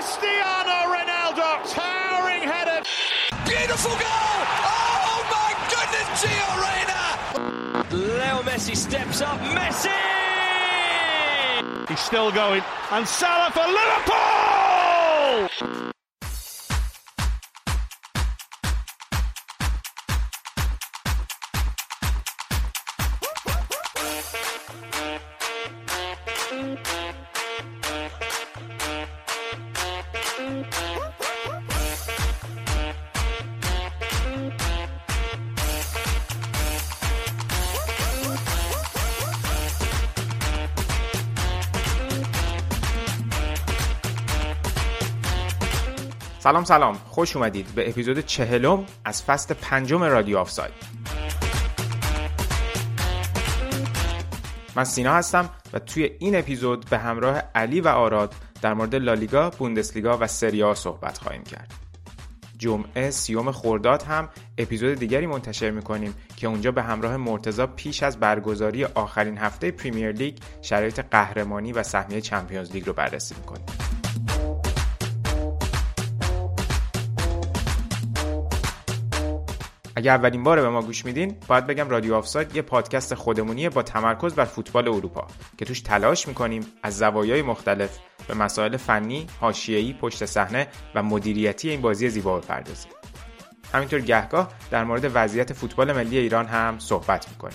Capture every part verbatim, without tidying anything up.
Cristiano Ronaldo, towering header. Beautiful goal! Oh my goodness, Gio Reyna! Leo Messi steps up, Messi! He's still going, and Salah for Liverpool! سلام سلام، خوش اومدید به اپیزود چهلم از فصل پنجم رادیو آفساید. من سینا هستم و توی این اپیزود به همراه علی و آراد در مورد لالیگا، بوندسلیگا و سری آ صحبت خواهیم کرد. جمعه سیوم خرداد هم اپیزود دیگری منتشر میکنیم که اونجا به همراه مرتضی پیش از برگزاری آخرین هفته پریمیر لیگ شرایط قهرمانی و سهمیه چمپیونز لیگ رو بررسی میکنیم. اگه اولین باره به ما گوش میدین، باید بگم رادیو آفساید یه پادکست خودمونیه با تمرکز بر فوتبال اروپا که توش تلاش میکنیم از زوایای مختلف به مسائل فنی، حاشیه‌ای، پشت صحنه و مدیریتی این بازی زیبا بپردازیم. همینطور گهگاه در مورد وضعیت فوتبال ملی ایران هم صحبت میکنیم.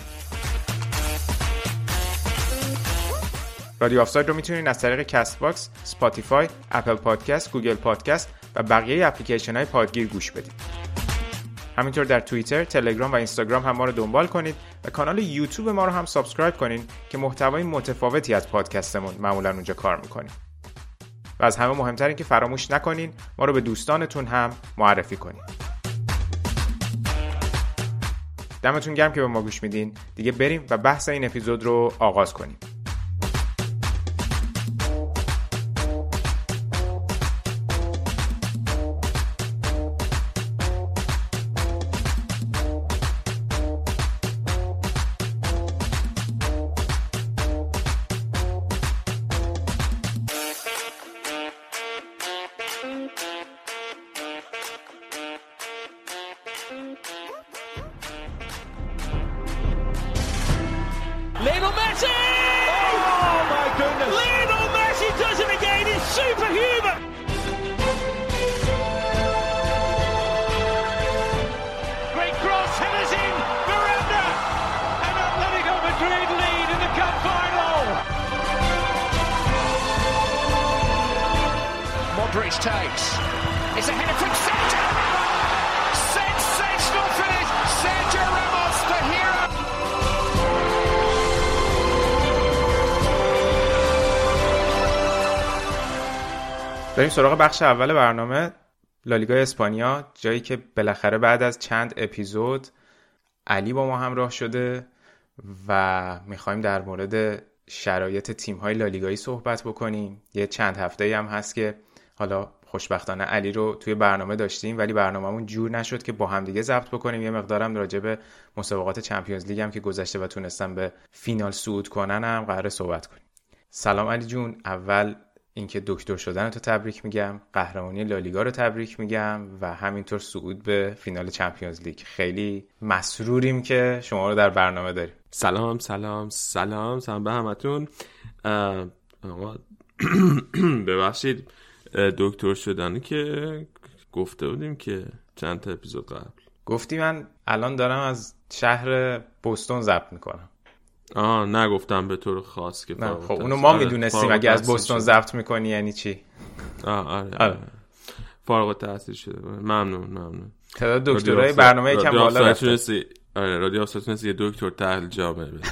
رادیو آفساید رو میتونین از طریق کست باکس، اسپاتیفای، اپل پادکست، گوگل پادکست و بقیه اپلیکیشن‌های پادگیر گوش بدید. همینطور در توییتر، تلگرام و اینستاگرام هم ما رو دنبال کنید و کانال یوتیوب ما رو هم سابسکرایب کنین که محتوای متفاوتی از پادکستمون معمولا اونجا کار میکنیم. و از همه مهمتر این که فراموش نکنین ما رو به دوستانتون هم معرفی کنین. دمتون گرم که به ما گوش میدین. دیگه بریم و بحث این اپیزود رو آغاز کنیم. Lionel Messi! Oh my goodness! Lionel Messi does it again. It's superhuman. Great cross, headers in. Miranda, and Atletico Madrid lead in the cup final. Modric takes. It's a header from Sergio Ramos. Sensational finish. Sergio Ramos, the hero. بریم سراغ بخش اول برنامه، لالیگا اسپانیا، جایی که بالاخره بعد از چند اپیزود علی با ما همراه شده و میخوایم در مورد شرایط تیم‌های لالیگایی صحبت بکنیم. یه چند هفته‌ای هم هست که حالا خوشبختانه علی رو توی برنامه داشتیم ولی برنامه‌مون جور نشد که با هم دیگه ضبط بکنیم. یه مقدارم راجع به مسابقات چمپیونز لیگ هم که گذشته و تونستن به فینال صعود کنن هم قراره صحبت کنیم. سلام علی جون، اول اینکه دکتر شدن تو تبریک میگم، قهرمانی لالیگا رو تبریک میگم و همینطور صعود به فینال چمپیونز لیگ. خیلی مسروریم که شما رو در برنامه داریم. سلام سلام سلام سلام به همتون. آقا ببخشید دکتر شدن که گفته بودیم که چند تا اپیزود قبل گفتی. من الان دارم از شهر بوستون ضبط میکنم. آه نگفتم به طور خاص که نه خب اونو ما میدونستیم. اگه از بوستون ضبط میکنی یعنی چی؟ آه آره, آره. فارغ التحصیل شده. ممنون ممنون. تعداد دکترای برنامه یکم بالا رفته. آره رادیو آفساید یه دکتر تحلیل جامعه بده.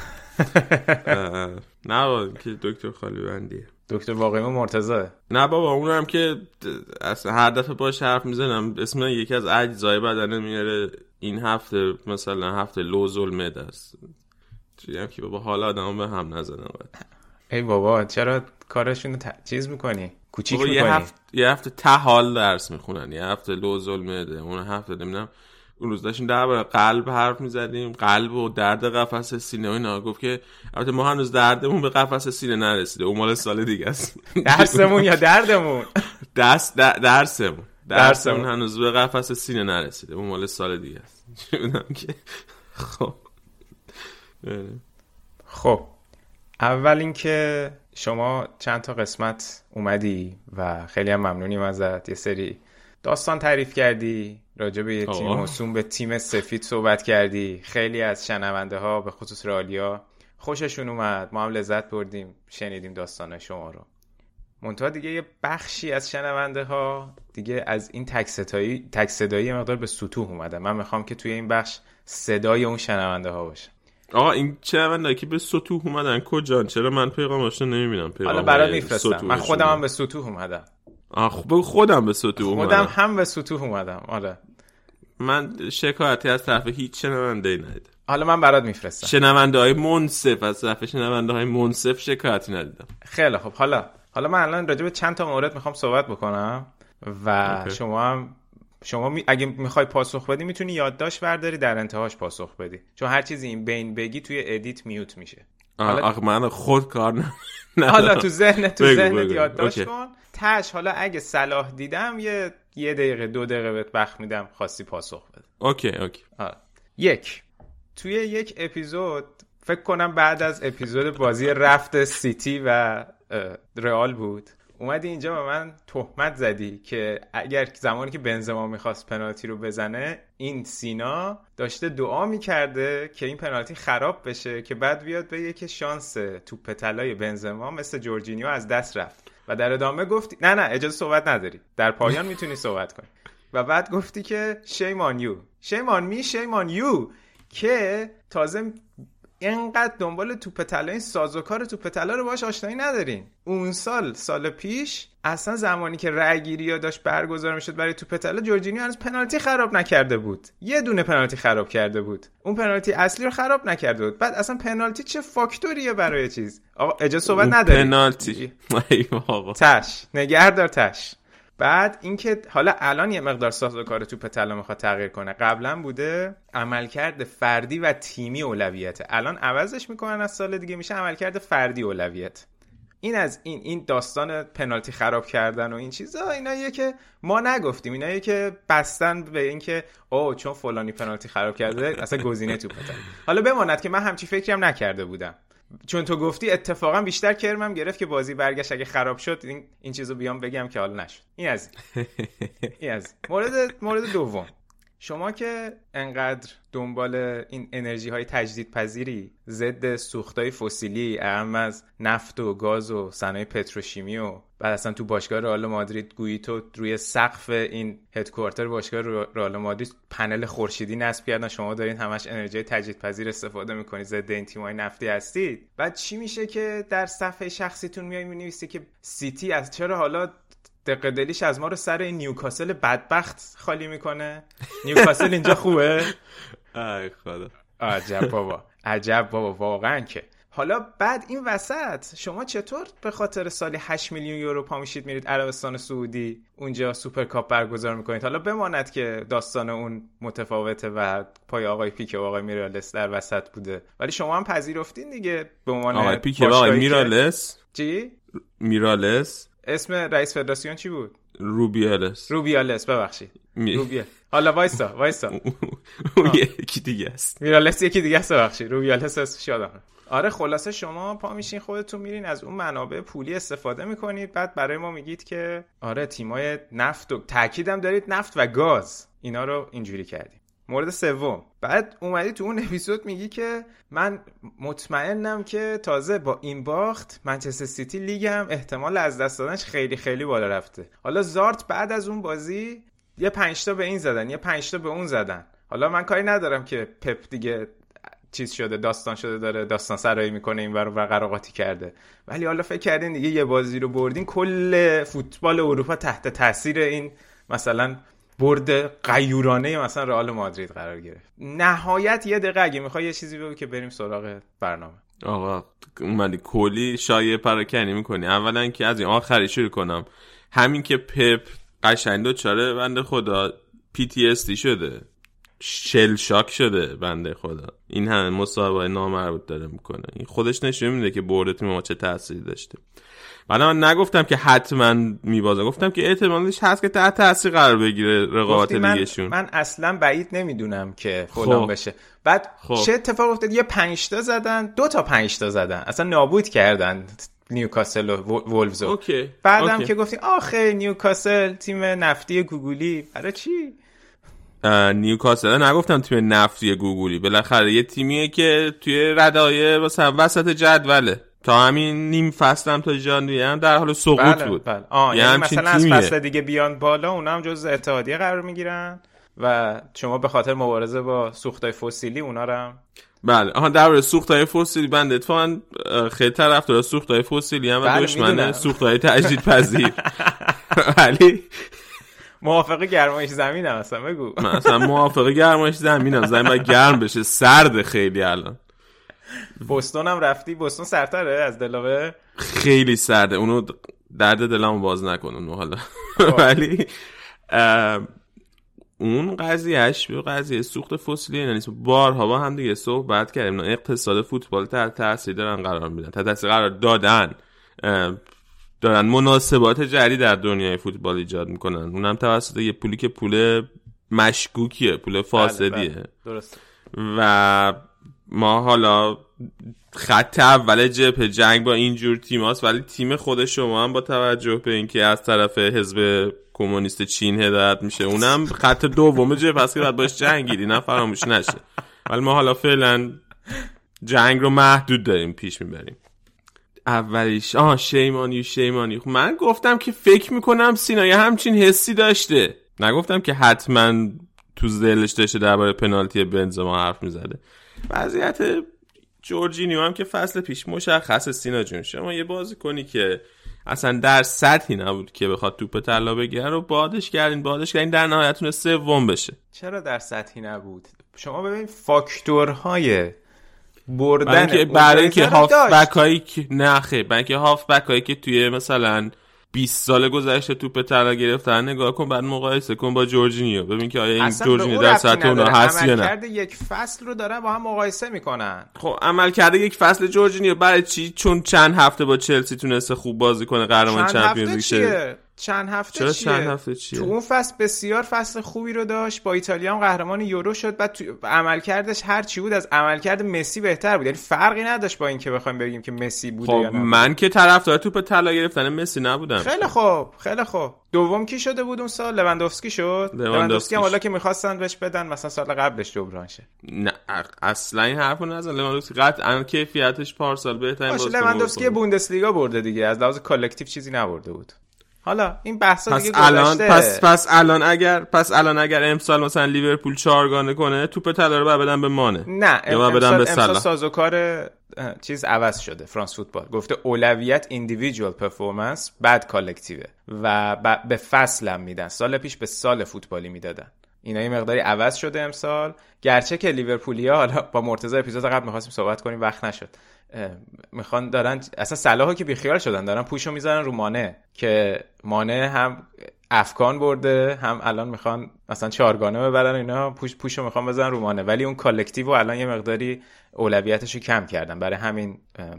نه بابا که دکتر خالی بندیه. دکتر واقعی مرتضی. نه بابا اونم که اصلا هر دفعه باش حرف میزنم اسم یکی از اجزای بدنه میاره. این هفته مثلا هفته لوز المعده است. چیزی که بابا حالا آدم به هم نزنن. ای بابا چرا کارشون ت... چیز میکنی؟ کوچیک میکنی؟ یه هفته یه هفته ته حال درس میخونن، یه هفته لوز المعده، اون هفته نمیدونم اون روز داشتیم درباره قلب حرف میزدیم، قلب و درد قفس سینه و اینا. گفت که البته ما هنوز دردمون به قفس سینه نرسیده، اون مال سال دیگه است. درسمون یا دردمون؟ دست درسمون درسمون هنوز به قفس سینه نرسیده، اون مال سال دیگه است. که خب خب اول اینکه شما چند تا قسمت اومدی و خیلی هم ممنونیم ازت، یه سری داستان تعریف کردی راجع به یه تیم موسوم به تیم سفید صحبت کردی. خیلی از شنونده ها به خصوص رئالیا خوششون اومد، ما هم لذت بردیم شنیدیم داستان شما رو. منتها دیگه یه بخشی از شنونده ها دیگه از این تک صدایی تک صدایی مقدار به سطوح اومدن. من میخوام که توی این بخش صدای اون شنونده ها باشه. آقا این شنونده که به سطوح اومدن کجان؟ چرا من پیغاماشو نمیبینم؟ پیغام حالا برات میفرستم. من خودم هم به سطوح اومدم. آ خب خودم به سطوح اومدم. خودم هم به سطوح اومدم. آره من شکایتی از طرف هیچ شنونده‌ای ندیدم. حالا من برات میفرستم. شنونده‌های منصف از طرف شنونده‌های منصف شکایتی ندیدم. خیلی خب. حالا حالا من الان راجع به چند تا مورد میخوام صحبت بکنم و اوکی. شما هم شما می... اگه میخوای پاسخ بدی میتونی یادداشت برداری در انتهاش پاسخ بدی، چون هر چیزی این بین بگی توی ادیت میوت میشه. حالا آخ من خود کار نه. حالا تو ذهن تو ذهنت یادداشت کن. تاش حالا اگه صلاح دیدم یه یه دقیقه دو دقیقه بهت وقت میدم خواستی پاسخ بده. اوکی اوکی. آه. یک توی یک اپیزود فکر کنم بعد از اپیزود بازی رفت سیتی و رئال بود، اومدی اینجا به من تهمت زدی که اگر زمانی که بنزما میخواست پنالتی رو بزنه این سینا داشته دعا میکرده که این پنالتی خراب بشه که بعد بیاد بگه که شانس توپ طلای بنزما مثل جورجینیو از دست رفت و در ادامه گفتی نه نه اجازه صحبت نداری، در پایان میتونی صحبت کنی و بعد گفتی که shame on you shame on me shame on you که تازه اینقدر دنبال توپ طلا این سازوکار توپ طلا رو باهاش آشنایی ندارین. اون سال سال پیش اصلا زمانی که رأی گیری داشت برگزار میشد برای توپ طلا جورجینیو هنوز پنالتی خراب نکرده بود، یه دونه پنالتی خراب کرده بود، اون پنالتی اصلی رو خراب نکرده بود. بعد اصلا پنالتی چه فاکتوریه برای چیز؟ آقا اجازه صحبت نداری پنالتی تاش نگهدار تاش. بعد اینکه حالا الان یه مقدار سازوکار توپ طلا میخواد تغییر کنه، قبلا بوده عملکرد فردی و تیمی اولویته، الان عوضش میکنن از سال دیگه میشه عملکرد فردی اولویت. این از این این داستان پنالتی خراب کردن و این چیزا ایناییه که ما نگفتیم، ایناییه که بستن به اینکه اوه چون فلانی پنالتی خراب کرده اصلا گزینه توپ طلا. حالا بماند که من همچی فکریم نکرده بودم، چون تو گفتی اتفاقا بیشتر کرمم گرفت که بازی برگشت اگه خراب شد این این چیزو بیام بگم که حالا نشد. این از این از مورد مورد دوم، شما که انقدر دنبال این انرژی های تجدید پذیری ضد سوختای فسیلی اهم از نفت و گاز و صنایع پتروشیمی و بعد اصلا تو باشگاه رئال مادرید گویی تو روی سقف این هدکوارتر باشگاه رئال مادرید پنل خورشیدی نصب کردن، شما دارین همش انرژی تجدید پذیر استفاده میکنید، ضد این تیم‌های نفتی هستید. بعد چی میشه که در صفحه شخصیتون میای می‌نویسی که سیتی از چرا حالا دقیقه دلیش از ما رو سر این نیوکاسل بدبخت خالی میکنه؟ نیوکاسل اینجا خوبه؟ ای خدا عجب بابا عجب بابا واقعا که. حالا بعد این وسط شما چطور به خاطر سالی هشت میلیون یورو پا میشید میرید عربستان سعودی اونجا سوپر کاپ برگزار میکنید؟ حالا بماند که داستان اون متفاوته و پای آقای پیکه و آقای میرالس در وسط بوده، ولی شما هم پذیرفتین دیگه به عنوان آقای پیکه و آقای میرالس. چی؟ میرالس اسم رئیس فدراسیون چی بود؟ روبیالس. روبیالس ببخشید می... روبیال. حالا وایسا وایسا اون یکی دیگه است. میرالس یکی دیگه است ببخشید. روبیالس اسمش یادمه. آره خلاصه شما پا میشین خودتون میرین از اون منابع پولی استفاده میکنید، بعد برای ما میگید که آره تیمای نفت و تاکیدم دارید نفت و گاز اینا رو اینجوری کردیم. مورد سوم، بعد اومدی تو اون اپیزود میگی که من مطمئنم که تازه با این باخت منچستر سیتی لیگم احتمال از دست دادنش خیلی خیلی بالا رفته. حالا زارت بعد از اون بازی یه پنج تا به این زدن یه پنج تا به اون زدن. حالا من کاری ندارم که پپ دیگه چیز شده داستان شده داره داستان سرایی میکنه این ور و قراقاتی کرده، ولی حالا فکر کردین دیگه یه بازی رو بردین کل فوتبال اروپا تحت تاثیر این مثلا برد غیورانه مثلا رئال مادرید قرار گرفت. نهایت یه دقیقه اگه میخوای یه چیزی بگو که بریم سراغ برنامه. آقا اومدی کلی شایعه پراکنی میکنی. اولا که از این آخری شروع کنم، همین که پپ قشنگ دوچاره بنده خدا پی تی اس دی شده، شل شاک شده بنده خدا، این همه مصاحبه نامربوط داره میکنه، این خودش نشون میده که برد تیم ما چه تأثیری داشته. بعد من نگفتم که حتما میبازه، گفتم که احتمالش هست که تحت تاثیر قرار بگیره رقابت لیگشون. من, من اصلا بعید نمیدونم که فلان بشه. بعد خب. چه اتفاق افتاد؟ یه پنج تا زدن، دو تا پنج تا زدن، اصلا نابود کردن نیوکاسل و وولفزو. اوکی. بعدم اوکی. که گفتیم آخه نیوکاسل تیم نفتی گوگولی، برای چی؟ نیوکاسل نگفتم تیم نفتی گوگولی، بالاخره یه تیمیه که توی ردای مثلا وسط جدوله، تا همین نیم فصل هم تا ژانویه هم در حال سقوط بله، بود. بله. آه یعنی مثلا از فصل دیگه بیان بالا اونا هم جزء اتحادیه قرار میگیرن و شما به خاطر مبارزه با سوختای فسیلی اونا رو هم بله. آها درباره سوختای فسیلی بنده اتفاقا خیلی طرفدار سوختای فسیلی هم و بله دشمن سوختای تجدیدپذیر. ولی موافق گرمایش زمینم اصلا بگو. من اصلا موافق گرمایش زمینم، زمین باید گرم بشه، سرده خیلی الان. بوستون هم رفتی؟ بوستون سردتره از دلاوه؟ خیلی سرده، اونو درد دلمو باز نکن اونو حالا. ولی اون قضیهش به قضیه سوخت فسیلی یعنی بارها با هم دیگه صحبت کردیم، اقتصاد فوتبال تحت تاثیر دارن قرار میدن، تحت تاثیر قرار دادن، دارن مناسبات جدید در دنیای فوتبال ایجاد میکنن، اونم توسط یه پولی که پول مشکوکیه، پول فاسدیه. بله بله. درست. و ما حالا خط اول جبهه جنگ با اینجور تیماست، ولی تیم خود شما هم با توجه به اینکه از طرف حزب کمونیست چین هدایت میشه، اونم خط دوم جبهه است که باید باش جنگیدی، نه فراموش نشه. ولی ما حالا فعلا جنگ رو محدود داریم پیش میبریم. اولیش آها شیمانی شیمانی من گفتم که فکر میکنم سینا یه همچین حسی داشته، نگفتم که حتما تو ذهنش داشته درباره پنالتی بنزما حرف میزده. وضعیت جورجینیو هم که فصل پیش مشخص سینا جون، شما یه بازیکنی که اصلا در سطحی نبود که بخواد توپ طلا بگیره رو بادش کردین بادش کردین در نهایت تونه سوم بشه. چرا در سطحی نبود؟ شما ببین فاکتورهای بردن برای اینکه برای اینکه هاف بکایی که نه خیر برای اینکه هاف بکایی که توی مثلا بیست سال گذشته توپ طلا گرفتن نگاه کن، بعد مقایسه کن با جورجینیو، ببین که آیا این جورجینیو در سطح اونها هست یا نه. عملکرد یک فصل رو دارن با هم مقایسه میکنن. خب عملکرد یک فصل جورجینیو برای چی؟ چون چند هفته با چلسی تونسته خوب بازی کنه، قهرمان چمپیونز لیگ شه. چند هفته چرا چیه؟ چند هفته چیه؟ تو اون فصل بسیار فصل خوبی رو داشت، با ایتالیا هم قهرمان یورو شد، بعد تو عملکردش هر چی بود از عملکرد مسی بهتر بود، یعنی فرقی نداشت با اینکه بخوایم بگیم که مسی بوده خب یا نه. من که طرفدار توپ طلا گرفتن مسی نبودم. خیلی خوب خیلی خوب. دوم کی شده بود اون سال؟ لواندوفسکی شد. لواندوفسکی هم حالا که می‌خواستن بهش بدن مثلا سال قبلش جبران شه. نه اصلا این حرفو نزن. لواندوفسکی قطعا کیفیتش پارسال بهترین بازیکن بود. لواندوفسکی بوندسلیگا برده دیگه، از لحاظ کالکتیو چیزی نبرده بود. حالا این بحثا دیگه گذشته. پس پس الان اگر پس الان اگر امسال مثلا لیورپول چهارگانه کنه توپ طلا رو بعد بدن به مانه، نه یا بدن به صلاح. امسال سازوکار چیز عوض شده. فرانس فوتبال گفته اولویت ایندیویدوال پرفورمنس بعد کالکتیوه و ب... به فصل هم میدن. سال پیش به سال فوتبالی میدادن. اینا یه مقداری عوض شده امسال، گرچه که لیورپولیا حالا با مرتضی اپیزود قبل می‌خواستیم صحبت کنیم وقت نشد. میخوان دارن اصلا صلاحو که بیخیال شدن، دارن پوشو میذارن رو مانه که مانه هم افکان برده هم الان میخوان مثلا چهارگانه ببرن، اینا پوش پوشو میخوان بزنن رو مانه، ولی اون کالکتیو الان یه مقداری اولویتشو کم کردن، برای همین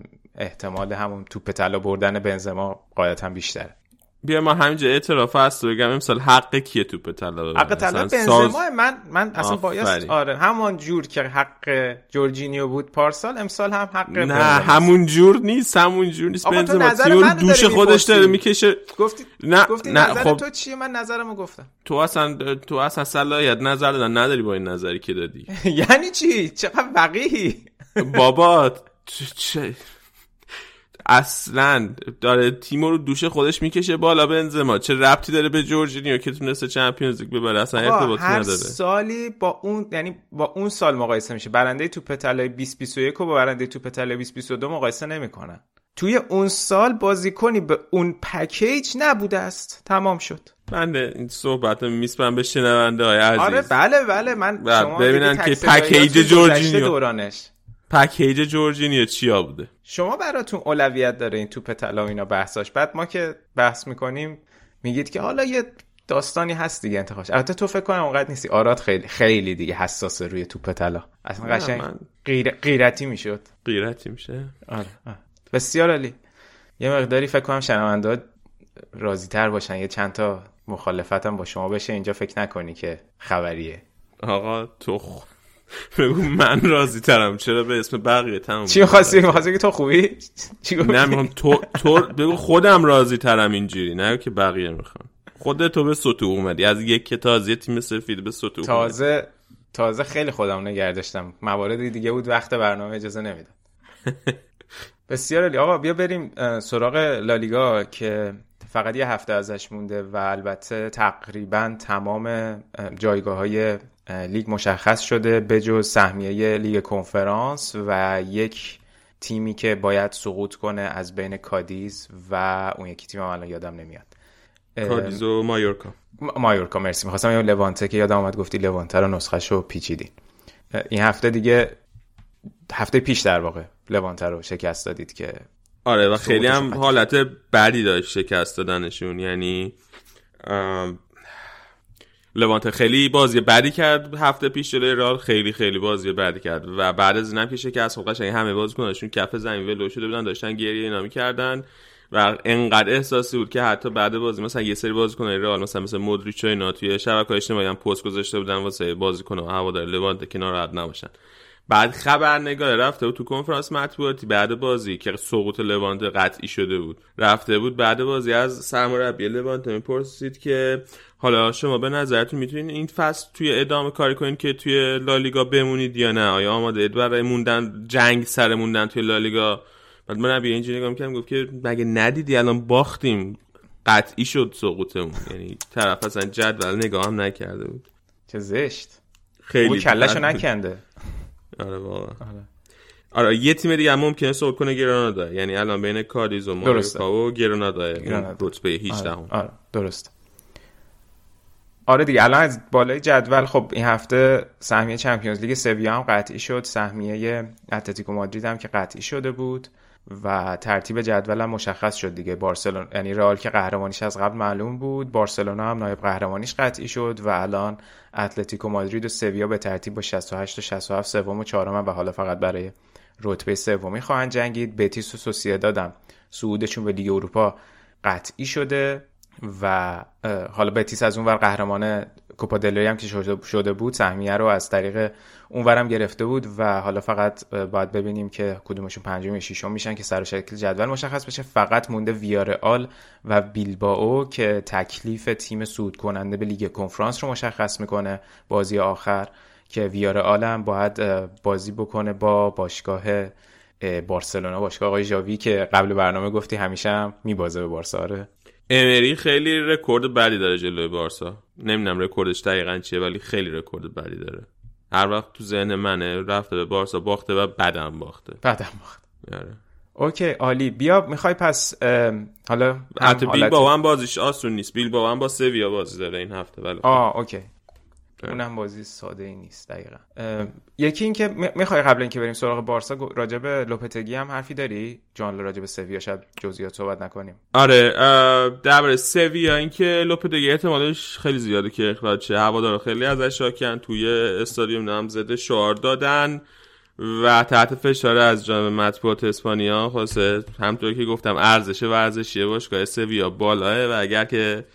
احتمال همون توپ طلا بردن بنزما قاعدتا بیشتره. بیا ما همینجا اعتراف هست و بگم امسال حق کیه توپ طلا ببره؟ حق طلا بنزما. ساز... من من اصلا باید آره همون جور که حق جورجینیو بود پارسال، امسال هم حق نه بنزما. همون جور نیست، همون جور نیست. بنزما تیمو دوش خودش داره میکشه. گفتی نه گفتی نه نظر خب تو چیه؟ من نظرمو گفتم. تو اصلا تو اصلا صلاحیت نظر دادن نداری با این نظری که دادی. یعنی چی؟ چقدر وقیحی بابا چه اصلا داره تیمو رو دوش خودش میکشه بالا. بنزما چه ربطی داره به جورجینیو که تونسته چمپیونز لیگ ببره؟ اصلا ارتباطی نداره. هر سالی با اون یعنی با اون سال مقایسه میشه. برنده توپ طلای بیست بیست و یک رو با برنده توپ طلای بیست بیست و دو مقایسه نمیکنن. توی اون سال بازیکنی به اون پکیج نبوده است. تمام شد. من این صحبتو میسپرم به شنونده های عزیز. آره بله بله من شما ببینن که پکیج جورجینیو دورانش پکیج جورجینیو چیا بوده. شما براتون اولویت داره این توپ طلا و اینا بحثاش، بعد ما که بحث میکنیم میگید که حالا یه داستانی هست دیگه انتخابش. البته تو فکر کنم اونقدر نیستی، آراد خیلی خیلی دیگه حساسه روی توپ طلا، اصلا قشنگ غیر غیرتی میشد. غیرتی میشه. آره, آره. بسیار عالی. یه مقداری فکر کنم شنونده راضی تر باشن، یه چند تا مخالفتم با شما بشه اینجا، فکر نکنی که خبریه. آقا تو خ... بگو من راضی ترم، چرا به اسم بقیه تمام چی می‌خواستی؟ می‌خواستی که تو خوبی؟ چی گفتی؟ نه میگم تو تو بگو خودم راضی ترم اینجوری، نه که بقیه میخوان. خودت تو به سطوح اومدی از یک که تازه تیم سفید به سطوح تازه اومدی. تازه خیلی خودم نگه داشتم، موارد دیگه بود وقت برنامه اجازه نمیداد. بسیار عالی. آقا بیا بریم سراغ لالیگا که فقط یه هفته ازش مونده و البته تقریبا تمام جایگاه‌های لیگ مشخص شده به جز سهمیه لیگ کنفرانس و یک تیمی که باید سقوط کنه از بین کادیز و اون یکی تیم الان یادم نمیاد. کادیز و مایورکا. مایورکا مرسی. می‌خواستم یه لوانته که یادم اومد گفتی لوانته رو نسخه‌شو پیچیدین. این هفته دیگه هفته پیش در واقع لوانته رو شکست دادید که آره و خیلی هم حالت بدی داشت شکست دادنشون. یعنی لوانته خیلی بازی بدی کرد هفته پیش جلوی رئال، خیلی خیلی بازی بدی کرد و بعد از اینم که شکست خودش همه بازیکناشون کف زمین ولو شده بودن، داشتن گریه اینا می‌کردن و انقدر احساسی بود که حتی بعد بازی مثلا یه سری بازیکنای رئال مثلا مثل مودریچ و اینا توی شبکه‌های اجتماعی هم پست گذاشته بودن واسه بازیکن‌ها هوادار لوانته که ناراحت نباشن. بعد خبرنگار رفته بود تو کنفرانس مطبوعاتی بعد بازی که سقوط لوانته قطعی شده بود، رفته بود بعد بازی از سرمربی لوانته میپرسید که حالا شما به نظرتون میتونین این فصل توی ادامه کاری کنین که توی لالیگا بمونید یا نه؟ آیا آماده اید برای موندن، جنگ سر موندن توی لالیگا؟ بعد مربی اینجوری نگاه می‌کردم گفت که مگه ندیدی الان باختیم، قطعی شد سقوطمون. یعنی طرف اصلا جدول نگاه هم نکرده بود. چه زشت. خیلی کلهشو نکنده. آره واقعا. آره. آره یه تیم دیگه هم ممکنه سقوط کنه، گرانادا. یعنی الان بین کادیز و مایورکا و گرانادا رتبه هجده هم. آره. آره درست. آره دیگه الان از بالای جدول خب این هفته سهمیه چمپیونز لیگ سویا هم قطعی شد، سهمیه اتلتیکو مادرید هم که قطعی شده بود و ترتیب جدول هم مشخص شد دیگه. بارسلونا یعنی رئال که قهرمانیش از قبل معلوم بود، بارسلونا هم نایب قهرمانیش قطعی شد و الان اتلتیکو مادرید و سویا به ترتیب با شصت و هشت و شصت و هفت سوم و چهارم و حالا فقط برای رتبه سومی خواهند جنگید. بتیس و سوسییداد هم صعودشون به لیگ اروپا قطعی شده و حالا بتیس از اون ور قهرمان کوپا دل ری هم که شده بود سهمیه رو از طریق اونورم گرفته بود و حالا فقط باید ببینیم که کدومشون پنجم یا ششم میشن که سر و شکل جدول مشخص بشه. فقط مونده ویارئال و بیلبائو که تکلیف تیم صعود کننده به لیگ کنفرانس رو مشخص میکنه بازی آخر، که ویارئال هم باید بازی بکنه با باشگاه بارسلونا، باشگاه آقای ژاوی که قبل برنامه گفتی همیشه هم میبازه به بارسا. امری خیلی رکورد بدی داره جلوی بارسا، نمیدونم رکوردش دقیقاً چیه ولی خیلی رکورد بدی داره. هر وقت تو ذهن منه رفته به بارسا باخته و بعدم باخته بعدم باخته آره. اوکی عالی. بیا میخوای پس حالا حتی بیلبائو هم بازیش آسون نیست، بیلبائو هم با سویا بازی داره این هفته ولی آه اوکی اونم بازی ساده ای نیست دقیقاً. یکی این که میخوای قبل اینکه بریم سراغ بارسا راجع به لوپتگی هم حرفی داری؟ جان راجع به سویا شاید جزئیات صحبت نکنیم. آره درباره سویا این که لوپتگی احتمالش خیلی زیاده که اخراج شه، هوادارا خیلی ازش شاکن، توی استادیوم نامزد شعار دادن و تحت فشار از جانب مطبوعات اسپانیا. خاصه همونطوری که گفتم ارزش ورزشی باشگاه سویا بالاه و اگر که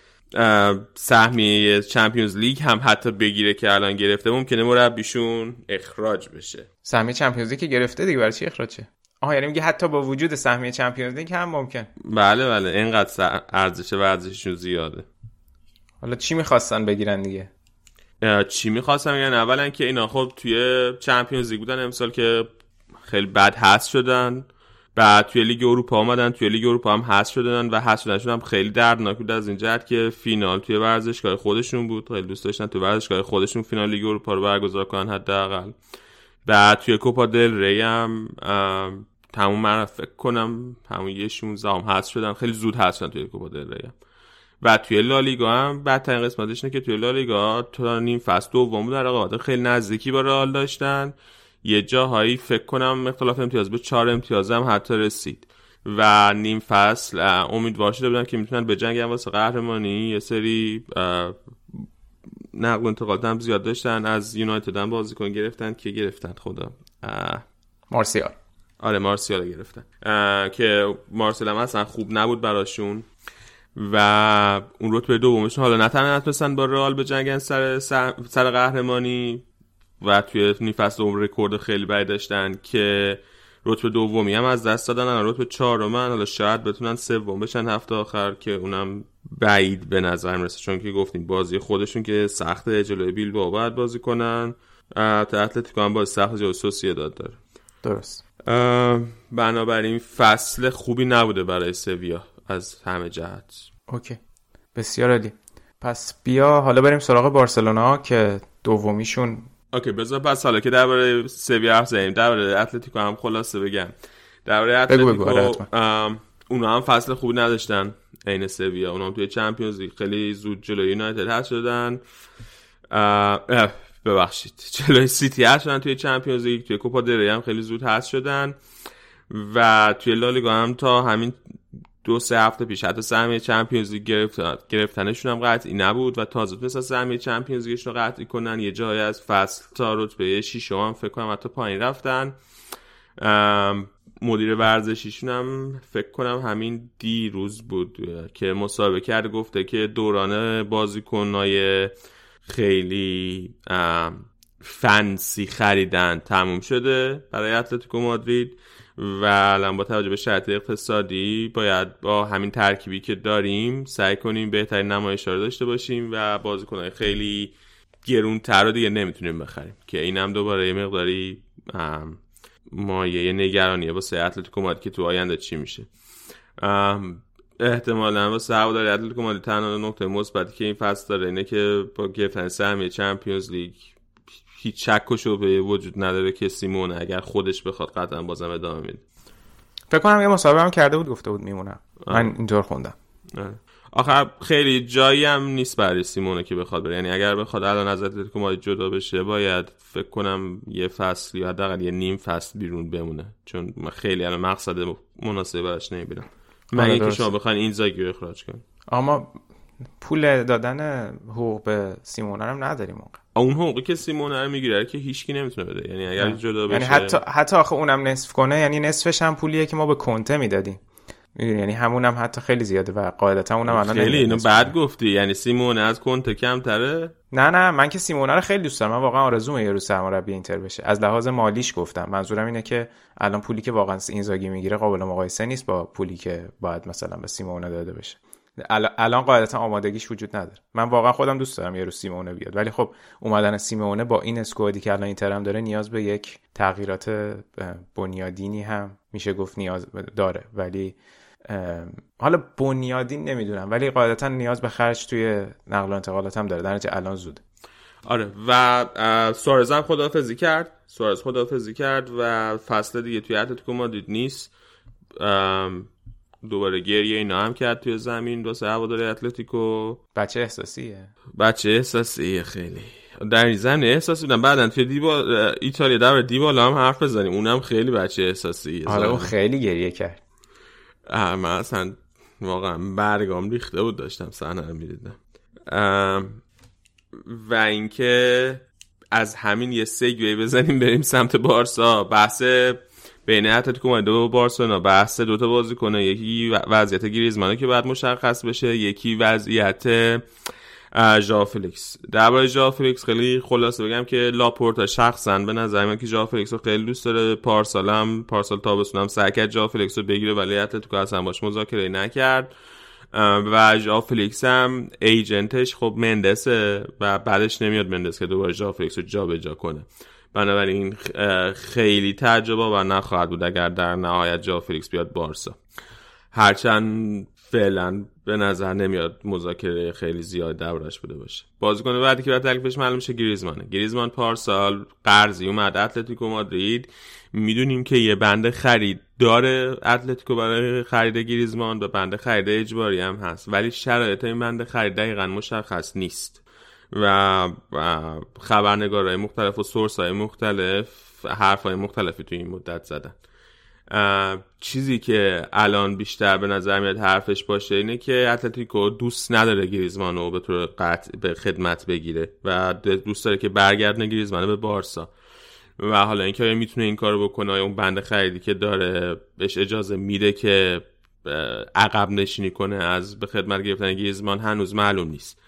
سهمیه چمپیونز لیگ هم حتی بگیره که الان گرفته ممکنه مربیشون اخراج بشه. سهمیه چمپیونز لیگ که گرفته دیگه برای چی اخراج شه؟ آها یعنی میگه حتی با وجود سهمیه چمپیونز لیگ هم ممکن. بله بله اینقدر ارزش ورزشیشون زیاده. حالا چی می‌خواستن بگیرن دیگه؟ چی می‌خواستن بگن؟ اولا که اینا خب توی چمپیونز لیگ بودن امسال که خیلی بد حذف شدن، بعد توی لیگ اروپا اومدن، توی لیگ اروپا هم حذف شدن و حذف شدنشون هم خیلی دردناک بود از این جهت که فینال توی ورزشگاه خودشون بود، خیلی دوست داشتن توی ورزشگاه خودشون فینال لیگ اروپا رو برگزار کنن حداقل. بعد توی کوپا دل ری هم تموم من فکر کنم همون یه شانزده هم حذف شدن، خیلی زود حذف شدن توی کوپا دل ری هم. و توی لالیگا هم بدترین قسمتش اینه که توی لالیگا تا نیم فصل دوم بود در رقابت خیلی نزدیکی با رئال داشتن، یه جاهایی فکر کنم اختلاف امتیاز به چهار امتیاز هم حتی رسید و نیم فصل امیدوار شده بودن که میتونن به جنگ هم واسه قهرمانی. یه سری نقل و انتقالات هم زیاد داشتن، از یونایتد هم بازیکن گرفتن که گرفتن خدا مارسیال آره مارسیال گرفتن که مارسیال هم اصلا خوب نبود براشون و اون رتبه دومشون حالا نه تنها نتونستن با رئال بجنگن سر سر قهرمانی و توی نیم فصل دوم رکورد خیلی بدی داشتن که رتبه دومی هم از دست دادن، الان رتبه چهارمن، حالا شاید بتونن سوم بشن هفته آخر که اونم بعید به نظر میرسه، چون که گفتیم بازی خودشون که سخته، جلوی بیلبائو باید بازی کنن، تا اتلتیکو هم بازی سخت جلوی سوسییداد داره. درست. بنابراین فصل خوبی نبوده برای سویا از همه جهت. اوکی، بسیار عالی. پس بیا حالا بریم سراغ بارسلونا که دومیشون. اوکی بذار پس حالا که درباره سویا حرف زدیم درباره اتلتیکو هم خلاصه بگم. درباره اتلتیکو اونا هم فصل خوبی نداشتن عین سویا، اونا هم توی چمپیونز لیگ خیلی زود جلوی یونایتد هست شدن، ببخشید جلوی سیتی هست شدن توی چمپیونز لیگ، توی کوپا دل ری هم خیلی زود هست شدن و توی لالیگا هم تا همین دو سه هفته پیش حتی سهمیه چمپیونز لیگ گرفتن گرفتنشون هم قطعی نبود و تازه مثلا سهمیه چمپیونز لیگشون رو قطعی کنن، یه جایی از فصل تا رتبه ششم هم فکر کنم حتی پایین رفتن. مدیر ورزشیشون هم فکر کنم همین دیروز بود که مصاحبه کرد، گفته که دوران بازیکنای خیلی فنسی خریدن تموم شده برای اتلتیکو مادرید و الان با توجه به شرایط اقتصادی باید با همین ترکیبی که داریم سعی کنیم بهترین نمایش‌ها رو داشته باشیم و بازیکن‌های خیلی گرون‌تر رو دیگه نمیتونیم بخریم که اینم دوباره یه مقداری مایه نگرانیه واسه اتلتیکو مادرید که تو آینده چی میشه. احتمالاً واسه هواداری اتلتیکو مادرید تنها نکته مثبتی که این فصل داره اینه که با گرفتن سهمیه چمپیونز لیگ هیچ شک و شبهه‌ای وجود نداره که سیمونه اگر خودش بخواد قطعا بازم ادامه میده. فکر کنم یه مصاحبه هم کرده بود گفته بود میمونم. من اینطور خوندم. آخر خیلی جایی هم نیست برای سیمونه که بخواد بره، یعنی اگر بخواد الان از اتلتیکو مادرید جدا بشه باید فکر کنم یه فصل یا حداقل یه نیم فصل بیرون بمونه، چون خیلی الان مقصد مناسبی براش نمیبینم. مگه اینکه شما بخواید اینزاگی رو اخراج کنید. اما پول دادن حقوق به سیمونه هم نداریم موقع. اون حقوقی که سیمونه رو میگیره که هیچکی نمیتونه بده، یعنی اگر جدا بشه یعنی حتی حتی آخه اونم نصف کنه، یعنی نصفش هم پولیه که ما به کنته میدادیم، میدونی، یعنی همونم حتی خیلی زیاده و قاعدتا اونم الان خیلی اینو بعد گفتی، یعنی سیمونه از کنته کمتره؟ نه نه من که سیمونه رو خیلی دوست دارم، من واقعا آرزومه یه روز سرمربی اینتر بشه. از لحاظ مالیش گفتم، منظورم اینه که الان پولی که واقعا اینزاگی میگیره قابل مقایسه نیست با پولی که باید مثلا به سیمونه داده بشه. الان قاعدتا آمادگیش وجود نداره. من واقعا خودم دوست دارم یه روز سیمونه بیاد، ولی خب اومدن سیمونه با این اسکوادی که الان اینتر هم داره نیاز به یک تغییرات بنیادینی هم میشه گفت نیاز داره، ولی حالا بنیادین نمیدونم، ولی قاعدتا نیاز به خرج توی نقل و انتقالات هم داره، در نتیجه الان زود. آره و سوارز هم خداحافظی کرد، سوارز خداحافظی کرد و فصل دیگه توی اتلتیکو مادرید نیست. دوباره گریه اینا هم کرد توی زمین واسه هواداری اتلتیکو. بچه احساسیه بچه احساسیه خیلی در زمین احساسی بودن. بعدن توی دیبال ایتالیا در دیبالا هم حرف بزنیم، اونم خیلی بچه احساسیه. آره اون خیلی گریه کرد. من اصلا واقعا برگام ریخته بود داشتم صحنه رو می‌دیدم. و اینکه از همین یه سگوی بزنیم بریم سمت بارسا. بحث بین اتلتیکو مادرید و بارسلونا، بحث دوتا بازیکن، یکی وضعیت گریزمانه که بعد مشخص بشه، یکی وضعیت ژائو فلیکس. درباره ژائو فلیکس خیلی خلاصه بگم که لاپورتا شخصا به نظر من که ژائو فلیکس رو خیلی دوست داره. پارسال هم پارسال تابستون هم سعی کرد ژائو فلیکس رو بگیره ولی اتلتیکو اصلا باش مذاکره نکرد و ژائو فلیکس هم ایجنتش خب مندسه و بعدش نمیاد مندس که دوباره ژائو فلیکس رو جابجا کنه. بنابراین خیلی تعجب آور نخواهد بود اگر در نهایت ژائو فلیکس بیاد بارسا، هرچند فعلا به نظر نمیاد مذاکره خیلی زیاد دربارش بوده باشه. بازیکن بعدی که بعد تکلیفش معلوم شه گریزمانه. گریزمان پارسال قرضی اومد اتلتیکو مادرید، میدونیم که یه بند خرید داره اتلتیکو برای خرید گریزمان و بند خرید اجباری هم هست، ولی شرایط این بند خرید دقیقاً مشخص نیست و خبرنگارهای مختلف و سورس‌های مختلف حرفای مختلفی توی این مدت زدن. چیزی که الان بیشتر به نظر میاد حرفش باشه اینه که اتلتیکو دوست نداره گریزمانو به طور قطع به خدمت بگیره و دوست داره که برگردونه گریزمانو به بارسا و حالا اینکه آیا میتونه این کارو بکنه، آیا اون بند خریدی که داره بهش اجازه میده که عقب نشینی کنه از به خدمت گرفتن گریزمان هنوز معلوم نیست.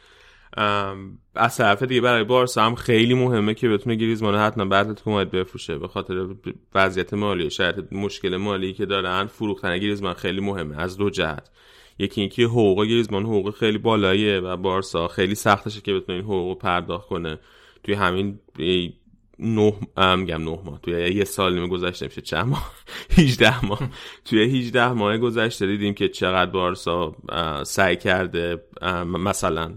از طرف دیگه برای بارسا هم خیلی مهمه که بتونه گریزمان حتما بعد اتلتیکو مادرید بفروشه، به خاطر وضعیت مالی و شرایط مشکل مالی که دارن. فروختن گریزمان خیلی مهمه از دو جهت. یکی اینکه حقوق گریزمان حقوق خیلی بالاییه و بارسا خیلی سختشه که بتونه این حقوق پرداخت کنه. توی همین نه میگم نه ماه توی یه سال نیمه گذشته میشه چند ماه هجده ماه توی هجده ماه گذشته دیدیم که چقدر بارسا سعی کرده مثلا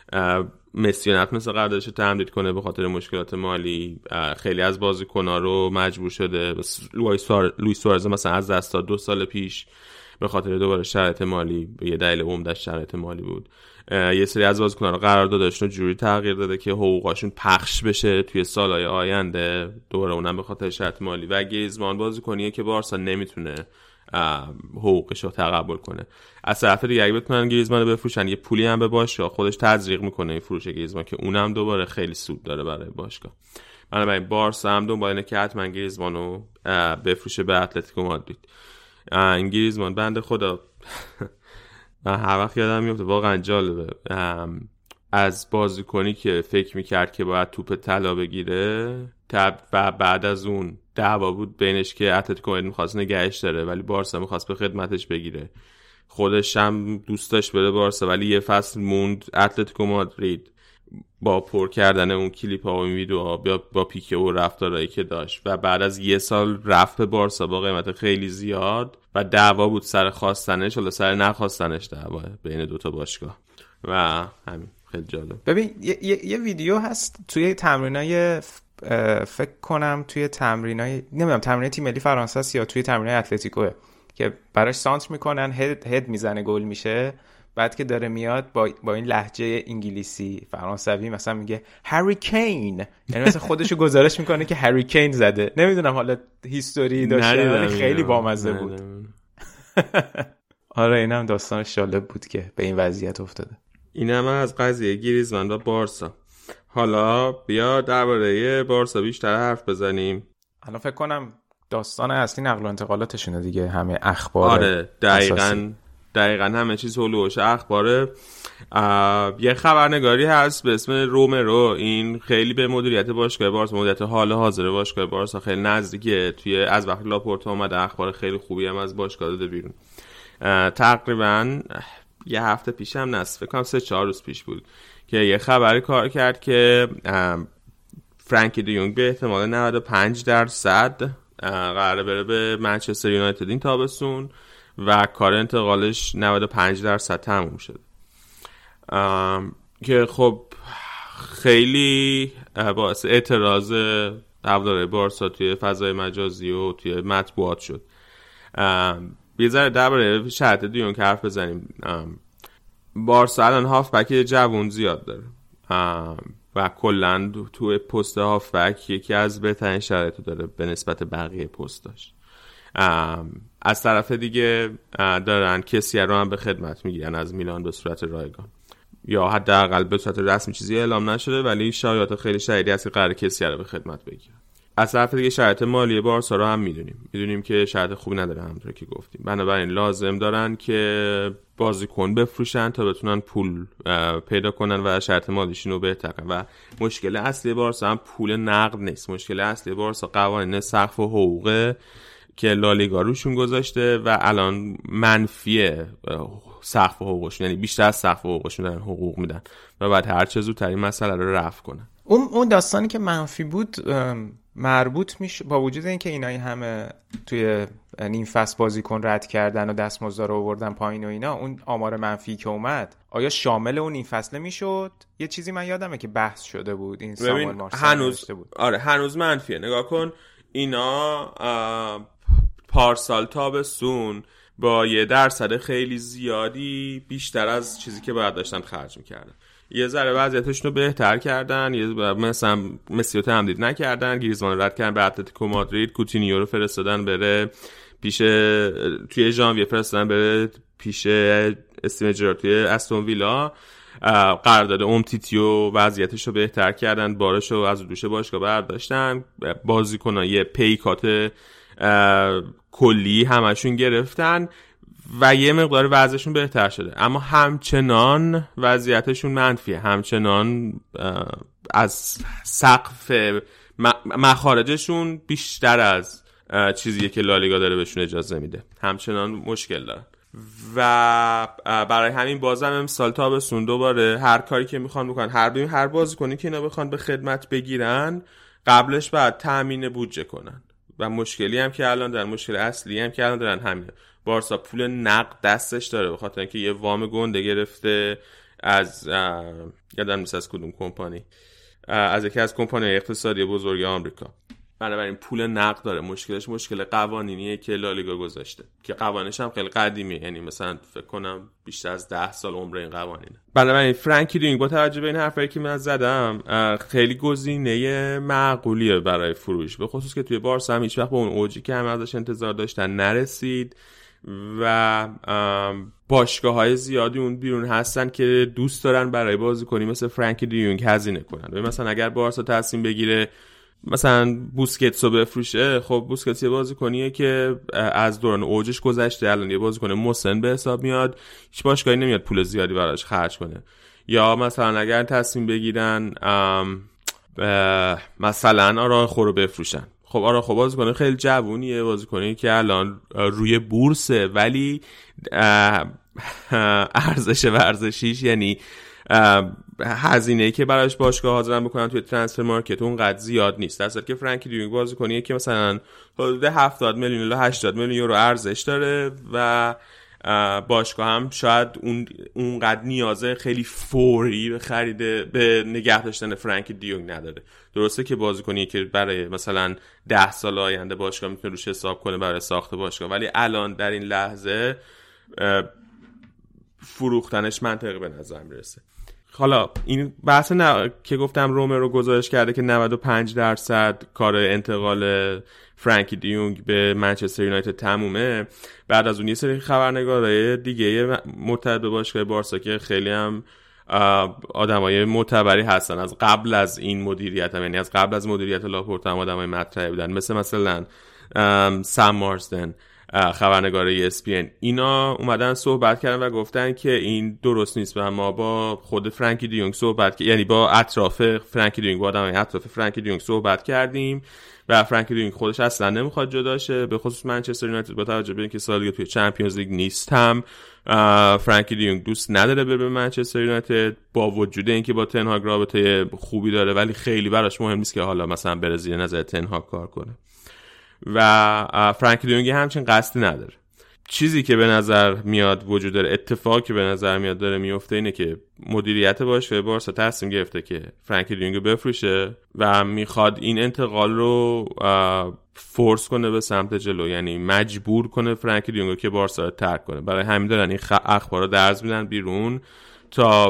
مسی نتونسته قراردادش رو تمدید کنه به خاطر مشکلات مالی. خیلی از بازیکن‌ها رو مجبور شده، لوئیس سوارز مثلا از دست داد دو سال پیش به خاطر دوباره شرایط مالی، یه دلیل عمده‌اش شرایط مالی بود. یه سری از بازیکن‌ها رو قراردادشون جوری تغییر داده که حقوقاشون پخش بشه توی سال‌های آینده، دوباره اونم به خاطر شرایط مالی. و گریزمان بازیکنیه که بارسا نمیتونه حقوقش رو تقبل کنه. از طرف دیگه اگه بتونن گریزمان رو بفروشن، یه پولی هم به باشگاه خودش تزریق میکنه این فروش گریزمان که اونم دوباره خیلی سود داره برای باشگاه. بنابراین بارسا هم دنبال اینه که حتما گریزمان رو بفروشه به اتلتیکو مادرید. این گریزمان بنده خدا من هر وقت یادم میفته، واقعا جالبه، از بازیکنی که فکر میکرد که باید توپ طلا بگیره و بعد از اون دعوا بود بینش که اتلتیکو مادرید می‌خواست نگهش داره ولی بارسا می‌خواست به خدمتش بگیره. خودش هم دوست داشت بره بارسا ولی یه فصل موند اتلتیکو مادرید با پر کردن اون کلیپ‌ها و ویدیوها با, با پیکه و رفتارهایی که داشت و بعد از یه سال رفت به بارسا با قیمت خیلی زیاد و دعوا بود سر خواستنش ولی سر نخواستنش دعوا بین دوتا باشگاه و همین. خیلی جالب. ببین یه, یه،, یه ویدیو هست توی تمرینای فکر کنم توی تمرینای نمیدونم تمرین تیم ملی فرانسه است یا توی تمرینای اتلتیکوه که براش سانتر میکنن، هد هد میزنه گل میشه، بعد که داره میاد با با این لهجه انگلیسی فرانسوی مثلا میگه هریکین، یعنی مثلا خودشو گزارش میکنه که هریکین زده. نمیدونم حالا هیستوری داشته ولی خیلی بامزه بود. آره اینم داستانش جالب بود که به این وضعیت افتاده. اینم از قضیه گریزمان و بارسا. حالا بیا درباره بارسا بیشتر حرف بزنیم. الان فکر کنم داستان اصلی نقل و انتقالاتشونه دیگه، همه اخبار. آره دقیقاً دقیقاً همه چیز هولوش اخباره. یه خبرنگاری هست به اسم رومرو، این خیلی به مدیریت باشگاه بارسا، مدیریت حال حاضر باشگاه بارسا خیلی نزدیکه. توی از وقتی لاپورتا اومده اخبار خیلی خوبی هم از باشگاه داده بیرون. تقریباً یه هفته پیش هم نصف فکر کنم سه چهار روز پیش بود که یه خبری کار کرد که فرانکی دیونگ به احتمال نود و پنج درصد قراره بره به منچستر یونایتد این تابستون و کار انتقالش نود و پنج درصد تموم شده که خب خیلی باعث اعتراض هواداره بارسا توی فضای مجازی و توی مطبوعات شد. یه ذره درباره شرط دیونگ حرف بزنیم. بارسا الان هافبک جوان زیاد داره و کلا تو پست هافبک یکی از بهترین شرایطو داره به نسبت بقیه پستاش. از طرف دیگه دارن کسی رو هم به خدمت میگیرن از میلان به صورت رایگان یا حداقل به صورت رسمی چیزی اعلام نشده ولی شایعات خیلی شدیدی هست که قراره کسی رو به خدمت بگیرن. از طرف دیگه شرایط مالی بارسا رو هم میدونیم میدونیم که شرایط خوبی نداره همونطور که گفتیم. بنابراین لازم دارن که بازیکن بفروشن تا بتونن پول پیدا کنن و شرایط مالیشون رو بهتر کنن. و مشکل اصلی بارسا هم پول نقد نیست. مشکل اصلی بارسا قوانین سقف و حقوقه که لالیگا روشون گذاشته و الان منفیه سقف حقوقشون، یعنی بیشتر از سقف حقوقشون دارن حقوق میدن و بعد هر چه زودتر این مسئله رو رفع کنن. اون اون داستانی که منفی بود مربوط میشه با وجود اینکه اینای همه توی نیم فصل بازیکن رد کردن و دستمزد رو آوردن پایین و اینا، اون آمار منفی که اومد آیا شامل اون نیم فصله میشد؟ یه چیزی من یادمه که بحث شده بود این ساموئل مارسل هنوز بود. آره هنوز منفیه. نگاه کن اینا پارسال تابستون با یه درصد خیلی زیادی بیشتر از چیزی که باید داشتن خرج میکردن. یه ذره وضعیتشون رو بهتر کردن، یه مثلا مسی رو تمدید نکردن، گریزمان رد کردن به اتلتیکو مادرید، کوتینیو رو فرستادن بره پیش توی ژانویه فرستادن بره پیش استیون جرارد توی استون ویلا قرارداد اومتیتیو وضعیتش رو بهتر کردن، بارش رو از دوش باشگاه برداشتن، بازیکنای پیکات کلی همشون گرفتن و یه مقدار وضعشون بهتر شده، اما همچنان وضعیتشون منفیه، همچنان از سقف مخارجشون بیشتر از چیزیه که لالیگا داره بهشون اجازه میده، همچنان مشکل دارن و برای همین بازم امسال تابستون دوباره هر کاری که میخوان بکنن، هر ببین هر بازیکنی که اینا بخوان به خدمت بگیرن قبلش باید تامین بودجه کنن و مشکلی هم که الان دارن، مشکل اصلی هم که الان دارن همینه. بارسا پول نقد دستش داره به خاطر اینکه یه وام گنده گرفته از یادم نیست از کدوم کمپانی، از یکی از کمپانی اقتصادی بزرگ آمریکا، بنابراین پول نقد داره. مشکلش مشکل قوانینیه که لالیگا گذاشته که قوانینش هم خیلی قدیمیه، یعنی مثلا فکر کنم بیشتر از ده سال عمر این قوانینه. بنابراین فرانکی دیونگ با توجه به این حرفایی که من زدم خیلی گزینه معقولیه برای فروش، به خصوص که توی بارسا هم هیچ وقت به اون اوجی که همه ازش انتظار داشتن نرسید و باشگاه‌های زیادی اون بیرون هستن که دوست دارن برای بازیکنی مثل فرانکی دیونگ هزینه کنن. مثلا اگر بارسا تصمیم بگیره مثلا بوسکتس رو بفروشه، خب بوسکتس یه بازیکنیه که از دوران اوجش گذشته، الان یه بازیکن مسن به حساب میاد، هیچ باشگاهی نمیاد پول زیادی براش خرج کنه. یا مثلا اگر تصمیم بگیرن مثلا آراخو رو بفروشن، خب آراخو بازیکن خیلی جوونیه، بازیکنی که الان روی بورسه ولی ارزش ورزشیش یعنی هزینه‌ای که براش باشگاه حاضرن بکنن توی ترانسفر مارکت اونقدر زیاد نیست، در حالی که فرانکی دیونگ بازیکنیه که مثلا حدود هفتاد میلیون الی هشتاد میلیون یورو ارزش داره و باشگاه هم شاید اون اونقدر نیازه خیلی فوری به خرید به نگه داشتن فرانکی دیونگ نداره. درسته که بازیکنیه که برای مثلا ده سال آینده باشگاه میتونه روش حساب کنه برای ساخت باشگاه، ولی الان در این لحظه فروختنش منطقی به نظر میرسه. حالا این بحث ن... که گفتم رومرو گزارش کرده که نود و پنج درصد کار انتقال فرانکی دیونگ به منچستر یونایتد تمومه، بعد از اون یه سری خبرنگارای دیگه مرتبط به باشگاه بارسا که خیلی هم آدمای معتبری هستن از قبل از این مدیریت هم، یعنی از قبل از مدیریت لاپورتا هم آدمای مطرحی بودن، مثل مثلا سام مارسدن خبرنگار ای اس پی ان، اینا اومدن صحبت کردن و گفتن که این درست نیست و ما با خود فرانکی دیونگ صحبت یعنی با اطراف فرانکی دیونگ با آدمای اطراف فرانکی دیونگ صحبت کردیم و فرانکی دیونگ خودش اصلا نمیخواد جدا شه، به خصوص منچستر یونایتد با توجه به اینکه سال دیگه توی چمپیونز لیگ نیست هم فرانکی دیونگ دوست نداره بره به منچستر یونایتد، با وجود اینکه با تنهاگ رابطه خوبی داره ولی خیلی براش مهم نیست که حالا مثلا بره زیر نظر تنهاگ کار کنه و فرانکی دیونگ همچین قصدی نداره. چیزی که به نظر میاد وجود داره، اتفاقی که به نظر میاد داره میفته اینه که مدیریت باشگاه بارسا تصمیم گرفته که فرانکی دیونگ رو بفروشه و میخواد این انتقال رو فورس کنه به سمت جلو، یعنی مجبور کنه فرانکی دیونگ رو که بارسا رو ترک کنه. برای همین دارن این اخبار رو درز میدن بیرون تا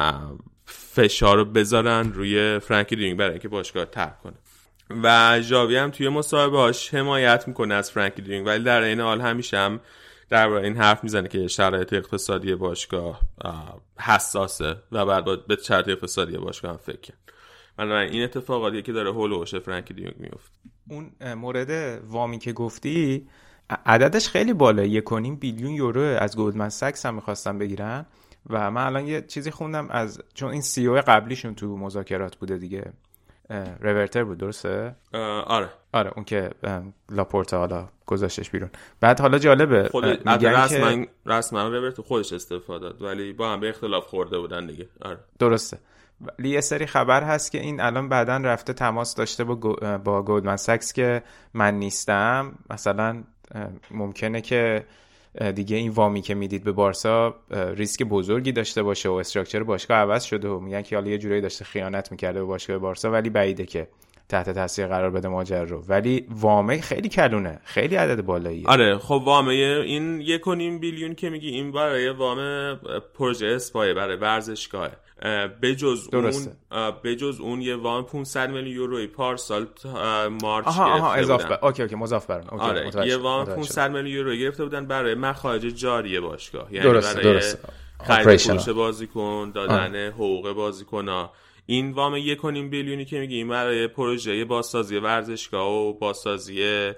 فشار رو بذارن روی فرانکی دیونگ برای اینکه باشگاه رو ترک کنه. و ژاوی هم توی مصاحبه‌اش حمایت میکنه از فرانکی دیونگ، ولی در این حال همیشه هم درباره این حرف میزنه که شرایط اقتصادی باشگاه حساسه و بعد به شرایط اقتصادی باشگاه هم فکر کنه. من این اتفاقاتی که داره هول و هوش فرانکی دیونگ میفته. اون مورد وامی که گفتی عددش خیلی بالا، یک و نیم بیلیون یورو از گلدمن ساکس هم می‌خواستن بگیرن و من الان یه چیزی خوندم از، چون این سی او قبلیشون تو مذاکرات بوده دیگه، رورتر بود درسته؟ آره آره اون که لاپورتا حالا گذاشتش بیرون. بعد حالا جالبه میگن رسما که رسما رورتر خودش استفاده داد ولی با هم به اختلاف خورده بودن دیگه. آره درسته. ولی یه سری خبر هست که این الان بعدن رفته تماس داشته با گو... با گلدمن ساکس که من نیستم، مثلا ممکنه که دیگه این وامی که میدید به بارسا ریسک بزرگی داشته باشه و استراکچر باشگاه عوض شده و میگن که حالا یه جوری داشته خیانت میکرده به باشگاه بارسا، ولی بعیده که تحت تاثیر قرار بده ماجرا رو. ولی وامه خیلی کلونه، خیلی عدد بالاییه. آره خب وامه این یک و نیم بیلیون که میگی این برای وام پروژه اسپای برای ورزشگاه، بجز اون بجز اون یه وام پانصد میلیون یوروی پارسال مارچ گرفته بودن. آها اضافه بر اوکی اوکی مضاف بر اون. آره یه وام پانصد میلیون یورو گرفته بودن برای مخارج جاری باشگاه، یعنی درسته، برای درسته. خرید فروش بازیکن، دادن حقوق بازیکن‌ها. این وام یک و نیم بیلیونی که میگیم برای پروژه بازسازی ورزشگاه و بازسازی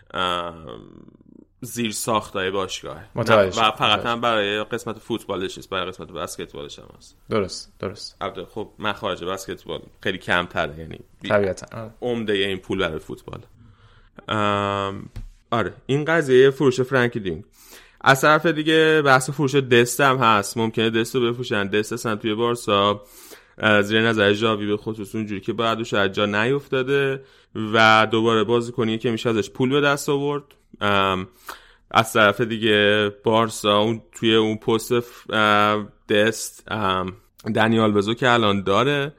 زیر ساختای باشگاه و فقط هم برای قسمت فوتبالش نیست، برای قسمت بسکتبالش هم هست. درست درست. البته خب مخارج بسکتبال خیلی کمتره، یعنی طبیعتا عمده این پول برای فوتبال. آره این قضیه فروش فرانکی دیونگ. از طرف دیگه بحث فروش دست هم هست. ممکنه دست رو بفروشن، دست اصلا توی بارسا زیر نظر ژاوی به خصوص اونجوری که باید و شاید جا نیفتاده و دوباره بازیکنیه که میشه ازش پول به دست آورد. از طرف دیگه بارسا اون توی اون پست دست دنی آلوزو که الان داره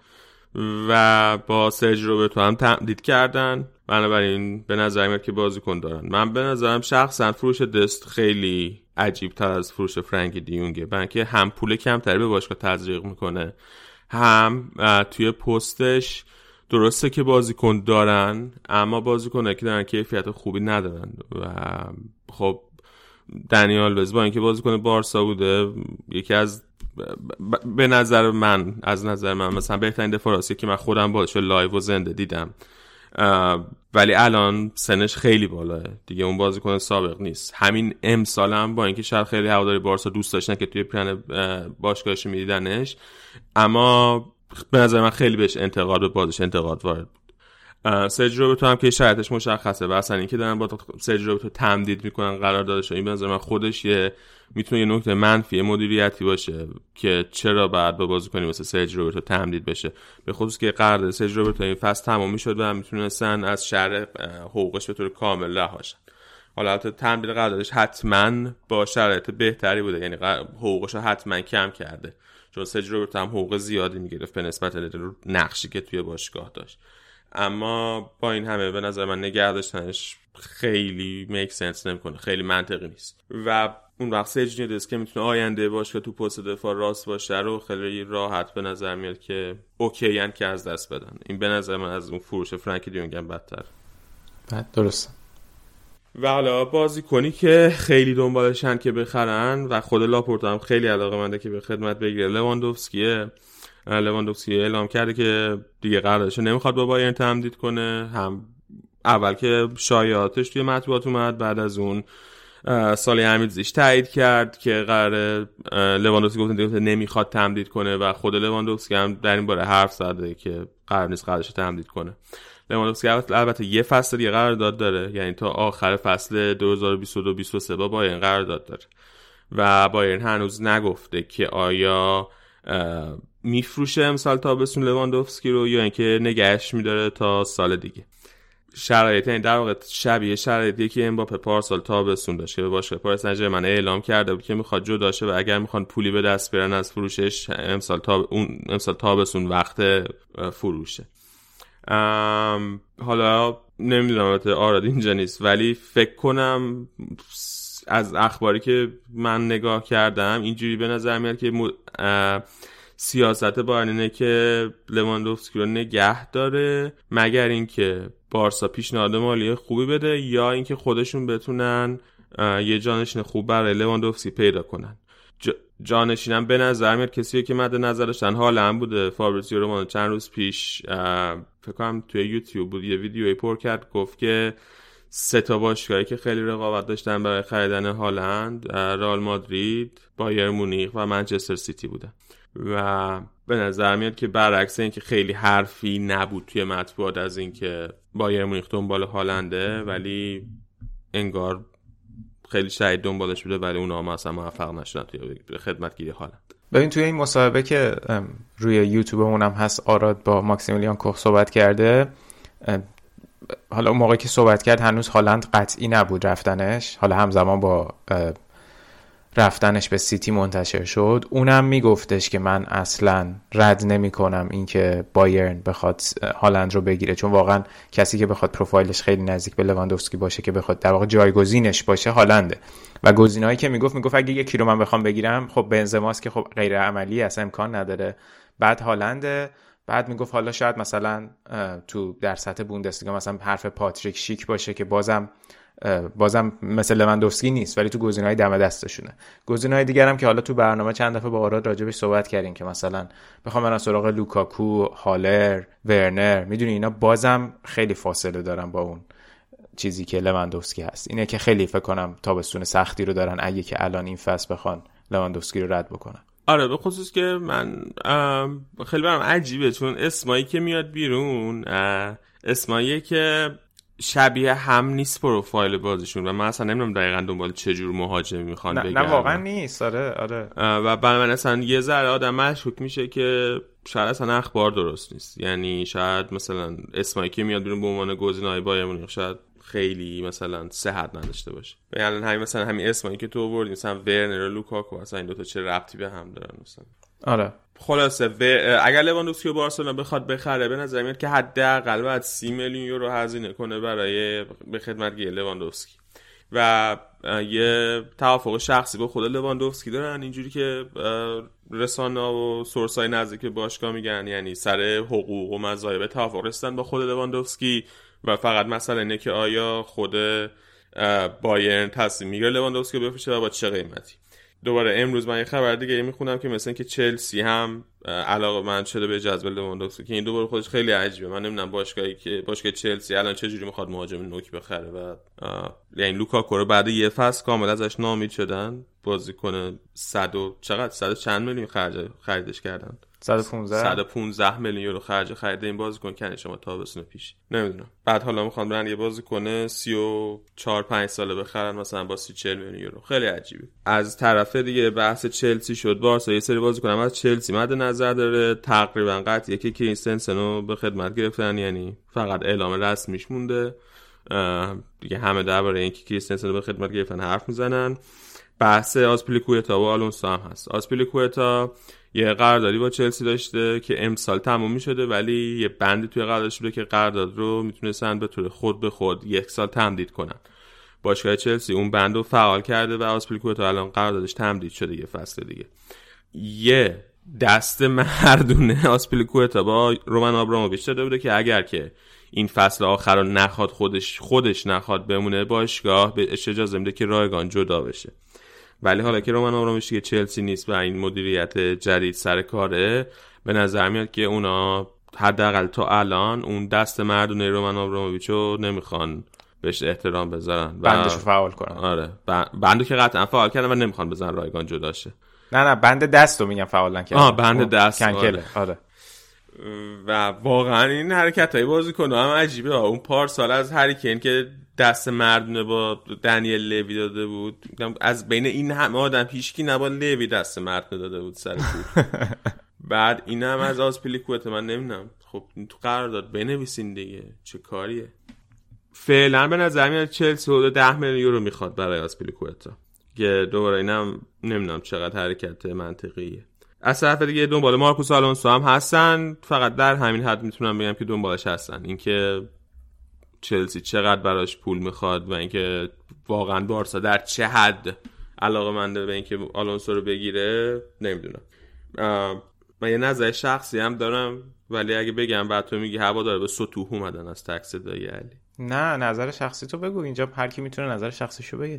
و با سرج روبرتو هم تمدید کردن، بنابراین به نظر میاد که بازیکن دارن. من به نظرم شخصا فروش دست خیلی عجیب تر از فروش فرانکی دیونگه، بلکه هم پول کمتری به باشگاه تزریق میکنه، هم توی پستش درسته که بازیکن دارن اما بازیکنایی که دارن کیفیت خوبی ندارن و خب دنی آلوز با اینکه بازیکن بارسا بوده یکی از به نظر من از نظر من مثلا بهترین دفاع راستی که من خودم باشو لایو و زنده دیدم، ولی الان سنش خیلی بالاه دیگه، اون بازیکن سابق نیست. همین امسال هم با اینکه شاید خیلی هواداری بارسا دوست داشتن که توی پلن باشگاهش میدیدنش، اما به نظر من خیلی بهش انتقاد به بازیش انتقاد وارد بود. سرج روبرتو هم که شرطش مشخصه و اصلا اینکه دارن با سرج روبرتو تمدید میکنن قراردادش، این به نظر من خودش یه میتونه یه نکته منفی مدیریتی باشه که چرا بعد با بازیکنی مثل سرج روبرتو تمدید بشه، به خصوص که قرارداد سرج روبرتو این فصل تمام میشد و میتونستن از شرط حقوقش به طور کامل رهاشن. حالا البته تمدید قراردادش حتما با شرایط بهتری بوده، یعنی حقوقش رو حتما کم کرده چون سرج روبرتو هم حقوق زیادی میگرفت به نسبت نقشی که توی باشگاه داشت، اما با این همه به نظر من نگه داشتنش خیلی میک سنس نمیکنه، خیلی منطقی نیست و اون وقت سرج نیدس که میتونه آینده باشگاه تو پست دفاع راست باشه رو خیلی راحت به نظر میاد که اوکی ان که از دست بدن. این به نظر من از اون فروش فرانکی دیونگ هم بدتر. بد درسته. و حالا بازیکنی که خیلی دنبالشن که بخرن و خود لاپورتا هم خیلی علاقه‌منده که به خدمت بگیره لواندوفسکیه. لواندوفسکی اعلام کرده که دیگه قراردادش نمیخواد با بایرن تمدید کنه. هم اول که شایعاتش توی مطبوعات اومد، بعد از اون سالی حمیدزیش تایید کرد که قراره لواندوفسکی گفت دیگه نمیخواد تمدید کنه و خود لواندوفسکی هم در این باره حرف زده که قرار نیست قراردادش تمدید کنه. لواندوفسکی البته یه فصل دیگه قرارداد داره، یعنی تا آخر فصل دو هزار و بیست و دو بیست و سه با بایرن قرارداد داره و بایرن هنوز نگفته که آیا میفروشه امسال تابستون لواندوفسکی رو یا اینکه نگهش میداره تا سال دیگه. شرایط این در واقع شبیه شرایطی که امباپه پارسال تابستون داشت که به باشگاه پاریس سن ژرمن اعلام کرده بود که میخواد جدا شه و اگر میخوان پولی به دست بیارن از فروشش امسال تاب اون امسال تابستون وقت فروشه. حالا نمیدونم البته آراد اینجا نیست ولی فکر کنم از اخباری که من نگاه کردم اینجوری به نظر میاد که م... سیاست بایرن اینه که لواندوفسکی رو نگه داره مگر اینکه بارسا پیشنهاد مالی خوبی بده یا اینکه خودشون بتونن یه جانشین خوب برای لواندوفسکی پیدا کنن. ج... جانشینم به نظر میاد کسی که مد نظر داشتن هالند بوده. فابریزیو رومانو چند روز پیش فکر کنم توی یوتیوب بود یه ویدیویی پر کرد، گفت که سه تا باشگاهی که خیلی رقابت داشتن برای خریدن هالند، رئال مادرید، بایر مونیخ و منچستر سیتی بوده و به نظر میاد که برعکس این که خیلی حرفی نبود توی مطبوعات از این که بایر مونیخ دنبال هالنده، ولی انگار خیلی شدید دنبالش بوده ولی اونا هم اصلا موفق نشدن توی خدمتگیری هالند. ببین توی این مصاحبه که روی یوتیوبمون هم هست آراد با ماکسیمیلیان کوخ صحبت کرده، حالا اون موقعی که صحبت کرد هنوز هالند قطعی نبود رفتنش، حالا همزمان با رفتنش به سیتی منتشر شد. اونم میگفتش که من اصلا رد نمی کنم این که بایرن بخواد هالند رو بگیره، چون واقعا کسی که بخواد پروفایلش خیلی نزدیک به لواندوفسکی باشه که بخواد در واقع جایگزینش باشه هالنده و گزینه‌هایی که میگفت میگفت اگه یکی رو من بخوام بگیرم خب بنزماست که خب غیر عملی اصلا امکان نداره، بعد هالنده، بعد میگفت حالا شاید مثلا تو در سطح بوندسلیگا مثلا حرف پاتریک شیک باشه که بازم بازم مثل لواندوفسکی نیست ولی تو گزینه‌های دم دستشونه. گزینه‌های دیگر هم که حالا تو برنامه چند دفعه با آراد راجبش صحبت کردیم که مثلا بخوام برم سراغ لوکاکو، هالر، ورنر، میدونی اینا بازم خیلی فاصله دارن با اون چیزی که لواندوفسکی هست. اینه که خیلی فکر کنم تابستون سختی رو دارن اگه که الان این فصل بخوان لواندوفسکی رو رد بکنن. آره به خصوص که من خیلی برام عجیبه چون اسمایی که میاد بیرون اسمایی که شبیه هم نیست پروفایل بازیشون و من اصلا نمیدونم دقیقاً دنبال چه جور مهاجمی میخوان بگردن. نه واقعا نیست. آره آره و برای من اصلا یه ذره آدم مشکوک میشه که شاید اصلا اخبار درست نیست. یعنی شاید مثلا اسمایی که میاد بیرون به عنوان گزینه‌های بایر مونیخ شاید خیلی مثلا صحت نداشته باشه. یعنی همین مثلا همین اسمایی که تو آوردی مثلا ورنر و لوکاکو اصلا این دو تا چه ربطی به هم دارن مثلا. آره خلاصه اگر لواندوفسکی و بارسلونا بخواد بخره به نظر میاد که حداقل باید سی میلیون یورو هزینه کنه برای به خدمتگیری لواندوفسکی و یه توافق شخصی با خود لواندوفسکی دارن اینجوری که رسانه‌ها و سورس‌های نزدیک باشگاه میگن، یعنی سر حقوق و مزایا توافق رسیدن با خود لواندوفسکی و فقط مسئله اینه که آیا خود بایرن تصمیم میگیره لواندوفسکی رو بفروشه و با چه قیمتی. دوباره امروز من یه خبر دیگه میخونم که مثلا که چلسی هم علاقه‌مند شده به جذب لواندوفسکی که این دوباره خودش خیلی عجیبه. من نمیدونم باشگاهی که باشگاه چلسی الان چه جوری میخواد مهاجم نوک بخره و یعنی لوکاکو رو بعد یه فصل کامل ازش ناامید شدن، بازیکن صد و چقدر صد چند میلیون خرج خریدش کردن، صد و پانزده صد و پانزده میلیون یورو خرج خرید این بازیکن کنه شما تابستون پیش. نمیدونم بعد حالا میخوان برن یه بازیکن سی و چهار پنج ساله بخرن مثلا با سی چهل میلیون یورو. خیلی عجیبه. از طرف دیگه بحث چلسی شد. بارسا یه سری بازیکن هم از چلسی مد نظر داره، تقریبا قطعیه که کریستنسنو به خدمت گرفتن، یعنی فقط اعلام رسمیش مونده دیگه. همه درباره اینکه کریستنسنو به خدمت گرفتن حرف میزنن. بحث آسپلیکوئتا و آلونسو هم هست. آسپلیکوئتا یه قراردادی با چلسی داشته که امسال تموم می‌شده ولی یه بندی توی قراردادش بوده که قرارداد رو میتونستن به طور خود به خود یک سال تمدید کنن. باشگاه چلسی اون بند رو فعال کرده و آسپلیکوئتا الان قراردادش تمدید شده یه فصل دیگه. یه دست مردونه آسپلیکوئتا با رومن آبراموویچ داده بوده که اگر که این فصل آخر رو نخواد خودش خودش نخواد بمونه باشگاه بهش اجازه میده که رایگان جدا بشه. ولی حالا که رومن آبراموویچ که چلسی نیست و این مدیریت جدید سر کاره، به نظر میاد که اونا حداقل تا الان اون دست مردونه رومن آبراموویچ رو نمیخوان بهش احترام بذارن و بندشو فعال کنن. آره بندو که قطعا فعال کردن و نمیخوان بزنن رایگان جدا شه. نه نه بند دستو میگم فعال نکردن. آه بند دست کنکله. آره و واقعا این حرکتای بازیکن‌ها هم عجیبه. اون پارسال از هری کین که دست مردونه با دنیل لوی داده بود، از بین این همه آدم هیچکی نبا لوی دست مردونه داده بود سر پول. بعد این هم از آسپلیکوئتا من نمیدونم. خب تو قرارداد بنویسین دیگه، چه کاریه. فعلا به نظر میاد چلسی حدود ده میلیون یورو میخواد برای آسپلیکوئتا که دوباره اینم نمیدونم چقدر حرکت منطقیه. از طرف دیگه دنبال مارکوس آلونسو هم هستن، فقط در همین حد میتونم بگم که دنبالش هستن. اینکه چلسی چقدر براش پول میخواد و اینکه واقعا بارسا در چه حد علاقه‌منده به اینکه آلونسو رو بگیره نمیدونم. من یه نظر شخصی هم دارم ولی اگه بگم بعد تو میگی هوا داره به سطوح اومدن از تکس دایی علی. نه نظر شخصی تو بگو، اینجا هر کی میتونه نظر شخصیشو بگه.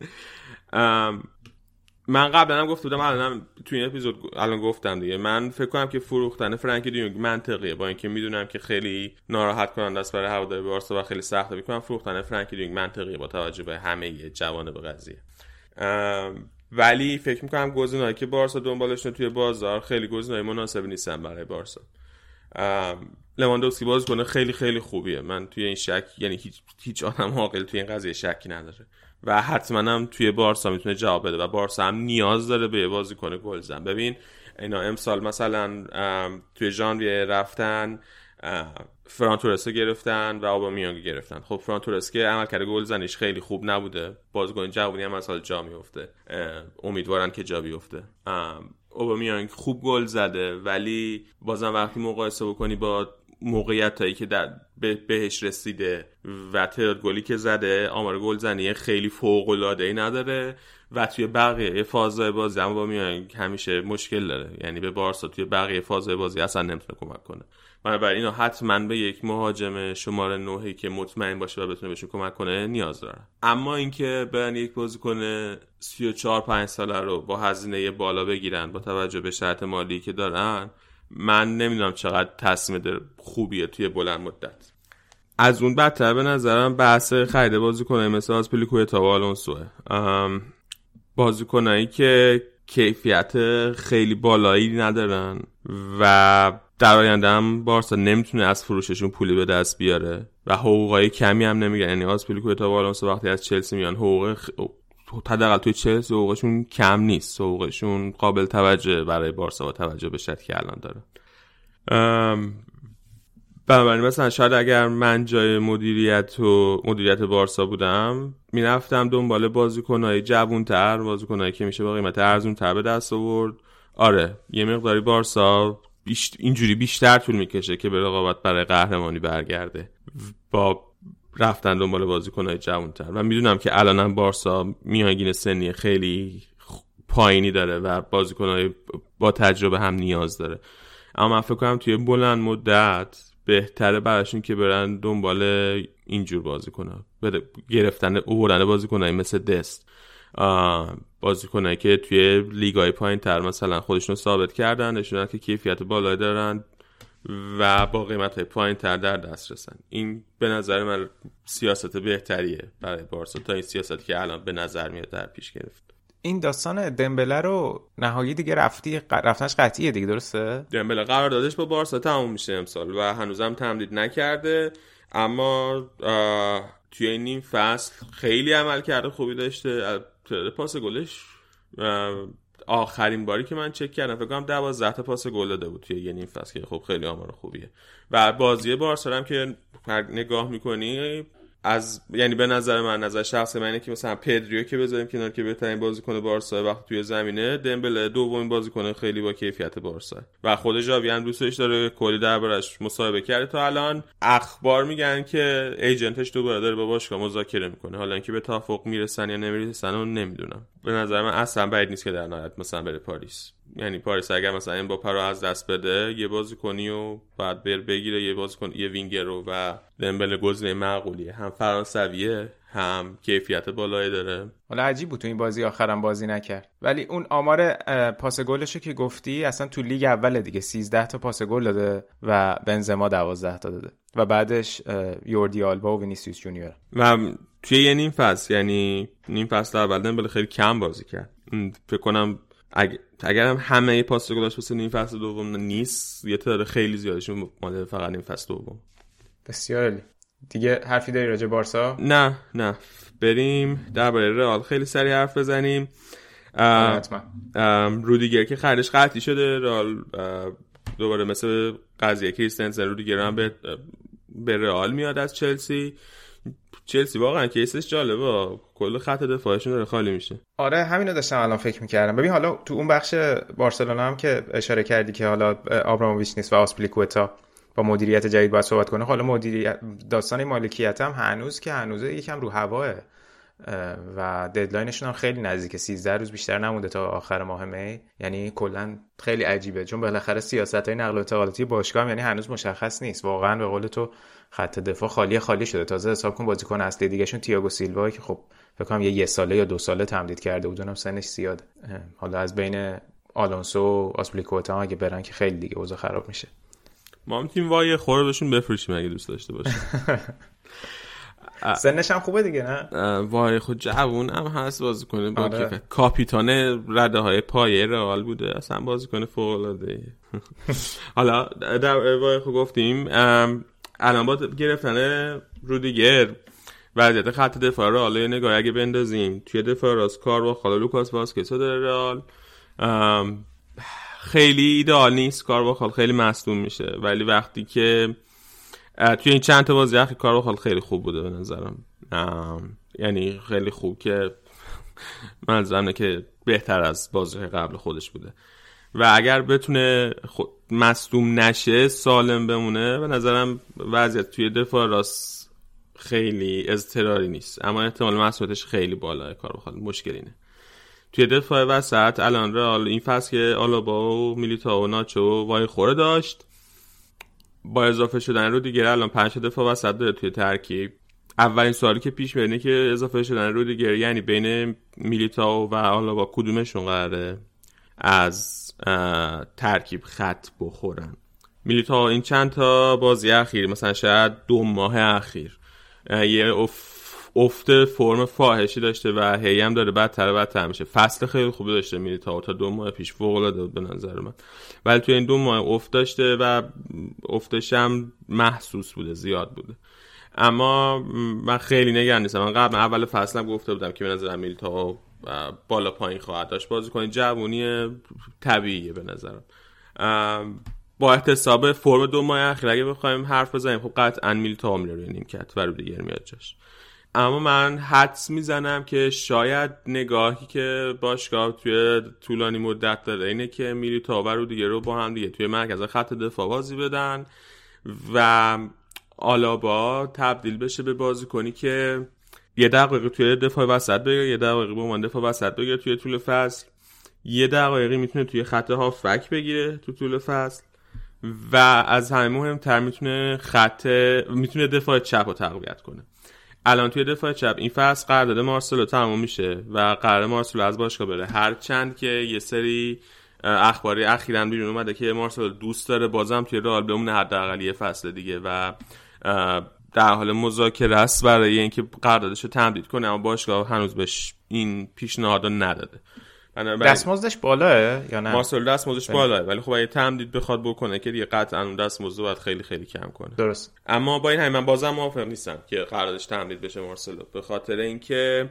من قبلا هم گفته بودم، الانم تو این اپیزود الان گفتم دیگه، من فکر کنم که فروختن فرانکی دیونگ منطقیه، با اینکه میدونم که خیلی ناراحت کننده است برای هواداری بارسا و خیلی سخته. فکر کنم فروختن فرانکی دیونگ منطقیه با توجه به همه جوانب قضیه. ولی فکر میکنم گزینه‌ای که بارسا دنبالشون توی بازار خیلی گزینه‌های مناسبی نیستن برای بارسا. لواندوفسکی بازیکن خیلی خیلی خوبیه، من توی این شک، یعنی هیچ هیچ آدم عاقل توی این قضیه شکی نداره و حتما هم توی بارسا میتونه جواب بده و بارسا هم نیاز داره به بازیکن گلزن. ببین اینا امسال مثلا توی ژانویه رفتن فران تورس گرفتن و اوبامیانگ گرفتن. خب فران تورس که عملکرد گلزنیش خیلی خوب نبوده، بازیکن جوونی هم مثلا جا میفته، امیدوارن که جا بیفته. اوبامیانگ خوب گل زده ولی بازم وقتی مقایسه بکنی با موقعیتایی که در بهش رسیده و تعداد گلی که زده آمار گلزنی خیلی فوق العاده ای نداره و توی بقیه فازهای بازی هم با میان همیشه مشکل داره. یعنی به بارسا توی بقیه فازهای بازی اصلا نمیتونه کمک کنه. بنابراین اینا حتما به یک مهاجم شماره نهی که مطمئن باشه و بتونه بهشون کمک کنه نیاز داره. اما اینکه برن یک بازیکن سی و چهار پنج ساله رو با هزینه بالا بگیرن با توجه به شرط مالی که دارن، من نمیدونم چقدر تصمیم خوبیه توی بلند مدت. از اون بدتر به نظرم بحث خرید بازیکنای مثل آسپلیکوئتا و آلونسوه. بازیکنایی که کیفیت خیلی بالایی ندارن و در آینده هم بارسا نمیتونه از فروششون پولی به دست بیاره و حقوقای کمی هم نمیگیرن. یعنی آسپلیکوئتا و آلونسو وقتی از چلسی میان حقوق خ... حداقل توی چلسی حقوقشون کم نیست، حقوقشون قابل توجه برای بارسا با توجه به شرطی که الان داره. ام... بنابراین مثلا شاید اگر من جای مدیریت و مدیریت بارسا بودم میرفتم دنبال بازیکنای جوان‌تر، بازیکنایی که میشه با قیمت ارزون‌تر به دست آورد. آره یه مقداری بارسا بیشت... اینجوری بیشتر طول میکشه که به رقابت برای قهرمانی برگرده با رفتن دنبال بازیکنای جوان‌تر. و میدونم که الانم بارسا میانگین سنی خیلی پایینی داره و بازیکنای با تجربه هم نیاز داره، اما من فکر کنم توی بلند مدت بهتره براشون که برن دنبال اینجور بازیکن‌ها، گرفتن اوردن بازیکنایی مثل دست، بازیکنایی که توی لیگ‌های پایین‌تر مثلا خودشونو ثابت کردن، نشوندن که کیفیت بالایی دارن و با قیمت‌های پایین‌تر در دست رسن. این به نظر من سیاست بهتریه برای بارسا تا این سیاستی که الان به نظر میاد در پیش گرفت. این داستان دمبله رو نهایی دیگه رفتی رفتنش قطعیه دیگه، درسته؟ دمبله قراردادش با بارسا تموم میشه امسال و هنوزم تمدید نکرده، اما توی این نیم فصل خیلی عمل کرده خوبی داشته. پاس گلش آخرین باری که من چک کردم فکر کنم دوازده تا پاس گل داده بود توی یه نیم فصل که خب خیلی آمار خوبیه. و بازی بارسا هم که نگاه میکنی از یعنی به نظر من نظر شخصی من اینه که مثلا پدریو که بذاریم کنار که بهترین بازیکن بارسا وقتی توی زمینه، دمبله دومین بازیکن خیلی با کیفیت بارسا و خود ژاوی هم دوستش داره، کلی دربارش مصاحبه کرده تا الان. اخبار میگن که ایجنتش دوباره داره با باشگاه مذاکره میکنه، حالا اینکه به توافق میرسن یا نمیرسن اون نمیدونم. به نظر من اصلا بعید نیست که در نهایت مثلا بره پاریس. یعنی پاریس اگر مثلا امباپه رو از دست بده یه بازیکنی و بعد بر بگیره یه بازیکن یه وینگر رو و دمبله گزینه معقولیه، هم فرانسویه هم کیفیت بالایی داره. حالا عجیب بود تو این بازی آخرام بازی نکرد، ولی اون آمار پاس گلشو که گفتی اصلا تو لیگ اول دیگه سیزده تا پاس گل داده و بنزما دوازده تا داده و بعدش یوردی آلبا و وینیسیوس جونیور. و توی یه نیم فصل یعنی نیم فصل اول دمبله خیلی کم بازی کرد. فکر کنم اگر اگرم همه پاس گلاش واسه نیم فصل دوم نیست، یه تعداد خیلی زیادشون مال فقط نیم فصل دوم. بسیار عالی. دیگه حرفی داری راجع بارسا؟ نه نه بریم درباره رئال خیلی سریع حرف بزنیم. حتما. رودیگر که خریدش قطعی شده، رئال دوباره مثل قضیه کریستنسن رودیگر هم به به رئال میاد از چلسی. چلسی واقعا کیسش جالبه، کل خط دفاعشون داره خالی میشه. آره همینو داشتم الان فکر میکردم. ببین حالا تو اون بخش بارسلونا هم که اشاره کردی که حالا آبراموویچ نیست و آسپلیکوئتا با مدیریت جدید باید صحبت کنه. حالا مدیریت داستان مالکیت هم هنوز که هنوزه یکم رو هواه و ددلاینشون هم خیلی نزدیک، سیزده روز بیشتر نمونده تا آخر ماه می. یعنی کلا خیلی عجیبه چون بالاخره سیاست‌های نقل و انتقالاتی باشگاه هم یعنی هنوز مشخص نیست. واقعا به قول تو خط دفاع خالی خالی شده. تازه حساب کن بازیکن اصلی دیگه‌شون تییاگو سیلوا که خب فکر کنم یه, یه ساله یا دو ساله تمدید کرده بود، اونم سنش زیاده. حالا از بین آلونسو و آسپلیکوئتا اگه برن که خیلی دیگه اوضاع خراب میشه. ما هم تیم وای خورده بهشون بفروشیم اگه دوست داشته باشیم. سنش هم خوبه دیگه نه؟ وای خود جوون هم هست، بازیکن با آره. کاپیتان رده های پایه رئال بوده، اصلا بازیکن فوق العاده. حالا در وای خود گفتیم الان با گرفتن رودیگر وضعیت خط دفاع رئال یه نگاه اگه بندازیم توی دفاع راست کار با خالا لوکاس واسکز داره رئال خیلی ایدئال نیست. کارواخال خیلی مصدوم میشه، ولی وقتی که توی این چند تا بازی اخیر کارواخال خیلی خوب بوده به نظرم. یعنی خیلی خوب که منظورم اینه که بهتر از بازی قبل خودش بوده و اگر بتونه مصدوم نشه سالم بمونه، به نظرم وضعیت توی دفاع راست خیلی اضطراری نیست، اما احتمال مصدومیتش خیلی بالاه. کار بخواد مشکل اینه. توی دفاع وسط الان رئال این فصل که آلابا و میلیتائو و ناچو وای خوره داشت، با اضافه شدن رودیگر الان پنج دفاع وسط داره توی ترکیب. اولین سوالی که پیش میاد اینه که اضافه شدن رودیگر یعنی بین میلیتائو و آلابا کدومشون قراره از ترکیب خط بخورن؟ میلیتائو این چند تا بازی اخیر، مثلا شاید دو ماه اخیر، یه اف افت فرم فاحشی داشته و هی هم داره بدتر و بدتر میشه. فصل خیلی خوبی داشته میلیتائو تا دو ماه پیش، فوق العاده بود به نظر من، ولی توی این دو ماه افت داشته و افتش هم محسوس بوده، زیاد بوده. اما من خیلی نگران نیستم. من قبل اول فصلم گفته بودم که به نظر میلیتائو بالا پایین خواهد داشت، بازیکن جوونی طبیعیه به نظرم. با احتساب فرم دو ماه اخیر اگه بخوایم حرف بزنیم، خب قطعا میلیتائو میره روی نیمکت و رودیگر میاد جاش. اما من حدس میزنم که شاید نگاهی که باشگاه توی طولانی مدت داره اینه که میلیتائو و رودیگر رو با هم دیگه توی مرکز خط دفاع بازی بدن و آلابا تبدیل بشه به بازیکنی که یه دقیقه توی دفاع وسط بگیره، یه دقیقه به عنوان دفاع وسط بگیره توی طول فصل، یه دقیقه میتونه توی خط هافبک بگیره تو طول فصل و از همه مهمتر میتونه خط میتونه دفاع چپ رو تقویت کنه. الان توی دفاع چپ این فصل قرارداد مارسلو تموم میشه و قرار مارسلو از باشگاه بره، هرچند که یه سری اخباری اخیراً بیرون اومده که مارسلو دوست داره بازم توی رئال بمونه حداقل یه فصل دیگه و در حال مذاکره است برای اینکه قراردادش رو تمدید کنه، اما باشگاه هنوز بهش این پیشنهاد رو نداده. دستمزدش بالاه یا نه؟ مارسلو دستمزدش بالاه، ولی خب اگه تمدید بخواد بکنه که دیگه قطعاً اون دستمزد رو باید خیلی خیلی کم کنه. درست. اما با این همین من بازم موافق نیستم که قراردادش تمدید بشه مارسلو، به خاطر اینکه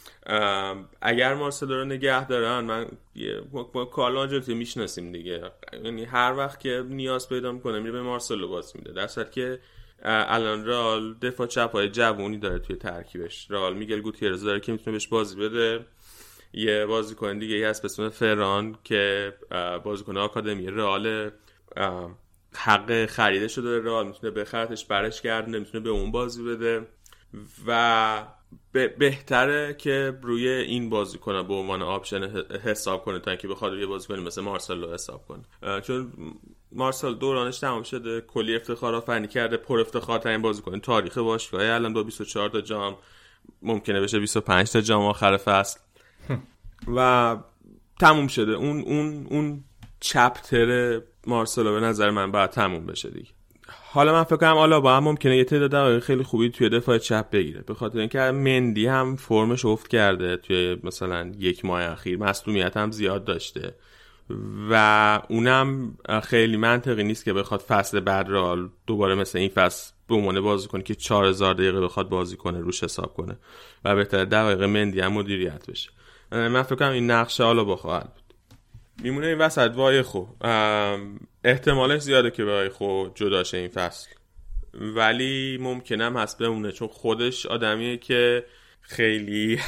اگر مارسلو رو نگه دارن، من ما کارلو آنجلوتی میشناسیم دیگه، یعنی هر وقت که نیاز پیدا میکنه میره به مارسلو بازی میده، در صورتی که الان رئال دفاع چپای جوونی داره توی ترکیبش. رئال میگل گوتیرز داره که میتونه بهش بازی بده، یه بازیکن دیگه هست به اسم فران که بازیکن آکادمی رئال، حق خریده شده رئال، میتونه بخرتش برش گردونه، میتونه به اون بازی بده و بهتره که روی این بازیکن به عنوان آپشن حساب کنه تا اینکه بخواد روی بازیکن مثل مارسلو حساب کنه، چون مارسل دورانش تمام شده، کلی افتخار آفرینی کرده، پر افتخار ترین بازیکن تاریخ باشگاه، الان با بیست و چهار تا جام، ممکنه بشه بیست و پنج تا جام آخر فصل و تموم شده. اون اون اون چپتر مارسلو به نظر من باید تموم بشه دیگه. حالا من فکر کنم آلابا هم ممکنه یه تعداد دقایق خیلی خوبی توی دفاع چپ بگیره، به خاطر اینکه مندی هم فرمش افت کرده توی مثلا یک ماه اخیر، مصدومیت هم زیاد داشته و اونم خیلی منطقی نیست که بخواد فصل بعد رئال دوباره مثل این فصل به عنوان بازیکن که چهار هزار دقیقه بخواد بازی کنه روش حساب کنه و بهتره دقایق مندی هم مدیریت بشه. من فکر کنم این نقشه آلابا خواهد بود. میمونه این وسط وای خو احتمالش زیاده که وای خو جدا شه این فصل، ولی ممکنه هم هست بمونه، چون خودش آدمیه که خیلی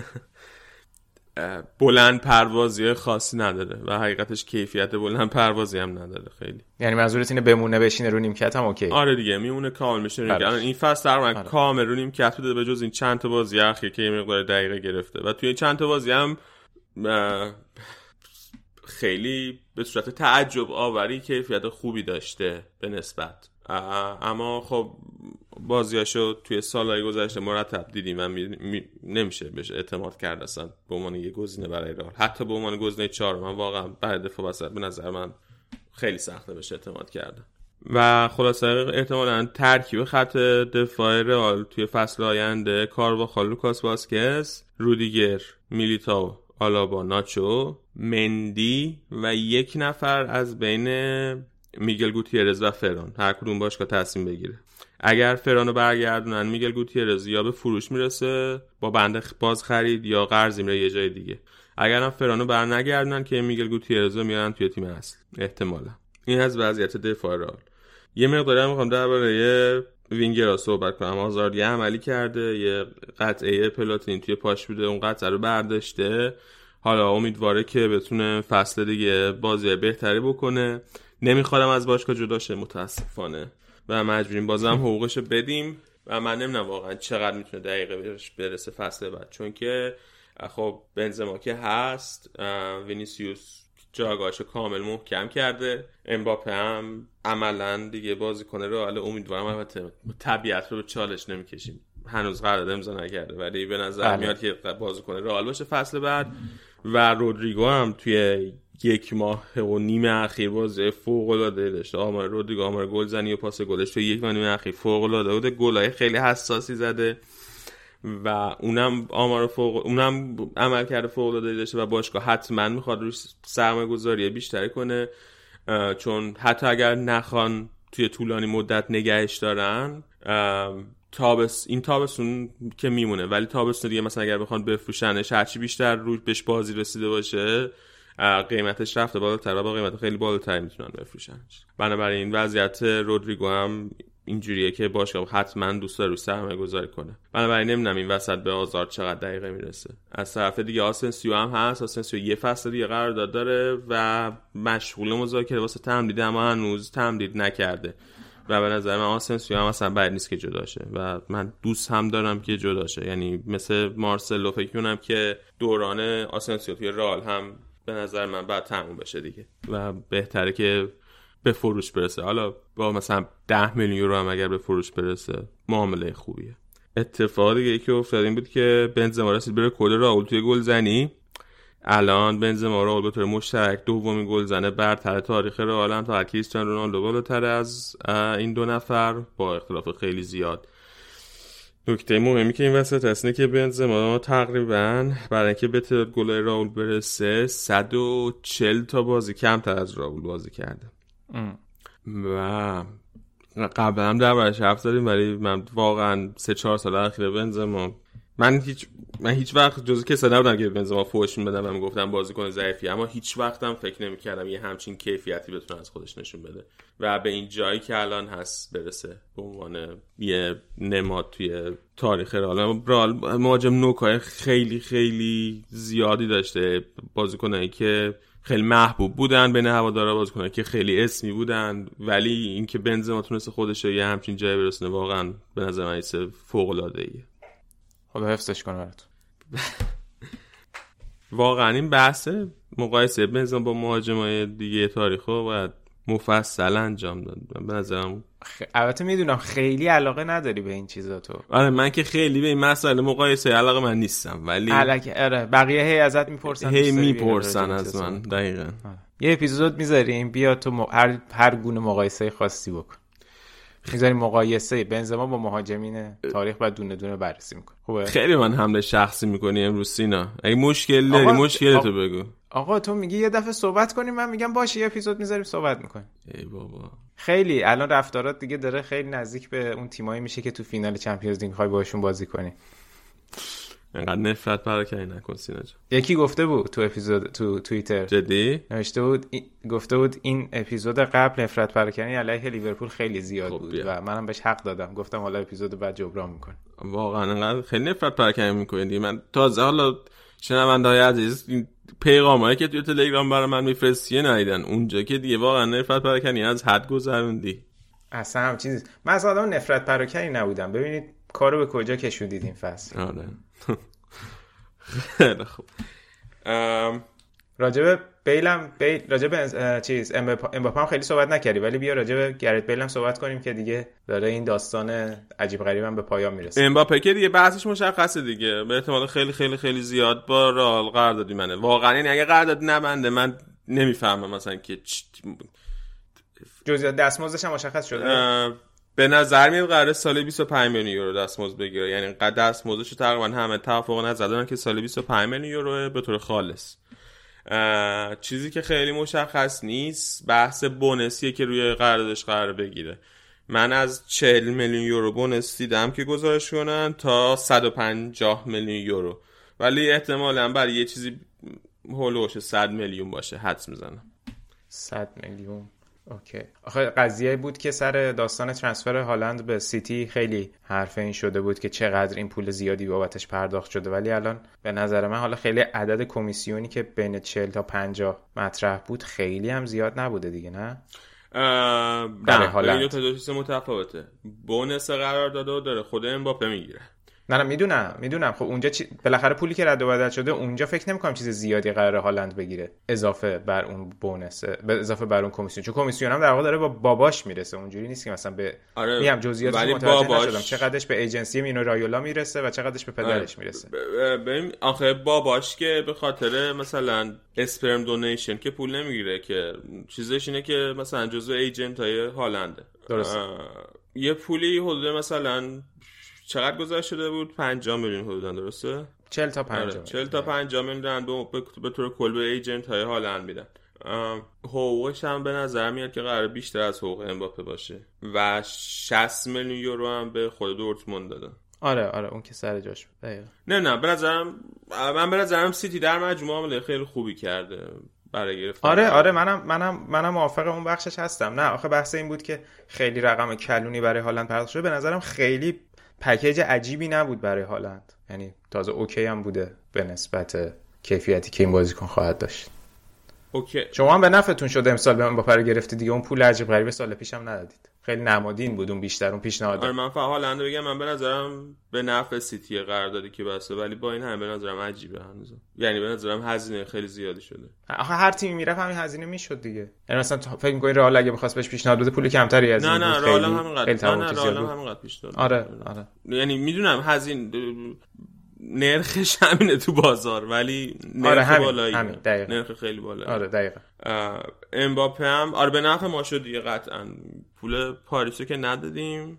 بلند پروازی خاصی نداره و حقیقتش کیفیت بلند پروازی هم نداره خیلی. یعنی منظورت اینه بمونه بشینه رو نیمکت هم اوکی؟ آره دیگه میمونه کامل میشه رو نیمکت. این فصل تقریبا کامل رو نیمکت بوده به جز این چند تا بازی اخیر که یه مقدار دقیقه گرفته و توی چند تا بازی هم خیلی به صورت تعجب آوری کیفیت خوبی داشته به نسبت، اما خب بازیاشو توی سالهای گذشته مرتب دیدیم و می... می... نمیشه بهش اعتماد کرد اصلا به عنوان یه گزینه برای رئال، حتی به عنوان گزینه چهار من واقعا برای دفاع وسط به نظر من خیلی سخته بهش اعتماد کردن و خلاصه احتمالاً ترکیب خط دفاع رئال توی فصل آینده کارواخال، لوکاس واسکز، رودیگر، میلیتائو، آلابا، ناچو، مندی و یک نفر از بین میگل گوتیرز و فران، هر کدوم باشگاه تصمیم بگیره. اگر فرانو برگردونن میگل گوتیرز یا به فروش میرسه با بنده باز خرید یا قرض میره یه جای دیگه. اگر هم فرانو برنگردونن که میگل گوتیرز رو میارن توی تیم اصل احتمالا. این از وضعیت دفاع رئال. یه مقداری هم میخوام درباره وینگرها صحبت کنم. آزارد یه عملی کرده، یه قطعه پلاتین توی پاش بوده، اون قطعه رو برداشته، حالا امیدواره که بتونه فصل دیگه بازی بهتری بکنه. نمیخوادم از باشگاه جدا شه متاسفانه و مجبوریم بازم حقوقشو بدیم و من نمیدونم واقعا چقدر میتونه دقیقه بهش برسه فصل بعد، چون که خب بنزما که هست، وینیسیوس جاگاهشو کامل محکم کرده، امباپه هم عملا دیگه بازیکن رئال. امیدوارم البته طبیعت رو به چالش نمیکشیم، هنوز قرارداد امضا نکرده ولی به نظر بله. میاد که بازیکن رئال باشه فصل بعد. و رودریگو هم توی یک ماه و نیم اخیر بازی فوق العاده داشته. آمار رودریگو، آمار گلزنی و پاس گلش توی یک ماه و نیم اخیر فوق العاده بوده، گلای خیلی حساسی زده و اونم آمار فوق اونم عملکرد فوق العاده داشته و باشگاه حتما میخواد روش سرمایه‌گذاری بیشتری کنه، چون حتی اگر نخوان توی طولانی مدت نگهش دارن، تابس این تابستون که میمونه، ولی تابستون دیگه مثلا اگر بخوان بفروشنش هرچی بیشتر روش بهش بازی رسیده باشه قیمتش رفته بالاتر و با قیمت خیلی بالاتری میتونن بفروشنش. بنابراین وضعیت رودریگو هم اینجوریه که باشگاه حتما دوست داره روش سرمایه گذاری کنه. بنابراین نمیدونم این وسط به آزار چقدر دقیقه میرسه. از طرف دیگه آسنسیو هم هست. آسنسیو یه فصل دیگه قرارداد داره و مشغول مذاکره واسه تمدید، اما هنوز تمدید نکرده و به نظر من آسنسیو هم اصلا بد نیست که جدا شه و من دوست هم دارم که جدا شه. یعنی مثل مارسلو فکر کنم که دوران آسنسیو توی رئال هم به نظر من بعد تموم بشه دیگه و بهتره که به فروش برسه. حالا با مثلا ده میلیون یورو هم اگر به فروش برسه معامله خوبیه. اتفاق دیگه که افتاد این بود که بنزما رسید بره کد راول توی گلزنی. الان بنزما راول به طور مشترک دومین گلزنه برتر تاریخ رئال هم تا کریستیانو رونالدو بالاتر از این دو نفر با اختلاف خیلی زیاد. نکته مهمی که این وسط هست که بنزما تقریبا برای اینکه به تعداد گلای راول برسه صد و چهل تا بازی کمتر از راول بازی کرده ام. و قبلا هم دربارش حرف زدیم ولی من واقعا سه چهار سال اخیر بنزما من هیچ من هیچ وقت جزو کسا نبودم که بنزما فوش میدادم و میگفتم بازیکن ضعیفی، اما هیچ وقتم فکر نمی‌کردم یه همچین کیفیتی بتونه از خودش نشون بده و به این جایی که الان هست برسه به عنوان یه نماد توی تاریخ رئال. رئال مهاجم نوکای خیلی خیلی زیادی داشته، بازیکنایی که خیلی محبوب بودن بین هوادارا، بازیکنایی که خیلی اسمی بودن، ولی اینکه بنزما تونسته خودش رو یه همچین جایی برسونه واقعا به نظر من چیز فوق‌العاده‌ایه. خدا حفظش کنه براتون. واقعا این بحث مقایسه بنزما با مهاجمای دیگه تاریخو باید مفصل انجام داد. به نظرم خ... البته میدونم خیلی علاقه نداری به این چیزا تو. آره من که خیلی به این مسئله مقایسه علاقه من نیستم، ولی الک آره بقیه هی ازت میپرسن هی میپرسن از من. دقیقاً آره. یه اپیزود میذاریم بیا تو م... هر هر گونه مقایسه خاصی بکن. میذاریم مقایسه بنزما با مهاجمین تاریخ بعد دونه دونه بررسی میکنه. خوبه؟ خیلی من حمله شخصی میکنی امروز سینا. اگه مشکل داری مشکلتو بگو. آقا تو میگی یه دفعه صحبت کنیم، من میگم باشه یه اپیزود میذاریم صحبت میکنیم. ای بابا خیلی الان رفتارات دیگه داره خیلی نزدیک به اون تیمایی میشه که تو فینال چمپیونز لیگ میخوای باشون بازی کنی. انقدر نفرت پراکنی نکن سینا جان. یکی گفته بود تو اپیزود تو توییتر، جدی نوشته بود ای... گفته بود این اپیزود قبل نفرت پراکنی علیه لیورپول خیلی زیاد بود بیا. و منم بهش حق دادم، گفتم حالا اپیزود بعد جبران میکنه. واقعا انقدر خیلی نفرت پراکنی میکنی. من تازه حالا شنونده‌های عزیز این پیغامایی که توی تلگرام برای من میفرستی ندیدن، اونجا که دیگه واقعا نفرت پراکنی از حد گذروندی. اصلا هم چیزی من از آدم نفرت پراکنی نبودم. ببینید کارو به کجا کشوندید این فصل. آره خیلی خوب. ام... راجب بیلم بیل راجب اه... چیز امباپه هم خیلی صحبت نکردی، ولی بیا راجب گرت بیل هم صحبت کنیم که دیگه داره این داستان عجیب غریبم به پایان میرسه. امباپه که دیگه بحثش مشخصه دیگه، به احتمال خیلی خیلی خیلی زیاد با رئال قراردادی منه. واقعا یعنی اگه قرارداد نبنده من نمیفهمم مثلا که چ... جزئیات دستمزدش هم مشخص شده. اه... به نظر میاد قراره سال بیست و پنج میلیون یورو دستمزد بگیره، یعنی قد دستمزدش تقریبا همه توافق نزدن که سال بیست و پنج میلیون یورو به طور خالص. چیزی که خیلی مشخص نیست بحث بونسیه که روی قراردادش قرار بگیره. من از چهل میلیون یورو بونس دیدم که گزارش کنن تا صد و پنجاه میلیون یورو، ولی احتمالاً برای یه چیزی هولوش صد میلیون باشه حدس میزنم. صد میلیون اوکی. آخه قضیه بود که سر داستان ترانسفر هالند به سیتی خیلی حرف این شده بود که چقدر این پول زیادی بابتش پرداخت شده، ولی الان به نظر من حالا خیلی عدد کمیسیونی که بین چهل تا پنجاه مطرح بود خیلی هم زیاد نبوده دیگه، نه؟ نه، این دو تا دو چیز متفاوته. بونس قرار داده و داره خود امباپه میگیره. نه نه میدونم میدونم خب اونجا چی... بالاخره پولی که رد و بدل شده اونجا فکر نمی‌کنم چیز زیادی قراره هالند بگیره اضافه بر اون بونس، اضافه بر اون کمیسیون، چون کمیسیون هم در واقع داره با باباش میرسه، اونجوری نیست که مثلا به آره. میگم جزئیاتش متوجه باباش... نشدم چقدرش به ایجنسی مینو رایولا میرسه و چقدرش به پدرش میرسه. ببین آخه باباش که به خاطر مثلا اسپرم دونیشن که پول نمیگیره، که چیزش اینه که مثلا جزء ایجنتای هالنده. درست. یه پولی حدود مثلا چقدر گذاشته شده بود؟ پنجاه میلیون حدوداً، درسته؟ چهل تا پنجاه چهل تا پنجاه میلیون به به طور کل به ایجنت های هالند میدن. حقوقش هم به نظر میاد که قرار بیشتر از حقوق امباپه باشه و شصت میلیون یورو هم به خود دورتموند دادن. آره آره اون که سر جاش بود. نه نه به نظرم من به نظرم سیتی در مجموع عمل خیلی خوبی کرده برای گرفتن. آره آره منم منم منم موافق اون بخشش هستم. نه آخه بحث این بود که خیلی رقم کلونی برای هالند پرداخت شده، به نظرم خیلی پکیج عجیبی نبود برای هالند، یعنی تازه اوکی هم بوده به نسبت کیفیتی که این بازیکن خواهد داشت. اوکی. شما هم به نفعتون شد امسال به امباپه رو گرفتید دیگه، اون پول عجیب غریب سال پیشم ندادید، خیلی نمادین بود اون بیشتر اون پیشنهاد. آره من فقط هالند بگم من به نظرم به نفع سیتی قراردادی که بسته، ولی با این هم به نظرم عجیبه هنوز، یعنی به نظرم هزینه خیلی زیادی شده. آخه هر تیمی میرفت همین هزینه میشد دیگه، یعنی مثلا فکر می‌کنی رئال اگه بخواست بهش پیشنهاد بده پول کمتری از این نه نه رئال هم همینقدر نه نه رئال هم همینقدر پیش داد. آره آره یعنی میدونم هزینه نرخش همینه تو بازار، ولی نرخ آره همین. بالایی همین دقیقاً. نرخ خیلی بالایی. آره دقیقاً. امباپه هم آره به نفع ما شد دیگه قطعاً. پول پاریسو که ندادیم،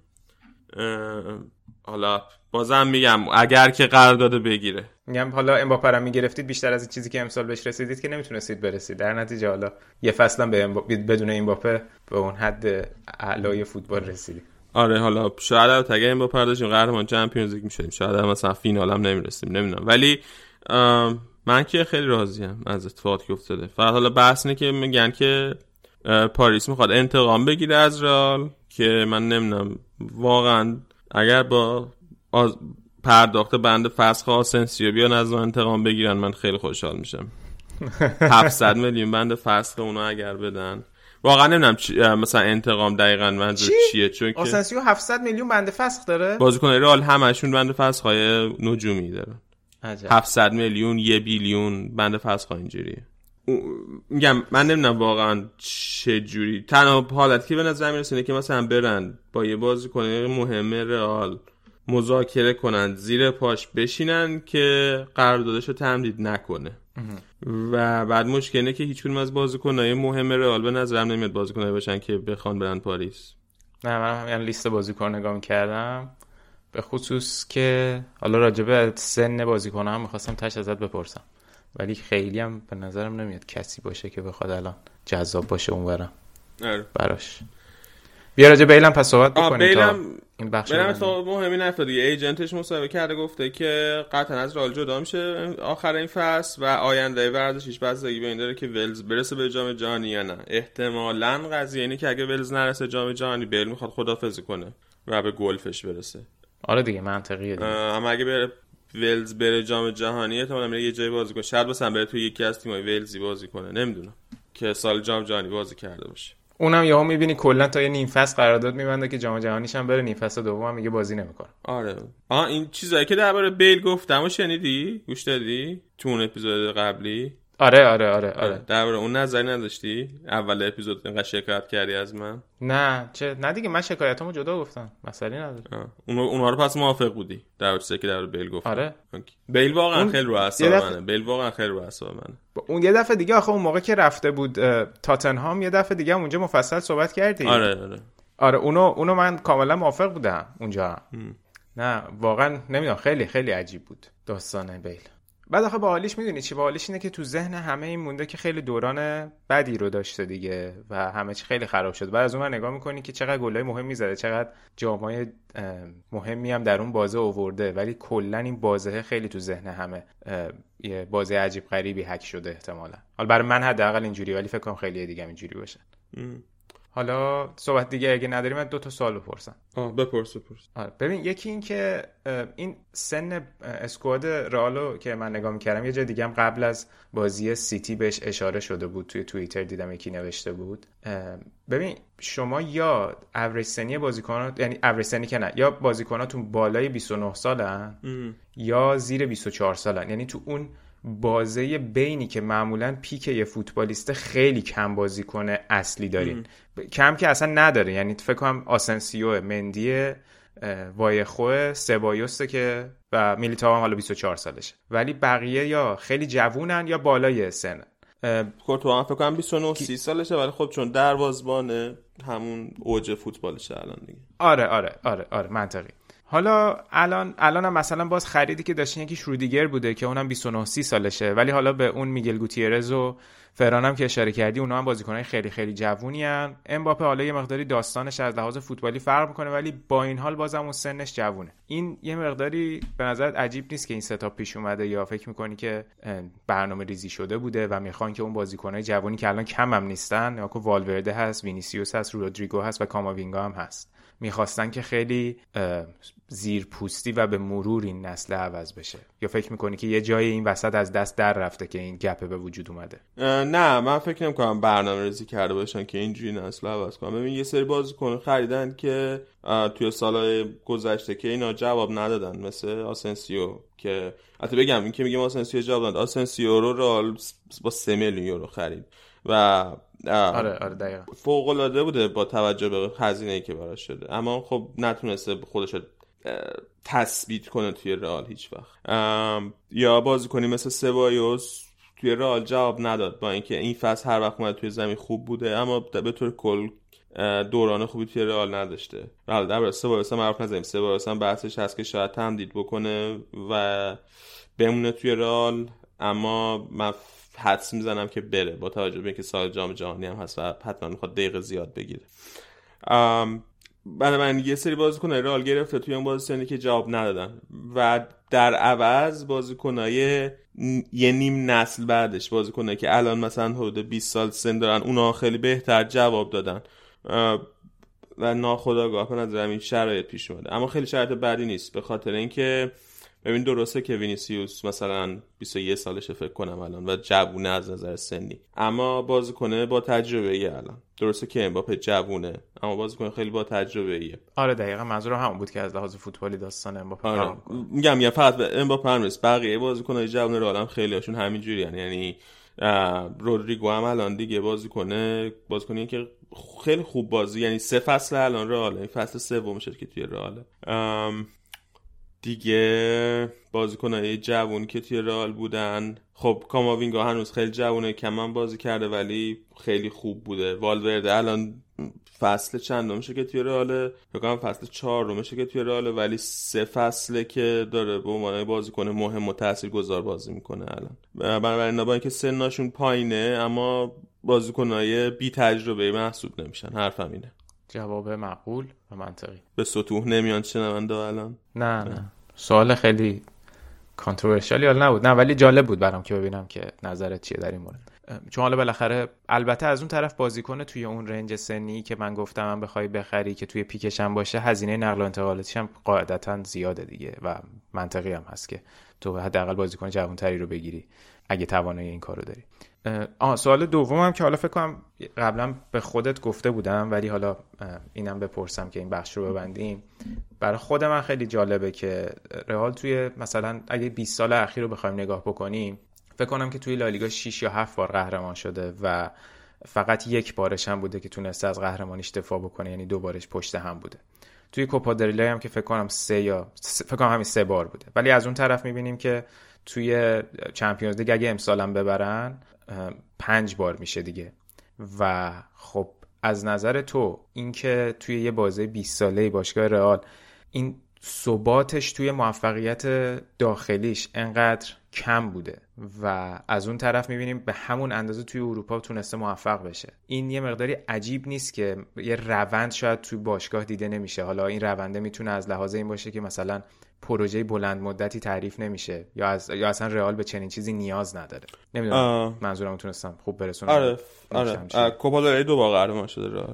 حالا بازم میگم اگر که قرارداد بگیره، میگم حالا امباپه رو میگرفتید بیشتر از این چیزی که امسال بهش رسیدید که نمیتونستید برسید، در نتیجه حالا یه فصل هم به امباپه بدون امباپه به اون حد اعلای فوتبال رسیدید. آره حالا شاید البته اگه این با پرداشیم قهرمان چمپیونز لیگ میشدیم، شاید مثلا فینال هم نمیرسیم، نمیدونم، ولی من که خیلی راضیم از اتفاقاتی که افتاده. فقط حالا بحث اینه که میگن که پاریس میخواد انتقام بگیره از رئال، که من نمیدونم واقعا اگر با آز... پرداخت بند فسخ آسنسیو بیان از اون انتقام بگیرن من خیلی خوشحال میشم. هفتصد میلیون بند فسخ اونا اگر بدن، واقعا نمیدونم چی... مثلا انتقام دقیقاً منظور چی؟ چیه، چون که آسنسیو هفتصد میلیون بند فسخ داره، بازیکن‌های رئال همشون بند فسخ‌های نجومی دارن. عجب. هفتصد میلیون، یک بیلیون بند فسخ اینجوریه. میگم من نمیدونم واقعا چه جوری، تنها حالتی که به نظر میرسه اینه که مثلا برن با یه بازیکن مهم رئال مذاکره کنن، زیر پاش بشینن که قراردادشو تمدید نکنه. و بعد مشکل اینه که هیچ کدوم از بازیکن‌های مهم رئال به نظرم نمیاد بازیکنایی باشن که بخوان برن پاریس. نه من هم یعنی لیست بازیکن نگاه می‌کردم، به خصوص که حالا راجع به سن بازیکن‌ها هم می‌خواستم تاش ازت بپرسم، ولی خیلی هم به نظرم نمیاد کسی باشه که بخواد الان جذاب باشه اونورم. آره براش. بیا راجع به بیلم پس صحبت بکنیم تا این بخش. برام تو مهمی نفته دیگه، ایجنتش مصاحبه کرده گفته که قطعا از رئال جدا میشه آخر این فصل و آینده ورزشیش بستگی به این داره که ولز برسه به جام جهانی یا نه. احتمالاً قضیه اینه که اگه ولز نرسه جام جهانی بیل میخواد خدافظی کنه و به گلفش برسه. آره دیگه منطقیه دیگه. اما اگه بره ولز بره جام جهانی احتمالاً میره یه جای بازی کنه، شاید مثلا بره تو یکی از تیم‌های ولزی بازی کنه، نمیدونم، که سال جام جهانی بازی کرده باشه. اونم یهو میبینی کلا تا یه نیم فصل قرارداد میبنده که جام جهانیش هم بره، نیم فصل دوم میگه بازی نمیکنه. آره آ این چیزایی که درباره بیل گفتم و شنیدی؟ گوش دادی تو اون اپیزود قبلی؟ آره آره آره آره. درباره اون نظری نداشتی؟ اول اپیزود اینقدر شکایت کردی از من؟ نه چه نه دیگه، من شکایتامو جدا گفتم، مسئله نداره. اون اونها رو پس موافق بودی در چیزی که درباره بیل گفتم؟ آره. بیل واقعا اون... خیلی رو اعصاب دف... منه. بیل واقعا خیلی رو اعصاب منه. اون یه دفعه دیگه آخه اون موقع که رفته بود تاتنهام یه دفعه دیگه اونجا مفصل صحبت کردی. آره آره. آره اونو اونو من کاملا موافق بودم اونجا. ام. نه واقعا نمیدونم، خیلی خیلی عجیب بود داستان بیل. بعد آخه با حالیش میدونی چی، با حالیش اینه که تو ذهن همه این مونده که خیلی دوران بدی رو داشته دیگه و همه چی خیلی خراب شد. بعد از اون نگاه میکنی که چقدر گلای مهمی زده، چقدر جامای مهمی هم در اون بازه آورده، ولی کلا این بازه خیلی تو ذهن همه یه بازه عجیب غریبی هک شده احتمالاً. حالا برای من حداقل اینجوری، ولی فکر کنم خیلی دیگه هم اینجوری باشه. حالا صحبت دیگه اگه نداریم من دو تا سوال بپرسم. آه بپرس بپرس. آره ببین، یکی این که این سن اسکواد رئالو که من نگاه می‌کردم یه جای دیگه هم قبل از بازی سیتی بهش اشاره شده بود، توی توییتر دیدم یکی نوشته بود. ببین شما یا اوریج سنی بازیکن‌ها، یعنی اوریج سنی که نه، یا بازیکناتون بالای بیست و نه سالن یا زیر بیست و چهار سالن، یعنی تو اون بازه بینی که معمولاً پیک یه فوتبالیست خیلی کم بازیکن اصلی دارین. کم که اصلا نداره، یعنی فکر کنم آسنسیو، مندی، وایخو، سبایوسه که و میلیتائو هم حالا بیست و چهار سالشه، ولی بقیه یا خیلی جوونن یا بالای سن. کورتوا هم فکر کنم بیست و نه سی سالشه، ولی خب چون دروازه‌بانه همون اوج فوتبالشه الان دیگه. آره آره آره آره منطقی. حالا الان الان هم مثلا باز خریدی که داشتین یکی شرودیگر بوده که اونم بیست و نه سی سالشه، ولی حالا به اون میگل گوتیرز و فران هم که اشاره کردی اونا هم بازیکنای خیلی خیلی جوونی ان. امباپه حالا یه مقداری داستانش از لحاظ فوتبالی فرق میکنه، ولی با این حال بازم اون سنش جوونه. این یه مقداری به نظرت عجیب نیست که این ستاپ پیش اومده، یا فکر میکنی که برنامه ریزی شده بوده و میخوان که اون بازیکنای جوونی که الان کم هم نیستن، یا که والورده هست، وینیسیوس هست، رودریگو هست و کاماوینگا هم هست، میخواستن که خیلی زیر پوستی و به مرور این نسل عوض بشه، یا فکر میکنی که یه جای این وسط از دست در رفته که این گپ به وجود اومده؟ نه من فکر نمی‌کنم برنامه ریزی کرده باشن که اینجوری نسل عوض کنن. ببین یه سری بازیکن خریدن که توی سالهای گذشته که اینا جواب ندادن، مثل آسنسیو که البته بگم این که میگم آسنسیو جواب نداد، آسنسیو رو رئال با سه میلیون یورو خرید و آره آره دقیقاً فوق العاده بوده با توجه به هزینه‌ای که براش شده، اما خب نتونسته خودش رو تثبیت کنه توی رئال هیچ وقت. یا بازیکنی مثل سبایوس توی رئال جواب نداد، با اینکه این فصل هر وقت اومد توی زمین خوب بوده، اما به طور کل دوران خوبی توی رئال نداشته. حالا در سبایوس هم حرف نزنیم، سبایوس هم بحثش هست که شاید تمدید بکنه و بمونه توی رئال، اما من حدس میزنم که بره با توجه به اینکه سال جام جهانی هم هست و حتما میخواد دقیقه زیاد بگیره. بنابراین یه سری بازیکنای رئال گرفته توی اون بازی سنی که جواب ندادن و در عوض بازیکنای یه نیم نسل بعدش، بازیکنایی که الان مثلا حدود بیست سال سن دارن، اونا خیلی بهتر جواب دادن و ناخودآگاه به نظرم این شرایط پیش اومده. اما خیلی شرایط بعدی نیست، به خاطر اینکه ببین درسته که وینیسیوس مثلا بیست و یک سالشه فکر کنم الان و جوونه از نظر سنی، اما بازیکن با تجربه ای الان. درسته که امباپه جوونه اما بازیکن خیلی با تجربه ایه. آره دقیقاً منظورم همون بود که از لحاظ فوتبالی داستان امباپه آره. میگم یا فقط به امباپه هم نیست، بقیه بازیکن‌های جوون رئال هم خیلی هاشون همینجوری ان. یعنی رودریگو هم الان دیگه بازیکنه بازیکنی که خیلی خوب بازی، یعنی سه فصل الان رئال، این فصل سومشه که توی رئال. دیگه بازیکنای جوون که توی رئال بودن، خب کاماوینگا هنوز خیلی جوونه، کم بازی کرده ولی خیلی خوب بوده. والورده الان فصل چندمشه که توی رئال؟ فکر کنم فصل چهارمشه که توی رئال، ولی سه فصله که داره به عنوان بازیکن مهم و تاثیرگذار بازی میکنه الان. بنابراین با اینکه سنشون پایینه اما بازیکنای بی تجربه محسوب نمیشن. حرفم اینه. جواب معقول و منطقی. به سطوح نمیان شنونده الان؟ نه نه, نه. سوال خیلی کانتروورشیالی حال نبود، نه ولی جالب بود برام که ببینم که نظرت چیه در این مورد. چون حالا بالاخره البته از اون طرف بازیکن توی اون رنج سنی که من گفتم من بخوای بخری که توی پیکش هم باشه، هزینه نقل و انتقالاتش هم قاعدتا زیاده دیگه و منطقی هم هست که تو حداقل بازیکن جوانتری رو بگیری اگه توانایی این کارو داری. آه سوال دومم که حالا فکر کنم قبلا به خودت گفته بودم ولی حالا اینم بپرسم که این بخش رو ببندیم. برای خود من خیلی جالبه که رئال توی مثلا اگه بیست سال اخیر رو بخوایم نگاه بکنیم، فکر کنم که توی لالیگا شش یا هفت بار قهرمان شده و فقط یک بارش هم بوده که تونسته از قهرمانیش دفاع بکنه، یعنی دو بارش پشت هم بوده. توی کوپا دل ری هم که فکر کنم سه یا فکر کنم همین سه بار بوده. ولی از اون طرف می‌بینیم که توی چمپیونز لیگ اگه امسالم ببرن پنج بار میشه دیگه. و خب از نظر تو این که توی یه بازه بیست ساله باشگاه رئال این ثباتش توی موفقیت داخلیش انقدر کم بوده و از اون طرف میبینیم به همون اندازه توی اروپا تونسته موفق بشه، این یه مقداری عجیب نیست که یه روند شاید توی باشگاه دیده نمیشه؟ حالا این رونده میتونه از لحاظ این باشه که مثلا پروژه بلند مدتی تعریف نمیشه یا از یا اصلا رئال به چنین چیزی نیاز نداره. نمیدونم منظورم تونستم خوب برسونم. آره آره کوپا دل ری دو بار قهرمان شده رئال.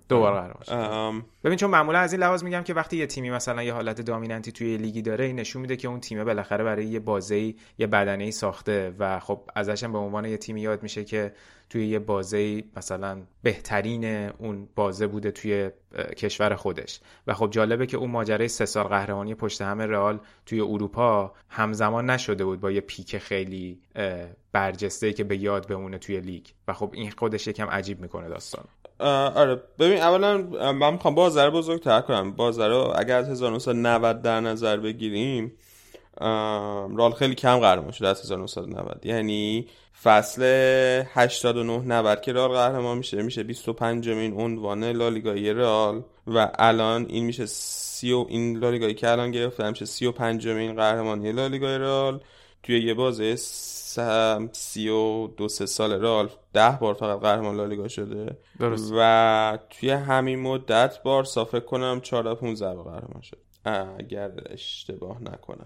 دوباره قهرمان شد. ببین چون معمولا از این لحاظ میگم که وقتی یه تیمی مثلا یه حالت دامیننتی توی لیگی داره این نشون میده که اون تیم بالاخره برای یه بازی یه بدنه‌ای ساخته و خب ازش هم به عنوان یه تیمی یاد میشه که توی یه بازی مثلا بهترین اون بازه بوده توی کشور خودش. و خب جالبه که اون ماجرای سه سال قهرمانی پشت هم رئال توی اروپا همزمان نشده بود با یه پیک خیلی برجسته‌ای که به یاد بمونه توی لیگ و خب این خودش یکم عجیب میکنه داستان. آره ببین اولا من میخوام بازار رو بزرگتر کنم. بازار رو اگر از هزار و نهصد و نود در نظر بگیریم رئال خیلی کم قهرمان شده از هزار و نهصد و نود، یعنی فصل هشتاد و نه نود که رئال قهرمان میشه میشه بیست و پنجمین عنوان لالیگای رئال و الان این میشه سی و این لالیگایی که الان گرفته میشه سی و پنجمین قهرمانی لالیگای رئال توی یه بازه سی و دو سه سال رئال ده بار فقط قهرمان لالیگا شده. درست. و توی همین مدت بارسا فکر کنم چهارده پانزده بار قهرمان شد اگر اشتباه نکنم.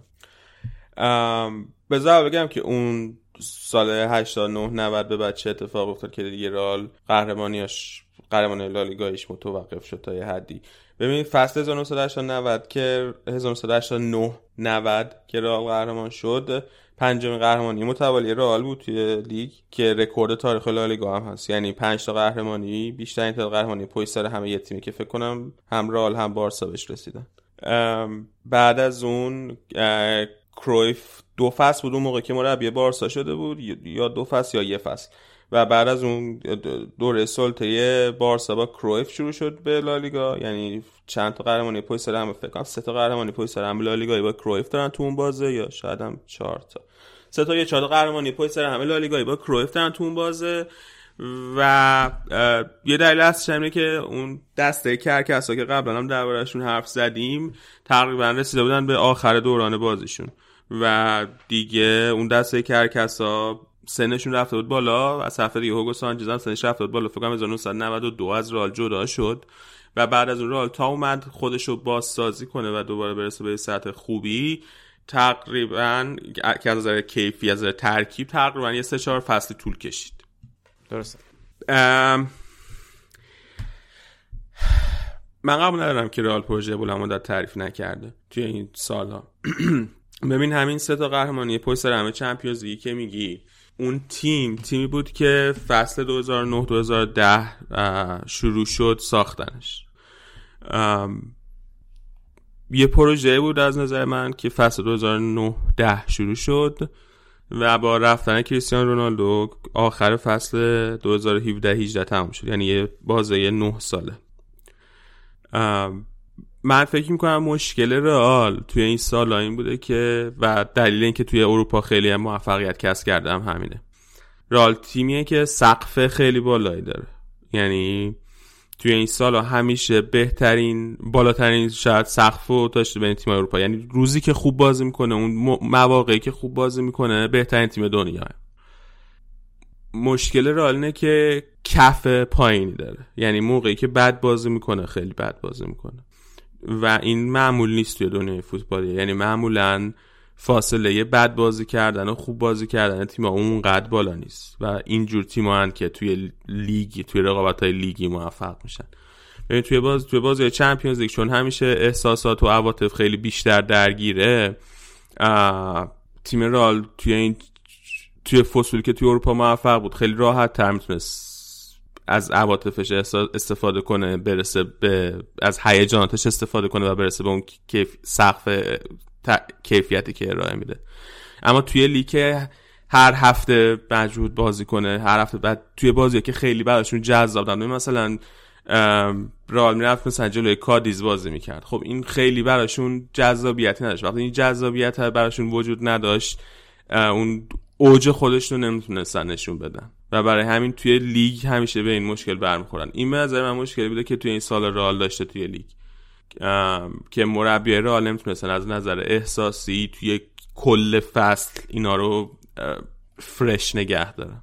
بذار بگم که اون سال هشتاد و نه نود به بعد چه اتفاق افتاد که دیگه رئال قهرمانیاش قهرمانی لالیگایش متوقف شد تا یه حدی. ببینید فصل هزار و نهصد و هشتاد و نود که هزار و نهصد و هشتاد و نه نود که رئال قهرمان شد پنجمین قهرمانی متوالی رئال بود توی لیگ که رکورد تاریخ لالیگا هم هست، یعنی پنج تا قهرمانی بیشترین تعداد قهرمانی پشت سر همه یه تیمی که فکر کنم هم رئال هم بارسا بهش رسیدن. بعد از اون کرویف دو فصل بود اون موقع که مربی بارسا شده بود یا دو فصل یا یه فصل و بعد از اون دوره سلطه بارسا با کرویف شروع شد به لالیگا، یعنی چند تا قهرمانی پشت سر هم فکر کنم سه تا قهرمانی پشت سر هم لالیگا با کرویف دارن تو اون بازه یا شاید هم چهار تا سه تا یا چهار تا قهرمانی پشت سر هم لالیگا با کرویف دارن تو اون بازه. و یه دلیل اصلیش اینه که اون دسته کرکسا که قبلا هم درباره‌شون حرف زدیم تقریبا رسیده بودن به آخر دوران بازیشون و دیگه اون دسته کرکسا سنشون رفته بود بالا. از طرف دیگه هوگو سانچز هم سنش رفته بود بالا، فکر کنم هزار و نهصد و نود و دو از رئال جدا شد و بعد از اون رئال تا اومد خودشو بازسازی کنه و دوباره برسه به سطح خوبی تقریبا که از نظر کیفی از نظر ترکیب تقریبا یه سه چهار فصل طول کشید. درسته. من قبول ندارم که رئال پروژه بلند مدت تعریف نکرده توی این سالها. ببین همین سه تا قهرمانی پشت سر هم چمپیونز لیگ که میگی اون تیم تیمی بود که فصل دو هزار و نه دو هزار و ده شروع شد ساختنش. یه پروژه بود از نظر من که فصل دو هزار و نه ده شروع شد و با رفتن کریستیانو رونالدو آخر فصل دو هزار و هفده هجده تموم شد، یعنی یه بازه نه ساله. من فکر میکنم مشکل رئال توی این سالا این بوده که و دلیل این که توی اروپا خیلی هم موفقیت کسب کرده هم همینه. رئال تیمیه که سقف خیلی بالایی داره، یعنی توی این سالا همیشه بهترین بالاترین شاید سقفو داشته بین تیم‌های اروپا، یعنی روزی که خوب بازی میکنه اون مواقعی که خوب بازی میکنه بهترین تیم دنیاه. مشکل رئال اینه که کف پایینی داره، یعنی موقعی که بد بازی میکنه خیلی بد بازی میکنه و این معمول نیست توی دنیای فوتبالی. یعنی معمولاً فاصله بد بازی کردن و خوب بازی کردن تیم‌ها اونقدر بالا نیست و اینجور تیم‌ها هستن که توی لیگ توی رقابت‌های لیگی موفق میشن. ببین توی باز توی بازی چمپیونز لیگ چون همیشه احساسات و عواطف خیلی بیشتر درگیره، تیم رئال توی این توی فصولی که توی اروپا موفق بود خیلی راحت تر میتونست از عواطفش استفاده کنه، برسه به از هیجاناتش استفاده کنه و برسه به اون کیف سقف کیفیتی که ارائه میده. اما توی لیگ هر هفته مجبور بازی کنه، هر هفته بعد توی بازی که خیلی براشون جذاب بودن، مثلا رئال میرفت مثلا جلوی کادیز بازی میکرد، خب این خیلی براشون جذابیتی نداشت. وقتی این جذابیت براشون وجود نداشت اون اوج خودشون رو نمیتونستن نشون بدن و برای همین توی لیگ همیشه به این مشکل برمیخورن. این به نظر من مشکلی بوده که توی این سال رئال داشته توی لیگ که مربی رئال نمیتونستن از نظر احساسی توی کل فصل اینا رو فرش نگه دارن.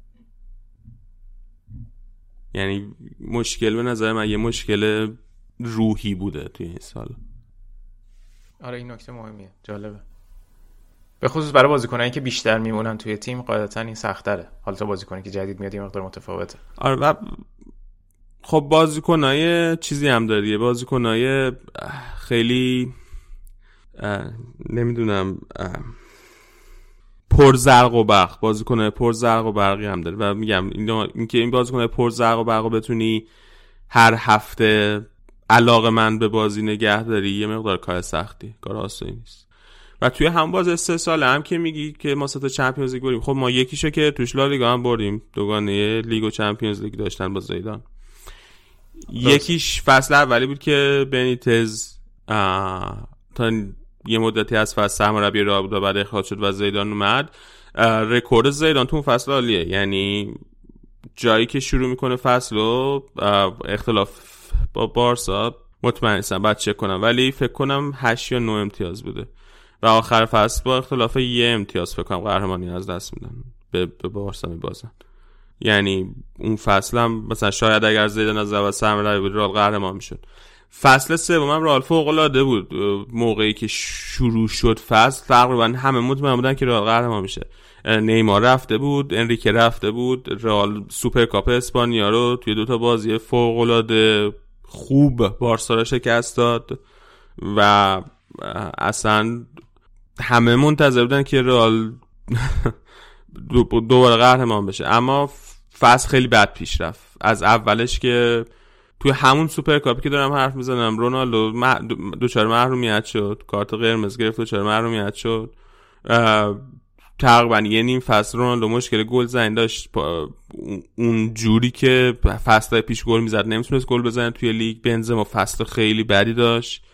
یعنی مشکل به نظر من یه مشکل روحی بوده توی این سال. آره این نکته مهمیه، جالبه، به خصوص برای بازیکنایی که بیشتر میمونن توی تیم قاعدتاً این سخت‌تره. حالا تو بازیکنی که جدید میاد یه مقدار متفاوته. آره و خب بازیکنای چیزی هم داره، بازیکنای خیلی نمیدونم پر زرق و برق، بازیکنای پر زرق و برقی هم داره و میگم اینکه این بازیکنای پر زرق و برق بتونی هر هفته علاقه من به بازی نگه داری یه مقدار کار سختی، کار آسانی نیست. و توی هم باز سه ساله هم که میگی که ما سه تا چمپیونز لیگ بریم، خب ما یکیشو که توش لالیگا هم بردیم، دوگانه لیگ و چمپیونز لیگ داشتن با زیدان. یکیش فصل اولی بود که بنیتز تا یه مدتی از فصل سرمربی رئال بود و بعد اخراج شد و زیدان اومد. رکورد زیدان تو فصل عالیه، یعنی جایی که شروع میکنه فصل رو اختلاف با بارسا مطمئن نیستم بعد چک کنم، ولی فکر کنم هشت یا نه امتیاز بوده و آخر فصل با اختلاف یه امتیاز فکر کنم قهرمانی از دست میدن، به, به بارسا میبازن. یعنی اون فصل هم مثلا شاید اگر زیدان از اول سرمربی بود رئال قهرمان میشد. فصل سوم رئال فوق العاده بود، موقعی که شروع شد فصل تقریبا همه مطمئن بودن که رئال قهرمان میشه. نیمار رفته بود، انریکه رفته بود، رئال سوپرکاپ اسپانیا رو توی دوتا بازی فوق العاده خوب بارسا رو شکست داد و اصلا همه منتظر بودن که رئال دوباره قهرمان بشه. اما فصل خیلی بد پیش رفت از اولش که توی همون سوپرکاپی که دارم حرف میزنم رونالدو دوچار محرومیت شد، کارت قرمز گرفت، دوچار محرومیت شد. تقریبا یه نیم فصل رونالدو مشکل گل زنی داشت، اون جوری که فصل پیش گل میزد نمیتونست گل بزنه توی لیگ. بنزما فصل خیلی بدی داشت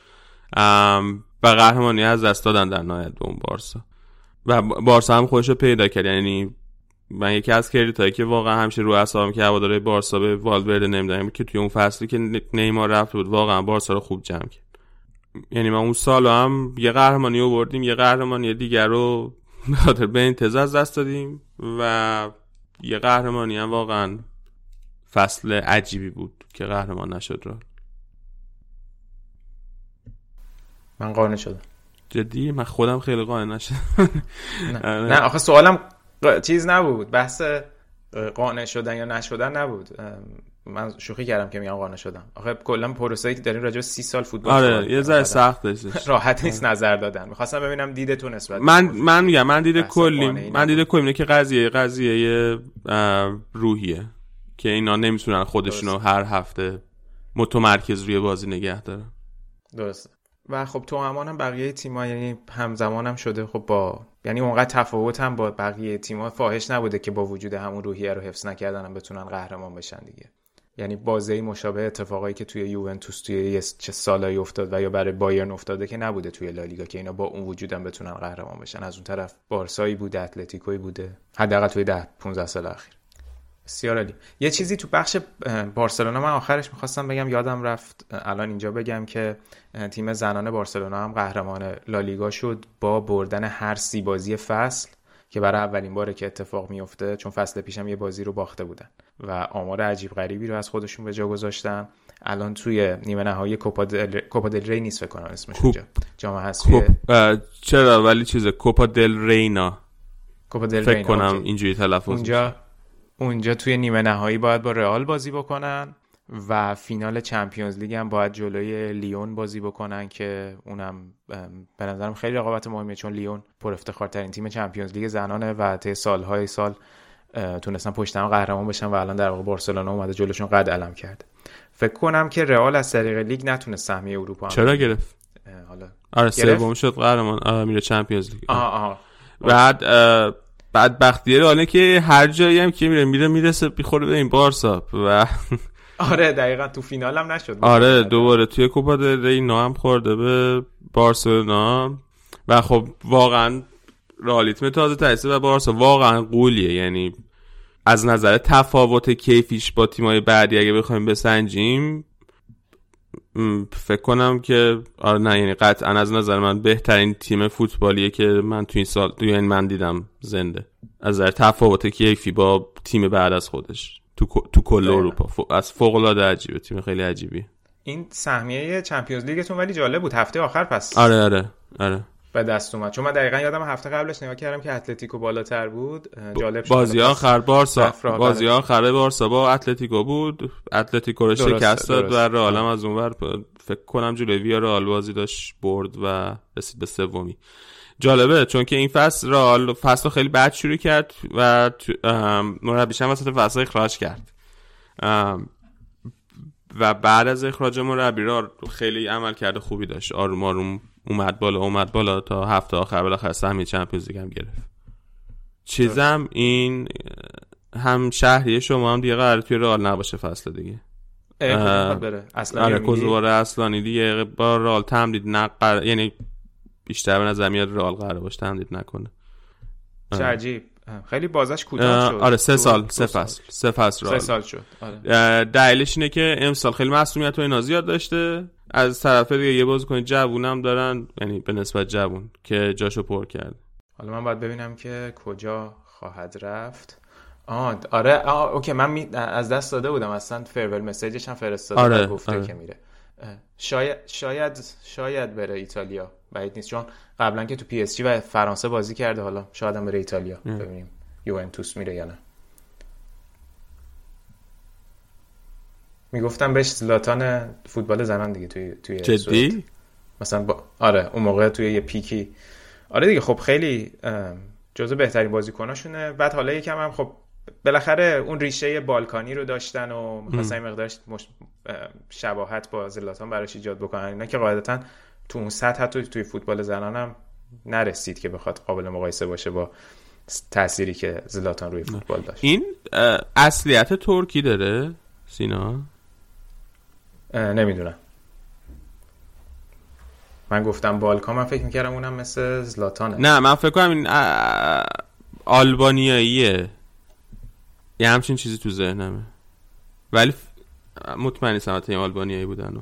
و قهرمانی از دست دادن در نهایت به اون بارسا و بارسا هم خودش رو پیدا کرد. یعنی من یکی از کریدیتایی که واقعا همیشه رو اعصابم که هواداره بارسا به والورده نمیدونم که توی اون فصلی که نیمار رفت بود واقعا بارسا رو خوب جمع کرد. یعنی ما اون سال هم یه قهرمانی آوردیم، یه قهرمانی دیگر رو به خاطر بنیتز از دست دادیم و یه قهرمانی هم واقعا فصل عجیبی بود که قهرمان نشد. رو من قانع شدم جدی، من خودم خیلی قانع نشدم. نه. نه آخه سوالم چیز نبود، بحث قانع شدن یا نشدن نبود. من شوخی کردم که میگم قانع شدم. آخه کلا پروسه‌ای که داریم راجع به سی سال فوتبال آره یه ذره سخت است، راحت نیست نظر دادن. می‌خواستم ببینم دیدتون نسبت من من میگم من دید کلی من دید کلی اینه که قضیه قضیه روحیه که اینا نمیتونن خودشونو هر هفته متمرکز روی بازی نگه دارن. درسته. و خب تو همانم بقیه تیم‌ها یعنی همزمانم شده، خب با یعنی اونقدر تفاوت هم با بقیه تیم‌ها فاحش نبوده که با وجود همون روحیه رو حفظ نکردن هم بتونن قهرمان بشن دیگه. یعنی بازی مشابه اتفاقایی که توی یوونتوس توی چه سالایی افتاد و یا برای بایرن افتاده که نبوده توی لالیگا که اینا با اون وجود هم بتونن قهرمان بشن. از اون طرف بارسایی بوده، اتلتیکوی بوده، حداقل توی ده پانزده سال اخیر. بسیار عالی. یه چیزی تو بخش بارسلونا من آخرش می‌خواستم بگم یادم رفت الان اینجا بگم که تیم زنان بارسلونا هم قهرمان لالیگا شد با بردن هر سی بازی فصل که برای اولین باره که اتفاق میفته، چون فصل پیشم یه بازی رو باخته بودن و آمار عجیب غریبی رو از خودشون به جا گذاشتن. الان توی نیمه نهایی کوپا دل کوپا دل ری نیست فکر کنم اسمش اونجا جام حذفی چرا ولی چیزه کوپا دل رینا کوپا دل فکر رینا کنم اوکی. اینجوری تلفظ اونجا میشه. اونجا توی نیمه نهایی باید با رئال بازی بکنن و فینال چمپیونز لیگ هم باید جلوی لیون بازی بکنن که اونم به نظرم خیلی رقابت مهمه، چون لیون پر افتخارترین تیم چمپیونز لیگ زنانه و طی سالهای سال تونستن پشت هم قهرمان بشن و الان در واقع بارسلونا اومده جلوشون قد علم کرده. فکر کنم که رئال از طریق لیگ نتونه سهمیه اروپا هم چرا گرفت؟ حالا آره سوم شد قهرمان، آره میره چمپیونز لیگ. آها آها بعد بدبختی رئاله که هر جایی هم که میره میره میرسه میخوره به این بارسا و آره دقیقاً تو فینال هم نشد. آره دوباره توی کوپا دل ری نا هم خورده به بارسلونا و خب واقعا رئالیسم تازه تأسیس و بارسا واقعا قولیه. یعنی از نظر تفاوت کیفیش با تیمای بعدی اگه بخوایم بسنجیم فکر کنم که آره نه یعنی قطعا از نظر من بهترین تیم فوتبالیه که من تو این سال تو این من دیدم زنده، از نظر تفاوت کیفی با تیم بعد از خودش تو تو کل اروپا. از فوق العاده عجیبه، تیم خیلی عجیبی. این سهمیه چمپیونز لیگتون ولی جالب بود هفته آخر پس. آره آره آره به دست اومد. چون من دقیقاً یادم هفته قبلش نگاه کردم که اتلتیکو بالاتر بود. جالب شد. بازی آخر بارسا بازی آخر بارسا با اتلتیکو بود. اتلتیکو رو شکست داد و رئال هم از اونور فکر کنم جلوی ویارال بازی داشت برد و رسید به سومی. جالبه چون که این فصل رئال فصل خیلی بد شروع کرد و مربیش هم وسط فصل اخراج کرد و بعد از اخراج مربی رئال خیلی عمل کرده خوبی داشت. آروم آروم اومد بالا اومد بالا تا هفته آخر بالاخره سهمیه چمپیونز لیگ هم گرفت. چیزم این هم شهری شما هم دیگه قراره توی رئال نباشه فصل دیگه. بره اصلا آره کوزوار اصلانی دیگه با رئال تمدید نقر، یعنی بیشتر به نظر میاد رئال قراره باشه تمدید نکنه. چه عجیب. خیلی بازش کوتاه شد. آره سه سال سه فصل سه فصل رئال سه سال شد. آره دلیلش اینه که امسال خیلی مسئولیت و اینا زیاد داشته. از طرف دیگه یه بازیکن جوونم دارن، یعنی به نسبت جوون که جاشو پر کرد. حالا من باید ببینم که کجا خواهد رفت. آه آره آه اوکی من می... از دست داده بودم اصلا فرول مسیجش هم فرستاده آره، و گفته آره. که میره. شاید شاید شاید بره ایتالیا. بعید نیست چون قبلا که تو پی اس جی و فرانسه بازی کرده، حالا شاید هم بره ایتالیا. ام. ببینیم یوونتوس میره یا نه. میگفتم بهش زلاتان فوتبال زنان دیگه توی توی جدی مثلا با... آره اون موقع توی یه پیکی آره دیگه خب خیلی جزو بهترین بازیکناشونه. بعد حالا یکم هم خب بالاخره اون ریشه بالکانی رو داشتن و می‌خواستن این مقدارش مش... شباهت با زلاتان براش ایجاد بکنن، اینا که قاعدتاً تو اون سطح حتی توی فوتبال زنان هم نرسید که بخواد قابل مقایسه باشه با تأثیری که زلاتان روی فوتبال داشت. این اصلیت ترکی داره سینا؟ نمیدونم. من گفتم بالکان، من فکر میکردم اونم مثل زلاتانه. نه من فکر کنم این آلبانیاییه، یه همچین چیزی تو ذهنمه، ولی مطمئن نیستم حتی این آلبانیایی بودن.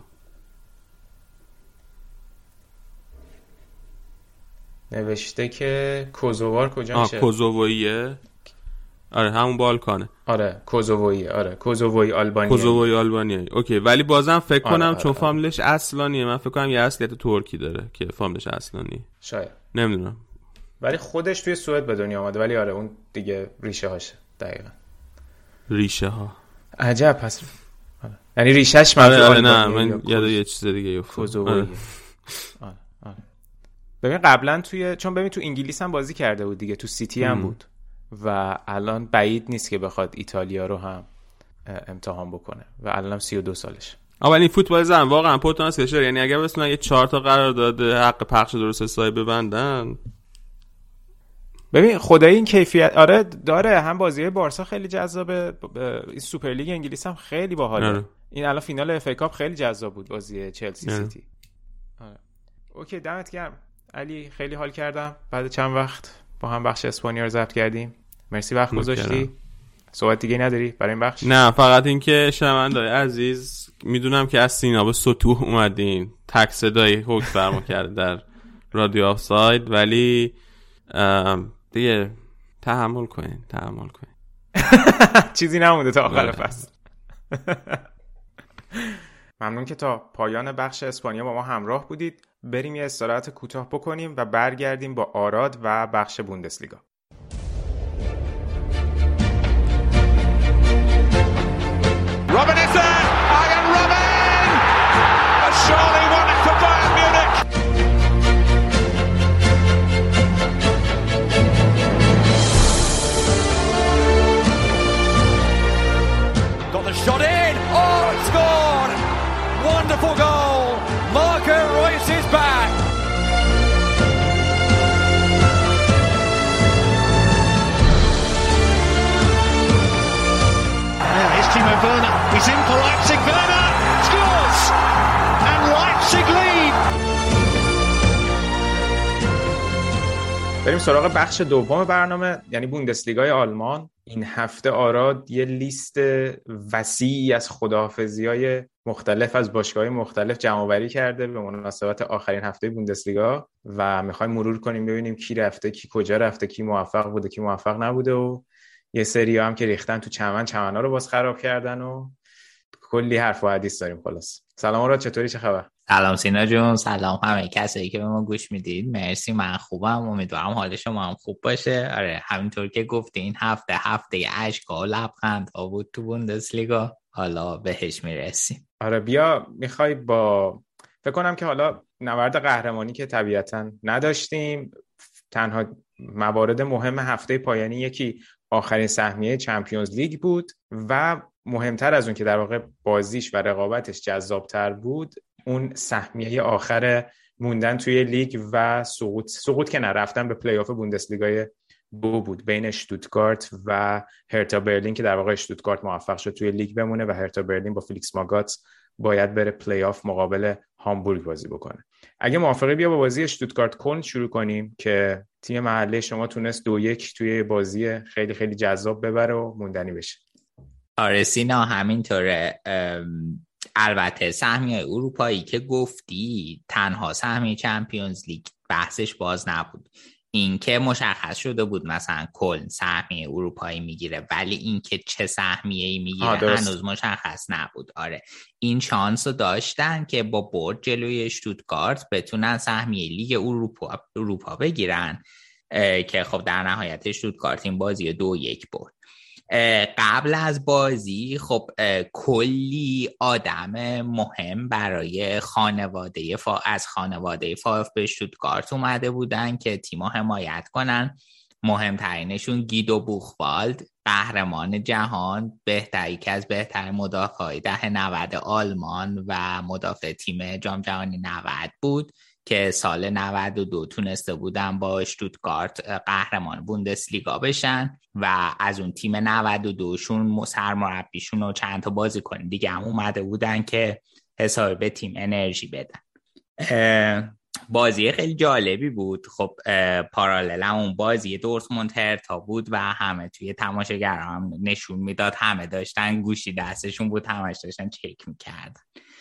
نوشته که کوزووار کجا میشه؟ آه کوزووییه. آره همون بالکانه. آره کوزوویی. آره کوزوویی آلبانیایی. کوزوویی آلبانیایی. اوکی ولی بازم فکر کنم آره، آره، چون آره. فامیلش اصلانیه، من فکر کنم یه اصلیت ترکی داره که فامیلش اصلانیه. شاید. نمیدونم. ولی خودش توی سوئد به دنیا اومده، ولی آره اون دیگه ریشه هاشه. دقیقاً. ریشه ها. عجب پس. آره. یعنی ریشهش آره آره نه من یاد یه چیز دیگه کوزوویی. آره. آره آره. ببین قبلا توی چون ببین تو انگلیس هم بازی کرده بود دیگه، تو سیتی هم بود و الان بعید نیست که بخواد ایتالیا رو هم امتحان بکنه و الان هم سی و دو سالشه. آ ولی فوتبال زن واقعا پتانسیلش داره، یعنی اگه بسن یه چهار تا قرارداد حق پخش درست حسابی ببندن. ببین خدای این کیفیت آره داره، هم بازی‌های بارسا خیلی جذابه، این سوپر لیگ انگلیس هم خیلی باحاله. آره. این الان فینال اف ای کاپ خیلی جذاب بود، بازی چلسی آره. سیتی. آره. اوکی دمت گرم علی، خیلی حال کردم بعد چند وقت با هم بخش اسپانیا رو ضبط کردیم. مرسی وقت گذاشتی. صحبت دیگه نداری برای این بخش؟ نه فقط این که شنونده‌های عزیز میدونم که از سینا به سطوح اومدین، تک صدای حکم فرما کرده در رادیو آفساید، ولی دیگه تحمل کنین تحمل کنین چیزی نمونده تا آخر فصل. ممنون که تا پایان بخش اسپانیا با ما همراه بودید. بریم یه استراحت کوتاه بکنیم و برگردیم با آراد و بخش بوندسلیگا. Robin is there! Arjen Robben! A surely one for Bayern Munich! Got the shot in! Oh, it's scored! Wonderful goal! Marco Reus is back! Here's Timo Werner. He's in for Leipzig. Werner scores, and Leipzig lead. بریم سراغ بخش دوم برنامه، یعنی بوندسلیگای آلمان. این هفته آراد یه لیست وسیعی از خداحافظی‌های مختلف از باشگاه‌های مختلف جمع‌آوری کرده به مناسبت آخرین هفته بوندسلیگا و می‌خوایم مرور کنیم ببینیم کی رفته، کی کجا رفته، کی موفق بوده، کی موفق نبوده و یه سری هم که ریختن تو چمن چمنا رو باز خراب کردن و کلی حرف و حدیث داریم. خلاص سلام آراد، چطوری، چه خبر؟ سلام سینا جون، سلام همه کسایی که به ما گوش میدید. مرسی، من خوبم، امیدوارم حال شما هم خوب باشه. آره همینطور که گفتی این هفته هفته اشکا و لبخندها بود تو بوندسلیگا، حالا بهش میرسیم. آره بیا، میخوای با فکر کنم که حالا نبرد قهرمانی که طبیعتا نداشتیم، تنها موارد مهم هفته پایانی یکی آخرین سهمیه چمپیونز لیگ بود و مهمتر از اون که در واقع بازیش و رقابتش جذابتر بود، اون سهمیه آخر موندن توی لیگ و سقوط سقوط که نرفتن به پلی آف بوندسلیگای دو بود بین اشتوتگارت و هرتا برلین که در واقع اشتوتگارت موفق شد توی لیگ بمونه و هرتا برلین با فلیکس ماگاتس باید بره پلی آف مقابل هامبورگ بازی بکنه. اگه موافقی بیا با بازی اشتوتگارت کلن شروع کنیم که تیم محله شما تونست دو یک توی بازی خیلی خیلی جذاب ببره و موندنی بشه. آره سینا همینطوره. البته سهمیه اروپایی که گفتی تنها سهمیه چمپیونز لیگ بحثش باز نبود. این که مشخص شده بود مثلا کلن سهمیه اروپایی میگیره، ولی این که چه سهمیه‌ای میگیره هنوز مشخص نبود. آره این شانس رو داشتن که با برد جلوی اشتوتگارت بتونن سهمیه لیگ اروپا اروپا بگیرن که خب در نهایت اشتوتگارت این بازی دو یک برد. قبل از بازی خب کلی آدم مهم برای خانواده فا... از خانواده فایف اشتوتگارت اومده بودن که تیم‌ها حمایت کنن. مهمترینشون گیدو بوخوالد، قهرمان جهان، بهتری که از بهترین مدافعای دهه نود آلمان و مدافع تیم جام جهانی نود بود که سال نود و دو تونسته بودن با اشتوتگارت قهرمان بوندسلیگا بشن و از اون تیم نود و دو شون سرمربیشون و چند تا بازیکن دیگه هم اومده بودن که حسابی به تیم انرژی بدن. بازی خیلی جالبی بود. خب پارالل اون بازی دورتموند هرتا بود و همه توی تماشاگرها هم نشون میداد همه داشتن گوشی دستشون بود، همش داشتن چک میکردن.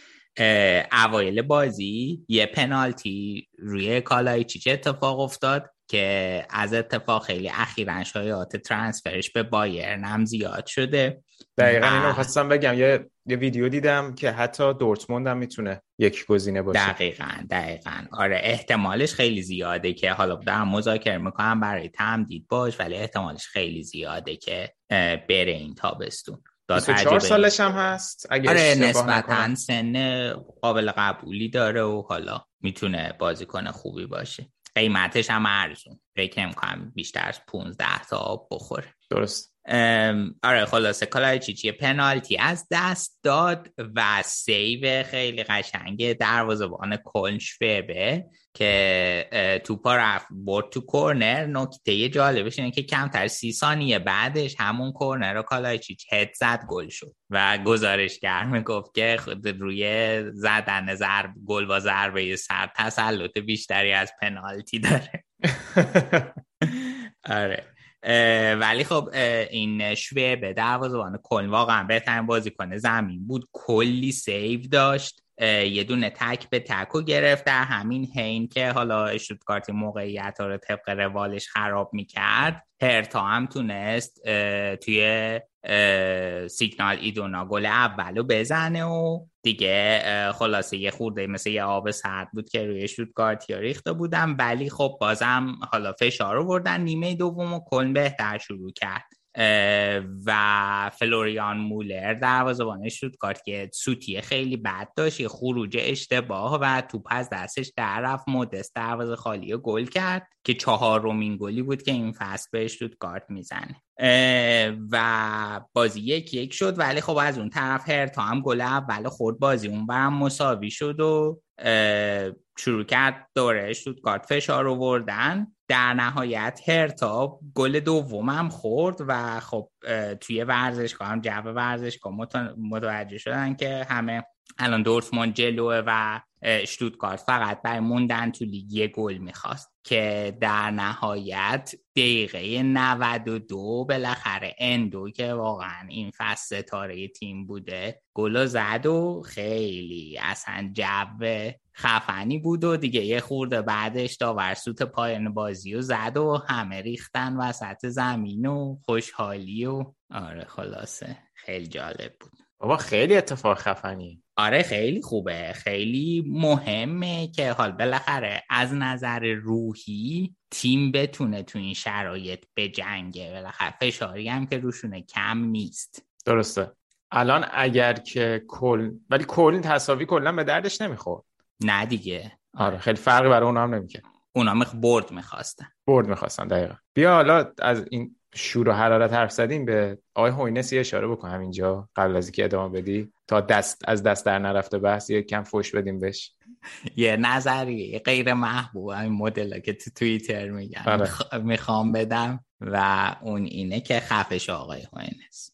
اوایل بازی یه پنالتی روی کالایچیچ اتفاق افتاد که از اتفاق خیلی اخیراً شایعات ترانسفرش به بایرن هم زیاد شده. دقیقاً اینو خواستم بگم، یه یه ویدیو دیدم که حتی دورتموند هم میتونه یک گزینه باشه. دقیقاً دقیقاً آره احتمالش خیلی زیاده که حالا دارم مذاکره میکنم برای تمدید باش، ولی احتمالش خیلی زیاده که بره این تابستون. بیست و چهار سالش هم هست اگه آره نسبتاً سن قابل قبولی داره و حالا میتونه بازیکن خوبی باشه. قیمتش هم ارزون، فکر نمی‌کنم بیشتر از پانزده تا آب بخوره. درست. آره خلاصه کالایچیچ پنالتی از دست داد و سیو خیلی قشنگه دروازه‌بان کلن شوبه که توپا رفت برد تو کورنر. نکته جالبش اینه که کمتر سی ثانیه بعدش همون کورنر رو کالایچیچ هد زد، گل شد و گزارشگر میگفت که خود روی زدن ضرب گل با ضربه سر تسلط بیشتری از پنالتی داره. آره ولی خب این شوه به دروازه‌بان کلن واقعا بهترین بازیکن زمین بود، کلی سیو داشت، یه دونه تک به تکو گرفت در همین حین که حالا اشتوتگارت موقعیت رو طبق روالش خراب میکرد. هرتا هم تونست توی سیگنال ایدونا گل اولو بزنه و دیگه خلاصه یه خورده مثل یه آب سرد بود که روی اشتوتگارتیا ریخته بودن، ولی خب بازم حالا فشار آوردن. نیمه دومو کلن بهتر شروع کرد و فلوریان مولر دروازه‌بان اشتوتگارت که سوتی خیلی بد داشت، یه خروج اشتباه و توپ از دستش در رفت، مودست دروازه خالی گل کرد که چهارمین گلی بود که این فصل به اشتوتگارت میزنه و بازی یک یک شد. ولی خب از اون طرف هرتا هم گل اول خورد، بازی اون برم مساوی شد و شروع کرد دوره اشتوتگارت فشار آوردن. در نهایت هرتا گل دوم هم خورد و خب توی ورزشگاه هم جو ورزشگاه متوجه شدن که همه الان دورتموند جلوه و اشتوتگارت فقط برای موندن تو لیگ یه گل میخواست که در نهایت دقیقه نود و دو بالاخره اندو که واقعا این فصل ستاره تیم بوده گل زد و خیلی اصلا جو خفنی بود و دیگه یه خورده بعدش داور سوت پایان بازی و زد و همه ریختن وسط زمین و خوشحالی و آره خلاصه خیلی جالب بود. بابا خیلی اتفاق خفنی. آره خیلی خوبه، خیلی مهمه که حال بالاخره از نظر روحی تیم بتونه تو این شرایط بجنگه، بالاخره فشاری هم که روشونه کم نیست. درسته. الان اگر که کل ولی کل تساوی کلا به دردش نمیخورد. نه دیگه. آره خیلی فرقی برای اونها هم نمیکنه. اونا میخ برد میخواستن. برد میخواستن دقیقاً. بیا حالا از این شور و حرارت حرف زدیم، به آقای هوینس یه اشاره بکن همینجا قبل از اینکه ادامه بدی تا دست از دست در نرفته بحث یه کم فوش بدیم بهش. یه نظریه غیر محبوب این مدل که تو توییتر میگن آره. میخ... میخوام بدم و اون اینه که خفش آقای هوینس.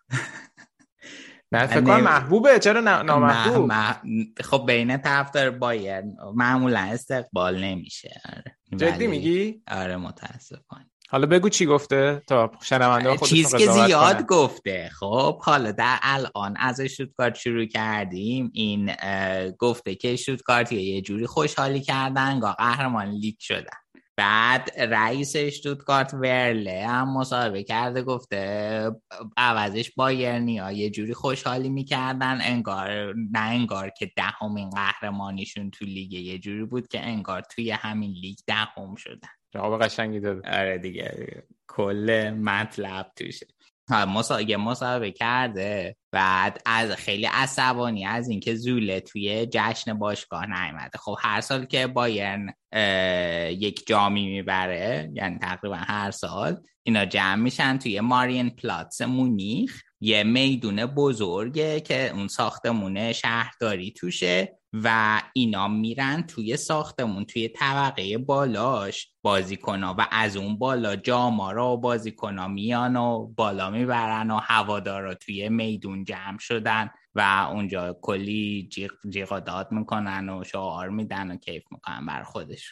نه فکر کنم محبوبه، چرا نامحبوب؟ مح... خب بین طرفدار بایرن معمولا استقبال نمیشه. آره. جدی ولی... میگی؟ آره متاسفانه. حالا بگو چی گفته تا شنونده خودشون چیز که زیاد کنن. گفته. خب حالا در الان از شوتگارت شروع کردیم، این گفته که شوتگارت یه جوری خوشحالی کردن که قهرمان لیگ شدن. بعد رئیس شتوتگارت ورله هم مصاحبه کرده گفته عوضش بایرنیا یه جوری خوشحالی میکردن انگار نه انگار که دهمین قهرمانیشون تو لیگ، یه جوری بود که انگار توی همین لیگ دهم شدن. جواب قشنگی داده. آره دیگه کل مطلب توشه. مصاحبه مصاحبه کرده، بعد از خیلی عصبانی از اینکه زوله توی جشن باشگاه نیامده. خب هر سال که بایرن یک جامی میبره، یعنی تقریبا هر سال اینا جمع میشن توی مارین پلاتس مونیخ، یه میدون بزرگه که اون ساختمون شهرداری توشه و اینا میرن توی ساختمون توی طبقه بالاش بازیکن‌ها و از اون بالا جاما رو بازیکن‌ها میان و بالا میبرن و هوادارا توی میدون جمع شدن و اونجا کلی جیغ جیغ داد میکنن و شعار میدن و کیف میکنن بر خودش.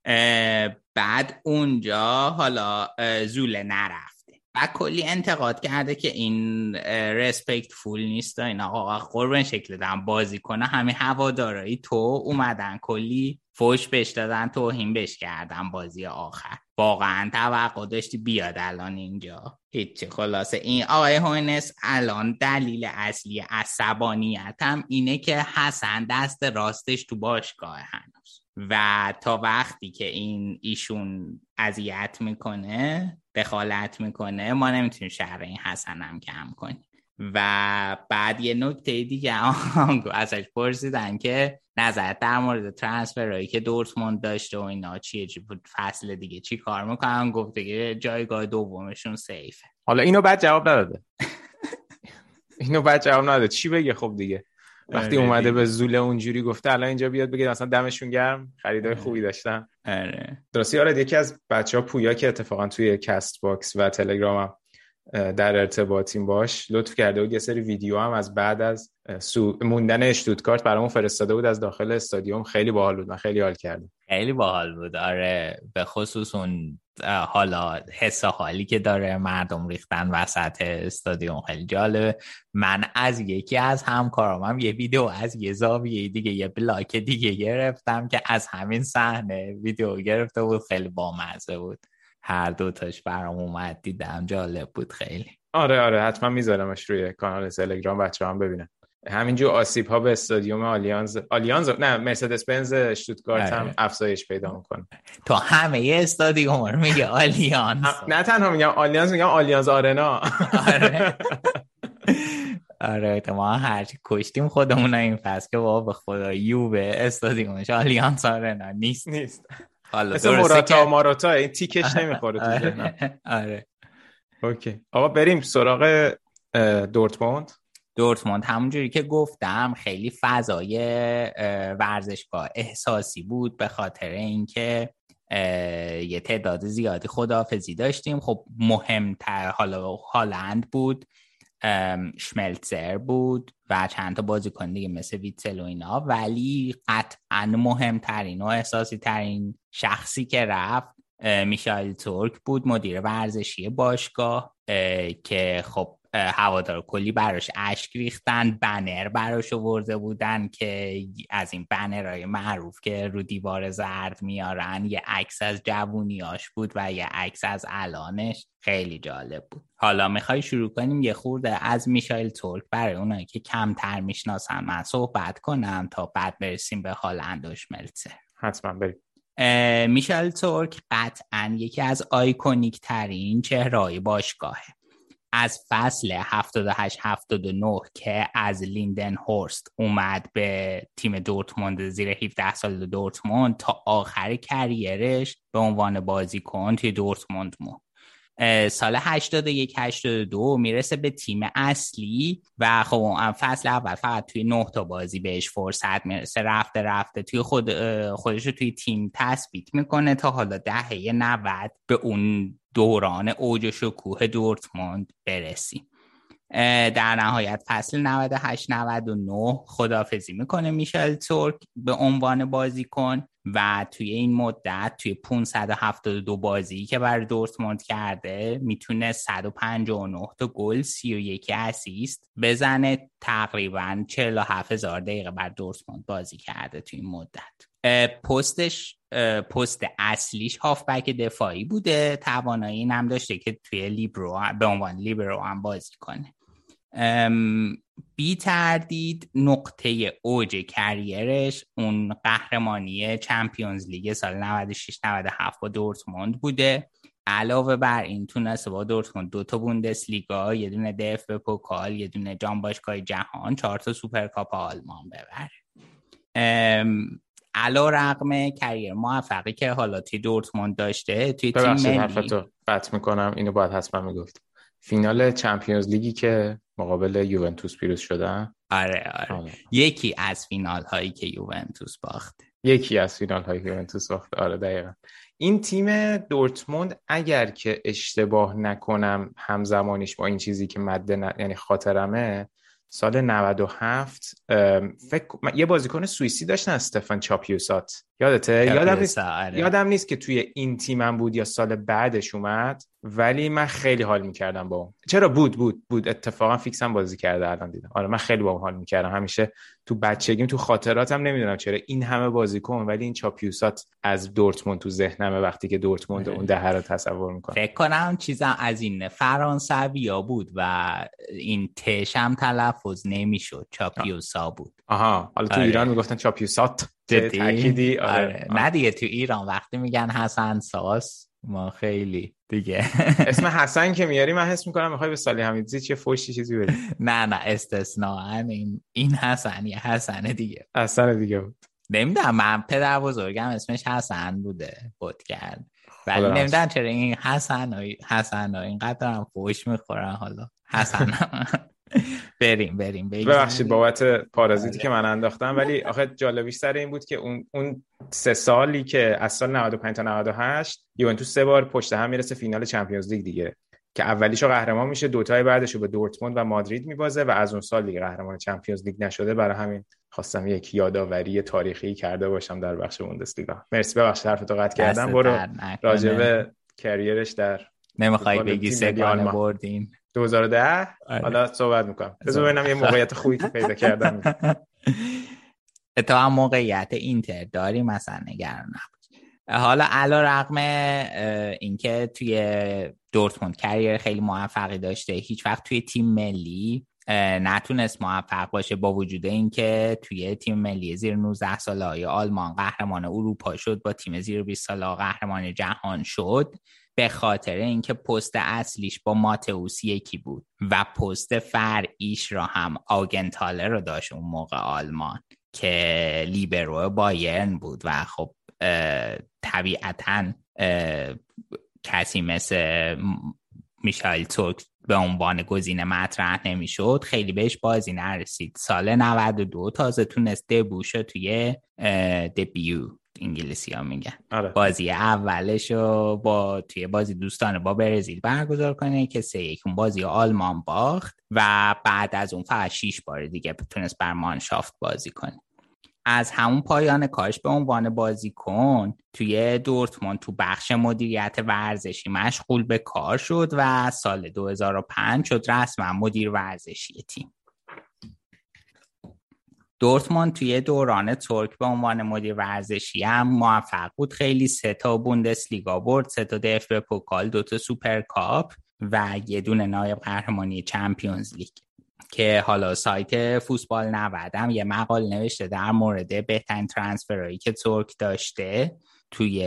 بعد اونجا حالا زوله نرفته و کلی انتقاد کرده که این رسپکتفول نیست. این آقا قربان شکل دارم بازی کنه، همین هوادارایی تو اومدن کلی فوش بهش دادن، توهین بهش کردن بازی آخر. واقعا توقع داشتی بیاد الان اینجا؟ هیچی. خلاصه این آقای هوینس الان دلیل اصلی عصبانیت هم اینه که حسن دست راستش تو باشگاه هنوز و تا وقتی که این ایشون اذیت میکنه دخالت میکنه ما نمیتونیم شر این حسن هم کم کنیم. و بعد یه نکته دیگه ازش پرسیدن که نظرت در مورد ترانسفرایی که دورتموند داشته و اینا چیه، چی بود فصل دیگه چی کار میکنن؟ گفته که جایگاه دومشون سیفه. حالا اینو بعد جواب نداده. اینو بعد جواب نداده چی بگه؟ خب دیگه وقتی اومده به زوله اونجوری گفته الان اینجا بیاد بگه مثلا دمشون گرم خریدای خوبی داشتن. آره درستی. آره یکی از بچه‌ها پویا که اتفاقا توی کست باکس و تلگرام در ارتباطیم باش لطف کرده و یه سری ویدیو هم از بعد از سو... موندن اشتوتگارت برامون فرستاده بود از داخل استادیوم. خیلی باحال بود، من خیلی حال کردم. خیلی باحال بود. آره به خصوص اون حالا حس حالی که داره مردم ریختن وسط استادیوم خیلی جالبه. من از یکی از همکارام هم یه ویدیو از یه زاویه دیگه یه بلاک دیگه گرفتم که از همین صحنه ویدیو گرفته بود. خیلی بامزه بود، هر دوتاش برام اومد دیدم، جالب بود خیلی. آره آره حتما میذارمش روی کانال تلگرام بچه‌ها هم ببینن. همینجور آسیب ها به استادیوم آلیانز آلیانز نه مرسدس بنز اشتوتگارت هم افزایش پیدا میکنه. تو همه استادیوم رو میگه آلیانز. نه تنها میگم آلیانز، میگم آلیانز آرنا. آره آره ما هرچی کشتیم خودمون این فصل که بابا به خدا یووه استادیومش آلیانز آرنا نیست نیست. حالا مثل موراتا ماراتا این تیکش نمیخوره تو ذهنم. آره اوکی آقا بریم سراغ دورتموند. دورتموند همونجوری که گفتم خیلی فضای ورزشگاه احساسی بود به خاطر اینکه یه تعداد زیادی خداحافظی داشتیم. خب مهمتر حالا هالند بود، شملتزر بود و چند تا بازیکن دیگه مثل ویتسل و اینا، ولی قطعا مهمترین و احساسی ترین شخصی که رفت میشایل تورک بود، مدیر ورزشی باشگاه که خب هوادار کلی براش اشک ریختن، بنر براش آورده بودن که از این بنرهای معروف که رو دیوار زرد میارن، یه عکس از جوونیاش بود و یه عکس از الانش. خیلی جالب بود. حالا میخوای شروع کنیم یه خورده از میشایل تورک برای اونایی که کمتر میشناسن من صحبت کنم تا بعد برسیم به هالند و شملتر؟ حتما بریم. میشایل تورک قطعا یکی از آیکونیک ترین چهره‌های باشگاهه. از فصل هفتاد و هشت هفتاد و نه که از لیندن هورست اومد به تیم دورتموند زیر هفده سال دورتموند تا آخر کریرش به عنوان بازیکن توی دورتموند مون. سال هشتاد و یک هشتاد و دو میرسه به تیم اصلی و خب اون فصل اول فقط توی نه تا بازی بهش فرصت میرسه، رفته رفته توی خود خودش رو توی تیم تثبیت میکنه تا حالا دهه نود به اون دوران اوج و شکوه دورتموند برسیم. در نهایت فصل نود و هشت نود و نه خداحافظی میکنه میشایل تورک به عنوان بازیکن و توی این مدت توی پانصد و هفتاد و دو بازی که برای دورتموند کرده میتونه صد و پنجاه و نه تا گل، سی و یک اسیست بزنه. تقریبا چهل و هفت هزار دقیقه بر دورتموند بازی کرده توی این مدت. پستش پست اصلیش هافبک دفاعی بوده، توانایی این هم داشته که توی لیبرو به عنوان لیبرو هم بازی کنه. بی تردید نقطه اوج کریرش اون قهرمانی چمپیونز لیگ سال نود و شش نود و هفت با دورتموند بوده. علاوه بر این تونسته با دورتموند دو تا بوندسلیگا، یه دونه دف به پوکال، یه دونه جام باشگاه جهان، چهار تا سوپرکاپ آلمان ببره. علا رقم کریر موفقی که حالا توی دورتموند داشته توی تیم ملی، حرفتو قطع میکنم، اینو باید حتما میگفت، فینال چمپیونز لیگی که مقابل یوونتوس پیروز شدن. آره آره, آره. یکی از فینال هایی که یوونتوس باخته یکی از فینال هایی که یوونتوس باخته آره دقیقاً. این تیم دورتموند اگر که اشتباه نکنم همزمانیش با این چیزی که مد ن... یعنی خاطرمه سال نود و هفت فکر یه بازیکن سوئیسی داشتن استفان چاپیوسات، یادته؟ یادم نیست آره. یادم نیست که توی این تیمم بود یا سال بعدش اومد، ولی من خیلی حال میکردم با اون. چرا بود بود بود اتفاقا فیکسم بازی کرده الان دیدم. آره من خیلی با اون حال میکردم، همیشه تو بچگیم تو خاطراتم نمیدونم چرا این همه بازیکن، ولی این چاپیوسات از دورتموند تو ذهنمه وقتی که دورتموند اون دهه رو تصور میکنم. فکر کنم چیزا از این فرانسویا بود و این تش هم تلفظ نمیشد، چاپیوسا بود. آها حالا تو آره. ایران میگفتن چاپیوسات. تأکیدی آره. آره. نه دیگه تو ایران وقتی میگن حسن ساس ما خیلی دیگه اسم حسن که میاری من حس میکنم میخوای به صالح حمیدزی چه فوشی چیزی بدی. نه نه استثناء این این حسن یه حسن دیگه حسن دیگه بود. نمیدونم من پدر بزرگم اسمش حسن بوده بود کرد، ولی نمیدونم چرا این حسن و حسن و اینقدر هم فوش میخورن. حالا حسن بریم بریم ببخشید بابت پارازیتی که من انداختم، ولی آخه جالبیش سر این بود که اون اون سه سالی که از سال نود و پنج تا نود و هشت یوونتوس سه بار پشت هم میرسه فینال چمپیونز لیگ دیگه، که اولیشو قهرمان میشه، دوتای بعدشو به دورتموند و مادرید میبازه و از اون سال دیگه قهرمان چمپیونز لیگ نشده. برای همین خواستم یک یادآوری تاریخی کرده باشم در بخش بوندسلیگا. مرسی، ببخشید حرفتو قطع کردم. برو راجع به کریرش در نمیخوای بگی سگانه بردین دو هزار و ده حالا صحبت میکنم. بذار ببینم یه موقعیت خوبی که پیدا کردم. تا هم موقعیت اینتر داری مثلا نگران نباش. حالا علی رغم اینکه توی دورتموند کریر خیلی موفقی داشته، هیچ وقت توی تیم ملی نتونست موفق باشه، با وجود اینکه توی تیم ملی زیر نوزده ساله‌های آلمان قهرمان اروپا شد، با تیم زیر بیست ساله قهرمان جهان شد، به خاطر اینکه پست اصلیش با ماتئوس یکی بود و پست فرعیش را هم آگنتاله رو داشت اون موقع آلمان که لیبرو بایرن بود و خب طبیعتاً کسی مثل میشایل تورک به عنوان گزینه مطرح نمیشد، خیلی بهش بازی نرسید. سال نود و دو تازه تونست دبوشو توی دبیو انگلیسی ها میگن آره. بازی اولشو با توی بازی دوستانه با برزیل برگزار کنه که سه یک اون بازی آلمان باخت و بعد از اون فقط شیش بار دیگه تونست بر مانشافت بازی کنه. از همون پایان کارش به عنوان بازیکن توی دورتموند تو بخش مدیریت ورزشی مشغول به کار شد و سال دو هزار و پنج شد رسما مدیر ورزشی تیم. دورتموند توی دوران ترک به عنوان مدیر ورزشی هم موفق بود. خیلی سه تا بوندسلیگا برد، سه تا دف به پوکال، دو تا سوپر کاپ و یه دونه نایب قهرمانی چمپیونز لیگ که حالا سایت فوتبال نود هم یه مقال نوشته در مورد بهترین ترانسفرایی که ترک داشته توی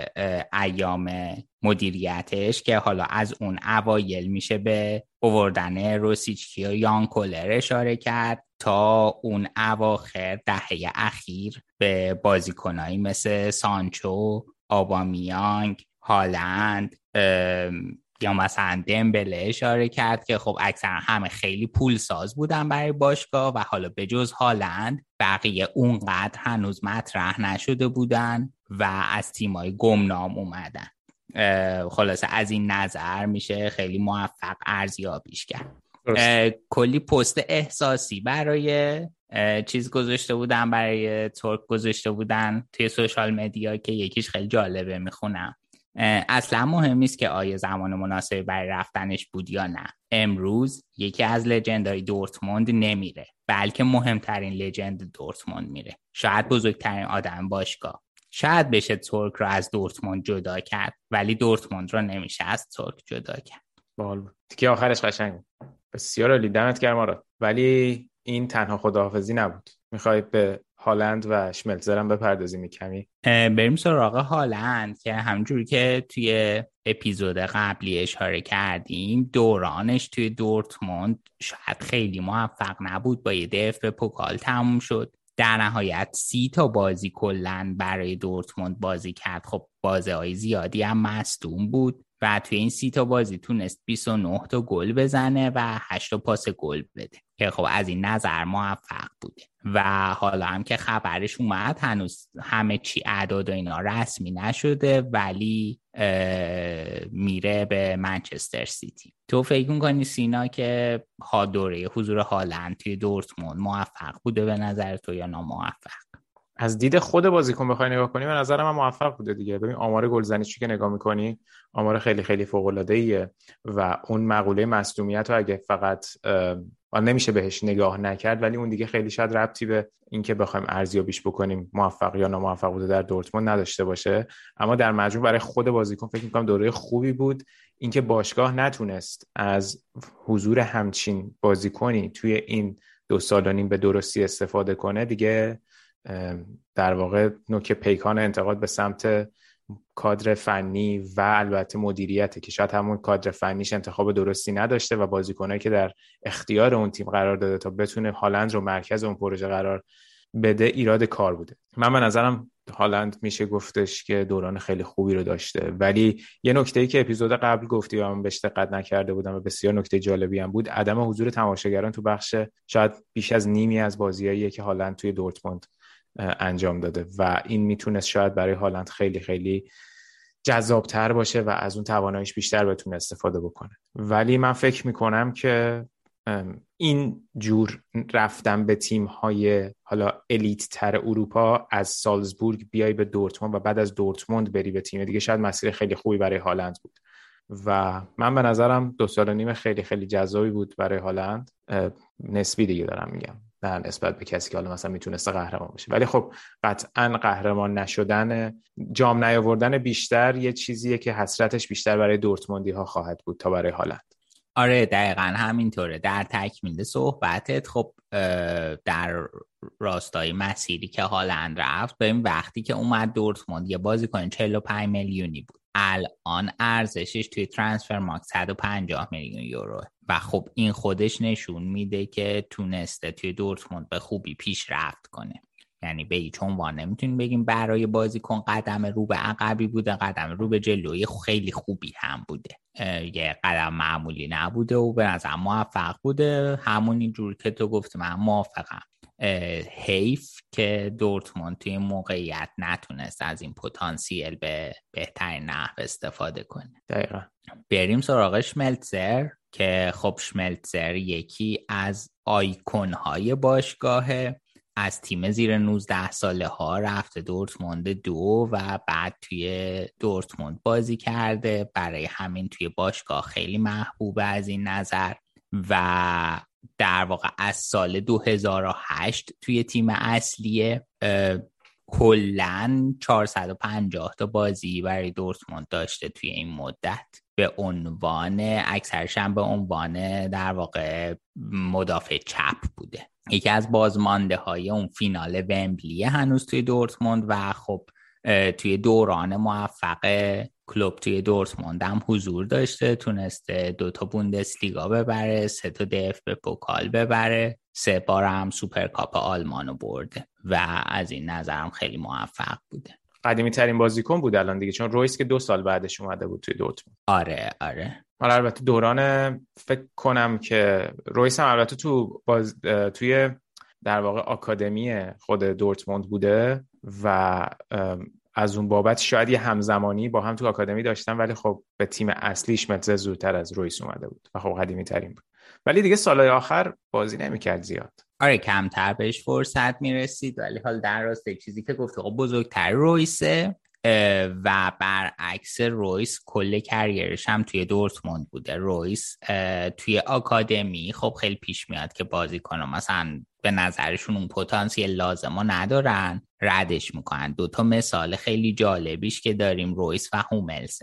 ایام مدیریتش که حالا از اون اوایل میشه به آوردن روسیچکی و یان کولر اشاره کرد تا اون اواخر دهه اخیر به بازیکنایی مثل سانچو، آبامیانگ، هالند یا مثلا دمبله اشاره کرد که خب اکثرا همه خیلی پول ساز بودن برای باشگاه و حالا به جز هالند بقیه اونقدر هنوز مطرح نشده بودن و از تیمای گمنام اومدن. خلاصه از این نظر میشه خیلی موفق ارزیابیش کرد. کلی پست احساسی برای چیز گذاشته بودن، برای ترک گذاشته بودن توی سوشال مدیا که یکیش خیلی جالبه میخونم. اصلا مهم نیست که آیا زمان مناسبی برای رفتنش بود یا نه. امروز یکی از لژندهای دورتموند نمیره، بلکه مهمترین لژند دورتموند میره، شاید بزرگترین آدم باشگاه. شاید بشه ترک رو از دورتموند جدا کرد، ولی دورتموند رو نمیشه از ترک جدا کرد. باحال بود. تیکه آخرش قشنگ. بسیار عالی، دمت گرم آراد. ولی این تنها خداحافظی نبود. میخوای به هالند و شملتزر هم بپردازیم کمی؟ بریم سراغ هالند که همونجوری که توی اپیزود قبلی اشاره کردیم دورانش توی دورتموند شاید خیلی موفق نبود، با یه دف به پوکال تموم شد. در نهایت سی تا بازی کلن برای دورتموند بازی کرد. خب بازی‌های زیادی هم مصدوم بود و توی این سی تا بازی تونست بیست و نه تا گل بزنه و هشت تا پاس گل بده که خب از این نظر موفق بوده. و حالا هم که خبرش اومد هنوز همه چی اعداد و اینا رسمی نشده، ولی میره به منچستر سیتی. تو فکر میکنی سینا که ها دوره حضور هالند توی دورتموند موفق بوده به نظر تو یا ناموفق؟ از دید خود بازیکن بخوای نگاه کنی به نظر من موفق بوده دیگه. ببین آمار گلزنیشو که نگاه میکنی آمار خیلی خیلی فوق العاده ایه و اون مقوله مصدومیت رو اگه فقط نمیشه بهش نگاه نکرد، ولی اون دیگه خیلی شاید ربطی به اینکه بخوایم ارزیابیش بکنیم موفق یا ناموفق بوده در دورتموند نداشته باشه. اما در مجموع برای خود بازیکن فکر میکنم دوره خوبی بود. اینکه باشگاه نتونست از حضور همچین بازیکنی توی این دو سال و نیم به درستی استفاده کنه دیگه در واقع نوک پیکان انتقاد به سمت کادر فنی و البته مدیریته که شاید همون کادر فنیش انتخاب درستی نداشته و بازیکنایی که در اختیار اون تیم قرار داده تا بتونه هالند رو مرکز اون پروژه قرار بده ایراد کار بوده. من به نظرم هالند میشه گفتش که دوران خیلی خوبی رو داشته، ولی یه نکته‌ای که اپیزود قبل گفتی و من بهش دقت نکرده بودم و بسیار نکته جالبی هم بود، عدم حضور تماشاگران تو بخش شاید بیش از نیمی از بازیایی که هالند توی دورتموند انجام داده و این میتونست شاید برای هالند خیلی خیلی جذابتر باشه و از اون تواناییش بیشتر بتونه استفاده بکنه. ولی من فکر میکنم که این جور رفتن به تیم‌های حالا الیت تر اروپا از سالزبورگ بیای به دورتموند و بعد از دورتموند بری به تیم دیگه شاید مسیر خیلی خوبی برای هالند بود و من به نظرم دو سال و نیم خیلی خیلی جذابی بود برای هالند. نسبی دیگه دارم میگم در نسبت به کسی که حالا مثلا میتونسته قهرمان بشه، ولی خب قطعا قهرمان نشدن، جام نیاوردن بیشتر یه چیزیه که حسرتش بیشتر برای دورتموندی ها خواهد بود تا برای هالند. آره دقیقاً همینطوره. در تکمیل صحبتت خب در راستای مسیری که هالند رفت، ببین وقتی که اومد دورتموند یه بازیکن چهل و پنج میلیونی بود، الان ارزشش توی ترانسفر مارکت صد و پنجاه میلیون یورو و خب این خودش نشون میده که تونسته توی دورتموند به خوبی پیشرفت کنه. یعنی به هیچ عنوان نمیتونیم بگیم برای بازیکن قدم رو به عقبی بوده، قدم رو به جلوی خیلی خوبی هم بوده، یه قدم معمولی نبوده و به نظر موفق بوده. همونی جور که تو گفتی من موافقم. حیف که دورتموند توی موقعیت نتونست از این پتانسیل به بهترین نحو استفاده کنه. دقیقا. بریم سراغ شملتزر که خب شملتزر یکی از آیکون‌های باشگاهه. از تیم زیر نوزده ساله ها رفته دورتموند دو و بعد توی دورتموند بازی کرده. برای همین توی باشگاه خیلی محبوبه از این نظر و در واقع از سال دو هزار و هشت توی تیم اصلیه. کلن چهارصد و پنجاه تا بازی برای دورتموند داشته توی این مدت، به عنوان اکثرش هم به عنوان در واقع مدافع چپ بوده. یکی از بازمانده های اون فینال ومبلی هنوز توی دورتموند و خب توی دوران موفق کلوب توی دورتموند هم حضور داشته، تونسته دو تا بوندسلیگا ببره، سه تا دف به پوکال ببره، سه بار هم سوپرکاپ آلمانو برده و از این نظرم خیلی موفق بوده. قدیمی ترین بازیکن بود الان دیگه، چون رویس که دو سال بعدش اومده بود توی دورتموند. آره آره. حالا البته دوران فکر کنم که رویس هم البته تو باز توی در واقع آکادمی خود دورتموند بوده و از اون بابت شاید یه همزمانی با هم تو آکادمی داشتن، ولی خب به تیم اصلی شمتزه زودتر از رویس اومده بود و خب قدیمی ترین بود، ولی دیگه سالهای آخر بازی نمی‌کرد زیاد. آره کمتر بهش فرصت میرسید، ولی حال در راسته چیزی که گفت خب بزرگتر رویسه و برعکس رویس کل کریرش هم توی دورتموند بوده. رویس توی آکادمی خب خیلی پیش میاد که بازی کنه مثلا به نظرشون اون پتانسیل لازمو ندارن، ردش میکنن. دوتا مثال خیلی جالبیش که داریم رویس و هوملسه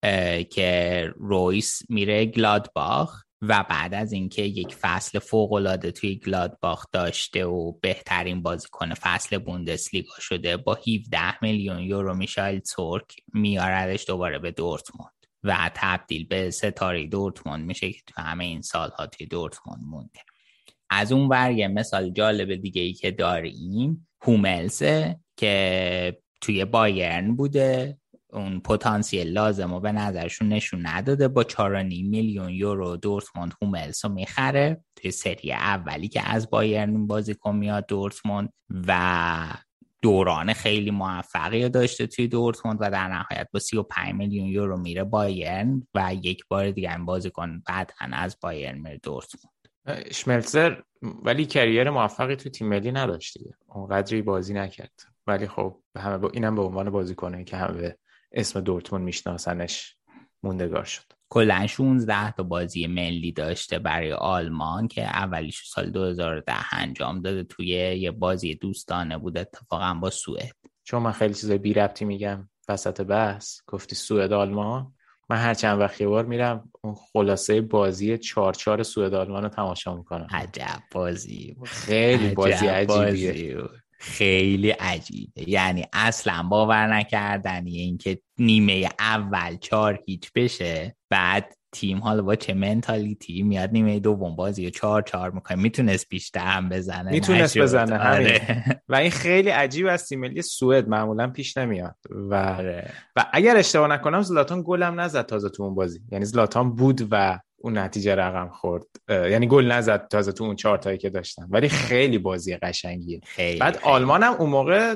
که رویس میره گلادباخ و بعد از اینکه یک فصل فوق‌العاده توی گلادباخ داشته و بهترین بازیکن فصل بوندسلیگا شده، با هفده میلیون یورو میشایل تورک میاردش دوباره به دورتموند و تبدیل به ستاره دورتموند میشه که تو همه این سالها توی دورتموند مونده. از اون ور یه مثال جالب دیگه ای که داریم هوملسه که توی بایرن بوده، اون پتانسیل لازم رو به نظرشون نشون نداده، با چهار و نیم میلیون یورو دورتموند هوملس رو میخره توی سری اولی که از بایرن بازیکن میاد دورتموند و دوران خیلی موفقی داشته توی دورتموند و در نهایت با سی و پنج میلیون یورو میره بایرن و یک بار دیگه این بازیکن بعداً از بایرن میره دورتموند. شملزر ولی کریر موفقی توی تیم ملی نداشت دیگه، اونقدری بازی نکرد، ولی خب همه با اینم به عنوان بازیکنه که همه به اسم دورتموند میشناسنش موندگار شد. کلاً شانزده تا بازی ملی داشته برای آلمان که اولیش سال دو هزار و ده انجام داده، توی یه بازی دوستانه بود اتفاقا با سوئد. چون من خیلی چیزای بی ربطی میگم وسط بحث، گفتی سوئد آلمان، من هر چند وقت یه بار میرم اون خلاصه بازی چهار چهار سوئد آلمان رو تماشا میکنم. عجب بازی، خیلی بازی عجیبیه، خیلی عجیبه، یعنی اصلا باور نکردنیه اینکه نیمه اول چهار هیچ بشه، بعد تیم حالا با چه منتالیتی میاد نیمه دوم بازی چهار چهار میکنه. میتونست بیشتر هم بزنه، میتونست بزنه همین. و این خیلی عجیب از تیم ملی سوئد معمولا پیش نمیاد و آره. و اگر اشتباه نکنم زلاتان گلم نزد تازه تو اون بازی، یعنی زلاتان بود و اون نتیجه رقم خورد، یعنی گل نزد تازه تو اون چهار تایی که داشتن، ولی خیلی بازی قشنگیه. خیلی بعد خیلی. آلمان هم اون موقع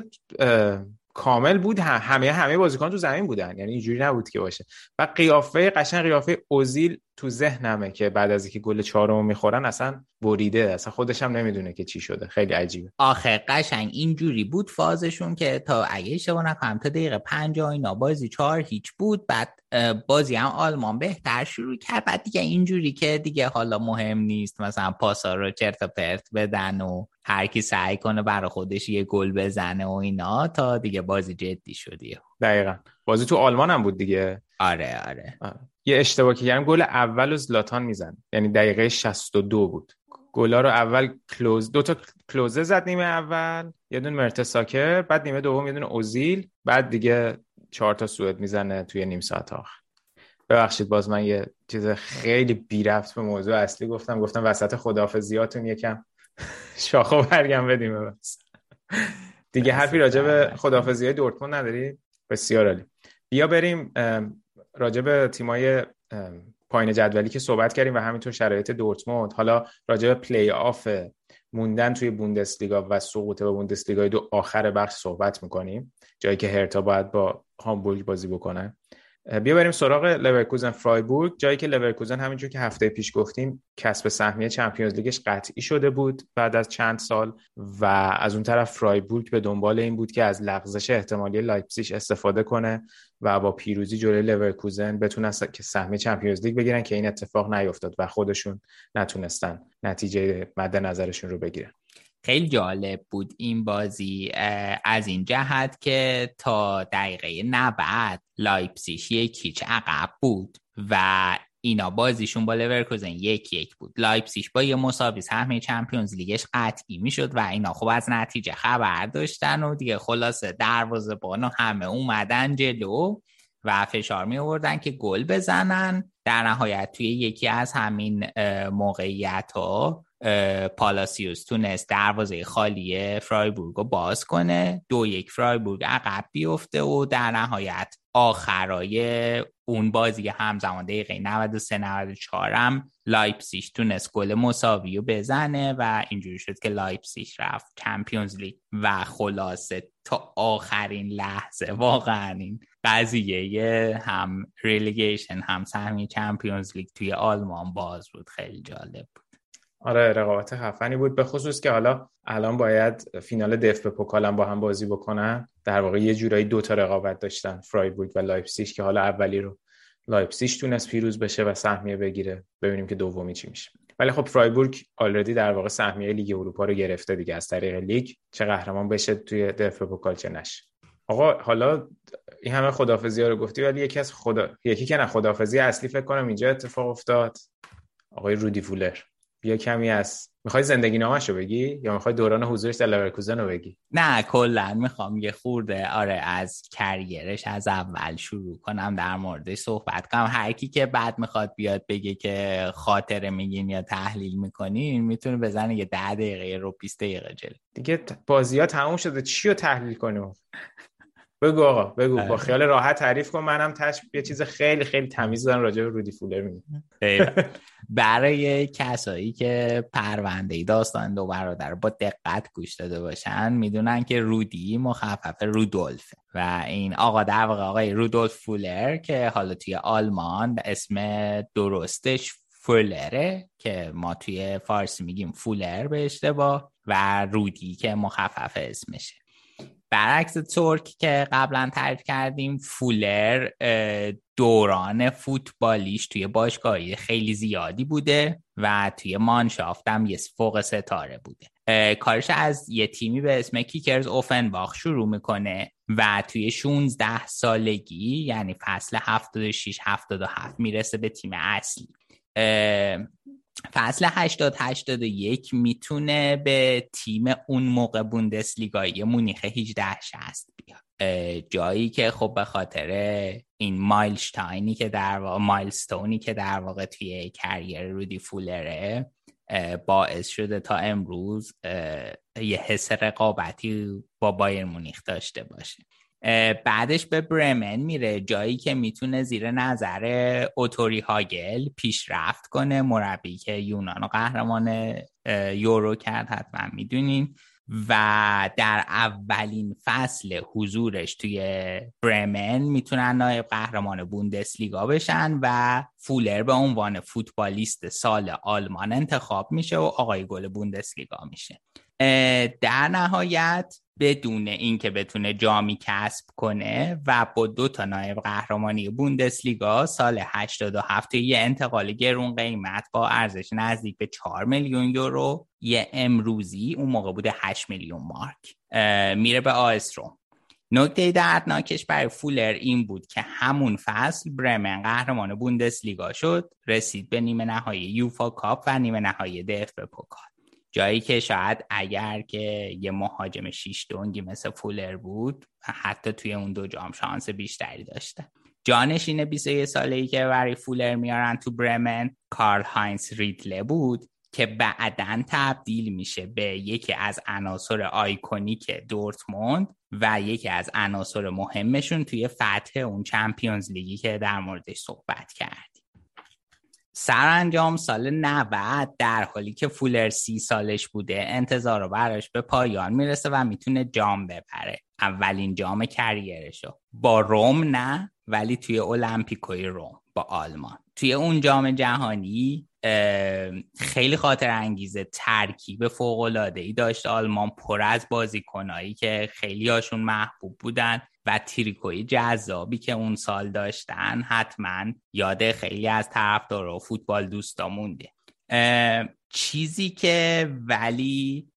کامل بود، همه همه بازیکن تو زمین بودن، یعنی اینجوری نبود که باشه. و قیافه قشنگ قیافه اوزیل تو ذهنمه که بعد از اینکه گل چهارمو میخورن اصلا بریده، اصلا خودش هم نمیدونه که چی شده، خیلی عجیبه. آخه قشنگ اینجوری بود فازشون که تا اگه اشتباه نکنم تا دقیقه پنجاه اینا بازی چهار هیچ بود، بعد بازی هم آلمان بهتر شروع کرد، بعد دیگه اینجوری که دیگه حالا مهم نیست مثلا پاسا رو چرت و پرت بدن و هر کی سعی کنه برای خودش یه گل بزنه و اینا تا دیگه بازی جدی شدیه. دقیقاً بازی تو آلمان هم بود دیگه. آره آره, آره. یه اشتباه که کردم گل اول رو زلاتان میزنه، یعنی دقیقه شصت و دو بود. گلا رو اول کلوز دو تا کلوزه زد نیمه اول، یه دونه مرتساکه، بعد نیمه دوم یه دونه اوزیل، بعد دیگه چهار تا سوئد میزنه توی نیم ساعت آخر. ببخشید باز من یه چیز خیلی بی ربط به موضوع اصلی گفتم گفتم وسط خداحافظیاتون یکم شاخ و برگم بدیم بس. دیگه حرفی راجع به خداحافظی‌های دورتموند نداری؟ بسیار عالی. بیا بریم راجع به تیمای پایین جدولی که صحبت کردیم و همینطور شرایط دورتموند. حالا راجع به پلی آف موندن توی بوندسلیگا و سقوط به بوندسلیگای دو آخر بخش صحبت میکنیم، جایی که هرتا باید با هامبورگ بازی بکنه. بیا بریم سراغ لورکوزن فرایبورگ، جایی که لورکوزن همینجور که هفته پیش گفتیم کسب سهمیه چمپیونز لیگش قطعی شده بود بعد از چند سال و از اون طرف فرایبورگ به دنبال این بود که از لغزش احتمالی لایپزیگ استفاده کنه و با پیروزی جلوی لورکوزن بتونن که سهمیه چمپیونز لیگ بگیرن که این اتفاق نیفتاد و خودشون نتونستن نتیجه مد نظرشون رو بگیرن. خیلی جالب بود این بازی از این جهت که تا دقیقه نود لایپزیگ یک هیچ عقب بود و اینا بازیشون با لورکوزن یک یک بود. لایپزیگ با یه مساوی سهمیه چمپیونز لیگش قطعی میشد و اینا خب از نتیجه خبر داشتن و دیگه خلاصه دروازه‌بان و همه اومدن جلو و فشار می آوردن که گل بزنن. در نهایت توی یکی از همین موقعیت‌ها پالاسیوس تونست دروازه خالی فرایبورگ رو باز کنه، دو یک فرایبورگ عقب بیفته و در نهایت آخرای اون بازی همزمان دقیقه نود و سه نود و چهار هم لایپزیگ تونست گل مساوی رو بزنه و اینجوری شد که لایپزیگ رفت چمپیونز لیگ و خلاصه تا آخرین لحظه واقعا این قضیه هم ریلیگیشن هم سهمیه چمپیونز لیگ توی آلمان باز بود. خیلی جالب بود. آره رقابت خفنی بود، به خصوص که حالا الان باید فینال دف به پوکال هم با هم بازی بکنن. در واقع یه جورایی دوتا رقابت داشتن فرایبورگ و لایپزیگ که حالا اولی رو لایپزیگ تونست پیروز بشه و سهمیه بگیره، ببینیم که دومی چی میشه. ولی خب فرایبورگ آلردی در واقع سهمیه لیگ اروپا رو گرفته دیگه از طریق لیگ، چه قهرمان بشه توی دف به پوکال چه نشه. آقا حالا این همه خداحافظی‌ها رو گفتی ولی یکی از خدا یکی که نه خداحافظی اصلی فکر کنم اینجا اتفاق افتاد. آقای رودی فولر، بیا کمی از میخوای زندگی نامه‌شو بگی یا میخوای دوران حضورش در لورکوزن رو بگی؟ نه کلا میخوام یه خورده آره از کریرش از اول شروع کنم در موردش صحبت کنم. هر کی که بعد میخواد بیاد بگه که خاطره میگین یا تحلیل میکنین میتونه بزنه یه ده دقیقه رو بیست دقیقه جلو دیگه. بازی‌ها تموم شده چی رو تحلیل کنیم؟ بگو آقا بگو با خیال راحت تعریف کن، منم تش یه چیز خیلی خیلی تمیز دارم راجع به رودی فولر میگم. برای کسایی که پرونده داستان دو برادر با دقت گوش داده باشن میدونن که رودی مخفف رودولف و این آقا در واقع آقای رودولف فولر که حالا توی آلمان اسم درستش فولره که ما توی فارسی میگیم فولر به اشتباه و رودی که مخفف اسمشه. برعکس ترک که قبلا تعریف کردیم، فولر دوران فوتبالیش توی باشگاهی خیلی زیادی بوده و توی مانشافت هم یه فوق ستاره بوده. کارش از یه تیمی به اسم کیکرز اوفنباخ شروع میکنه و توی شانزده سالگی یعنی فصل هفتاد و شش هفتاد و هفت میرسه به تیم اصلی. فصل هشتاد هشتاد و یک میتونه به تیم اون موقع بوندسلیگایی مونیخ هجده شصت بیاد، جایی که خب به خاطر این مایلشتاینی که در واقع مایلستونی که در واقع توی کریر رودی فولره باعث شده تا امروز یه حس رقابتی با بایر مونیخ داشته باشه. بعدش به برمن میره، جایی که میتونه زیر نظر اوتوری هاگل پیشرفت کنه، مربی که یونان و قهرمان یورو کرد حتما میدونین و در اولین فصل حضورش توی برمن میتونن نایب قهرمان بوندسلیگا بشن و فولر به عنوان فوتبالیست سال آلمان انتخاب میشه و آقای گل بوندسلیگا میشه. در نهایت بدون اینکه بتونه جامی کسب کنه و با دو تا نایب قهرمانی بوندسلیگا سال هشتاد و هفت یه انتقال گرون قیمت با ارزش نزدیک به چهار میلیون یورو، یه امروزی اون موقع بوده هشت میلیون مارک، میره به آس روم. نکته دردناکش برای فولر این بود که همون فصل برمن قهرمان بوندسلیگا شد، رسید به نیمه نهایی یوفا کاپ و نیمه نهایی دف به پوکال، جایی که شاید اگر که یه مهاجم شیش دونگی مثل فولر بود حتی توی اون دو جام شانس بیشتری داشته. جانشین بیست و یک ساله‌ای که برای فولر میارن تو برمن کارل هاینز ریدله بود که بعداً تبدیل میشه به یکی از عناصر آیکونیک دورتموند و یکی از عناصر مهمشون توی فتح اون چمپیونز لیگی که در موردش صحبت کردیم. سرانجام سال نود در حالی که فولر سی سالش بوده انتظار رو براش به پایان میرسه و میتونه جام ببره، اولین جام کریرشو با روم نه ولی توی المپیکوی روم با آلمان. توی اون جام جهانی خیلی خاطر انگیزه، ترکیب فوق‌العاده‌ای داشت آلمان، پر از بازیکنایی که خیلی هاشون محبوب بودن و تریکوی جذابی که اون سال داشتن حتما یاد خیلی از طرفدارا و فوتبال دوستا مونده. چیزی که ولی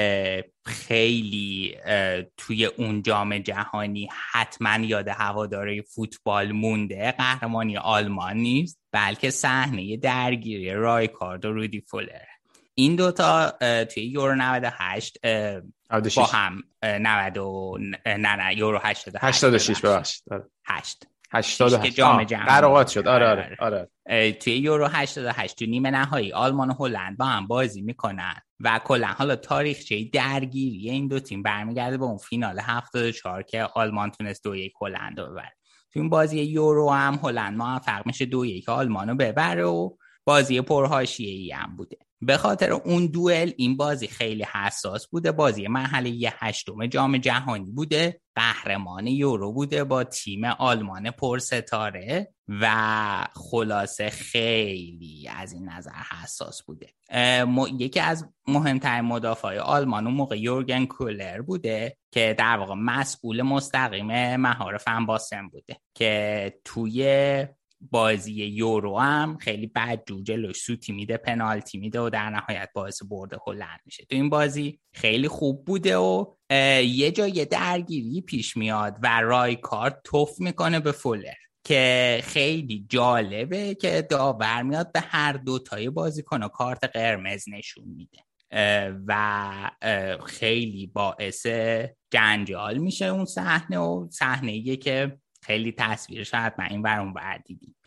خیلی توی اون جام جهانی حتما یاد هواداری فوتبال مونده قهرمانی آلمان نیست، بلکه صحنه درگیری رایکارد و رودی فولر. این دوتا توی یورو نود و هشت با هم نود نه نه یورو هشتاد و شش ببخشید هشت هشتاد و هشت که جام جهانی قرارات شد. آره آره آره, آره. توی یورو هشتاد و هشت تو نیمه نهایی آلمان و هلند با هم بازی میکنن و کلا حالا تاریخچه درگیری این دو تیم برمیگرده به اون فینال هفتاد و چهار که آلمان تونست دو یک هلند رو ببره. تو این بازی یورو هم هلند موفق میشه دو یک آلمان رو ببره و بازی پرحاشیه‌ای هم بوده. به خاطر اون دوئل این بازی خیلی حساس بوده. بازی مرحله هشتم جام جهانی بوده، قهرمان یورو بوده با تیم آلمان پرستاره و خلاصه خیلی از این نظر حساس بوده. یکی از مهمترین مدافعای آلمان اون موقع یورگن کولر بوده که در واقع مسئول مستقیم مهار فن باسن بوده که توی بازی یورو هم خیلی بدجور جلوش سوتی میده، پنالتی میده و در نهایت باعث برد هلند میشه. تو این بازی خیلی خوب بوده و یه جای درگیری پیش میاد و رایکارد توف میکنه به فولر که خیلی جالبه که داور میاد به هر دوتای بازیکن کارت قرمز نشون میده و خیلی باعث جنجال میشه اون صحنه و صحنه‌ایه که خیلی تصویرش حتما این ورون بردیدیم.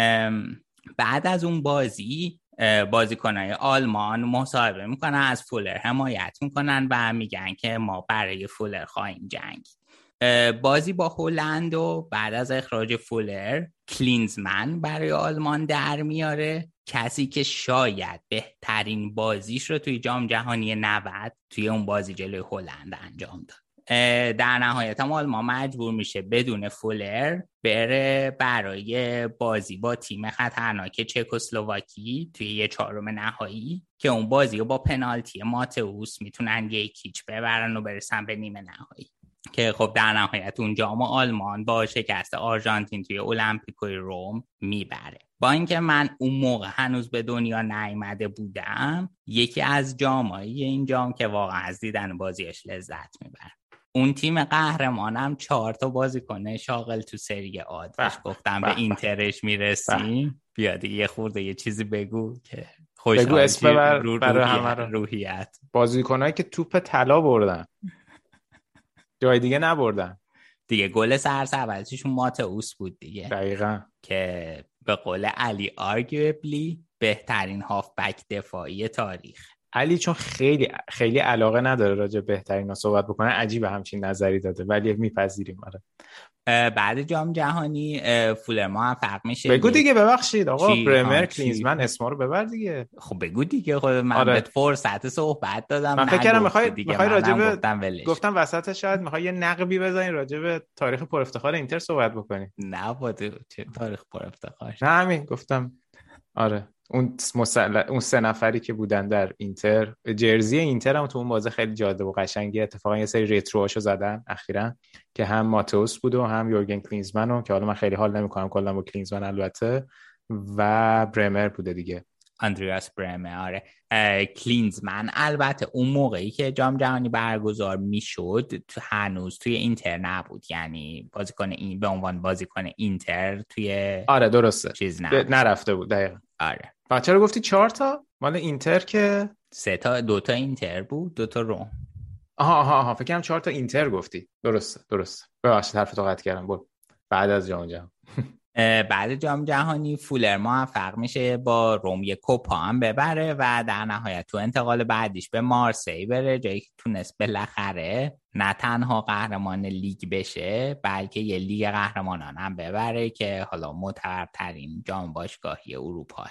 بعد از اون بازی بازیکنای آلمان مصاحبه میکنن، از فولر حمایت میکنن و میگن که ما برای فولر خواهیم جنگ. بازی با هلند و بعد از اخراج فولر کلینزمن برای آلمان در میاره، کسی که شاید بهترین بازیش رو توی جام جهانی نود توی اون بازی جلوی هلند انجام داد. در نهایت هم آلمان مجبور میشه بدون فولر بره برای بازی با تیم خطرناک چکسلواکی توی یه چهارم نهایی که اون بازی رو با پنالتی ماتئوس میتونن یک هیچ ببرن و برسن به نیمه نهایی که خب در نهایت اون جام آلمان با شکست آرژانتین توی المپیکوی روم میبره. با اینکه من اون موقع هنوز به دنیا نیامده بودم، یکی از جامایی این جام که واقعا از دیدن بازیش لذت میبرم. اون تیم قهرمانم چهار تا بازیکن شاغل تو سری آ داشت. گفتم به اینترش میرسیم، بیا دیگه یه خورده یه چیزی بگو که خوشحالی بگو اسم بر رو برای همه رو. روحیت بازیکنایی که توپ طلا بردن جای دیگه نبردن دیگه. گل سرسبزیشون ماتئوس بود دیگه، دقیقاً، که به قول علی آرگوبلی بهترین هافبک دفاعی تاریخ. علی چون خیلی خیلی علاقه نداره راجع بهترینا صحبت بکنه، عجیبه همچین نظری داده، ولی میپذیریم. آره بعد جام جهانی فولر موفق میشه. بگو دیگه، ببخشید آقا. چی؟ برمر، کلینزمن، اسما رو ببر دیگه. خب بگو دیگه. خود من آره. بهت فرصت صحبت دادم، من فکر کردم میخوای میخوای راجع به گفتم, گفتم وسط شاید میخوای یه نقبی بزنی راجع به تاریخ پر افتخار اینتر صحبت بکنی. نه بود چه تاریخ پر افتخار. نه همین گفتم. آره اون مسل... اون سه نفری که بودن در اینتر، جرزی اینتر هم تو اون بازی خیلی جالب و قشنگه. اتفاقا یه سری رتروهاشو زدن اخیراً که هم ماتئوس بود و هم یورگن کلینزمن، که حالا من خیلی حال نمی‌کنم کلا با کلینزمن البته، و برمر بوده دیگه، اندریاس برمر. آره کلینزمن البته اون موقعی که جام جهانی برگزار میشد تو هنوز توی اینتر نبود، یعنی بازیکن این به عنوان بازیکن اینتر توی آره درسته چیز ب... نرفته بود. دقیقاً. آره بچه رو گفتی چهار تا مال اینتر که سه تا، دو تا اینتر بود، دو تا روم. آها آها آها فکر کنم چهار تا اینتر گفتی. درسته درسته ببخشید حرفتو قطع کردم. بود بعد از جام جهانی بعد جام جهانی فولر موفق میشه با روم یک کوپا هم ببره و در نهایت تو انتقال بعدیش به مارسی بره، جایی که تونست بالاخره نه تنها قهرمان لیگ بشه بلکه یه لیگ قهرمانان هم ببره که حالا معتبرترین جام باشگاهی اروپا.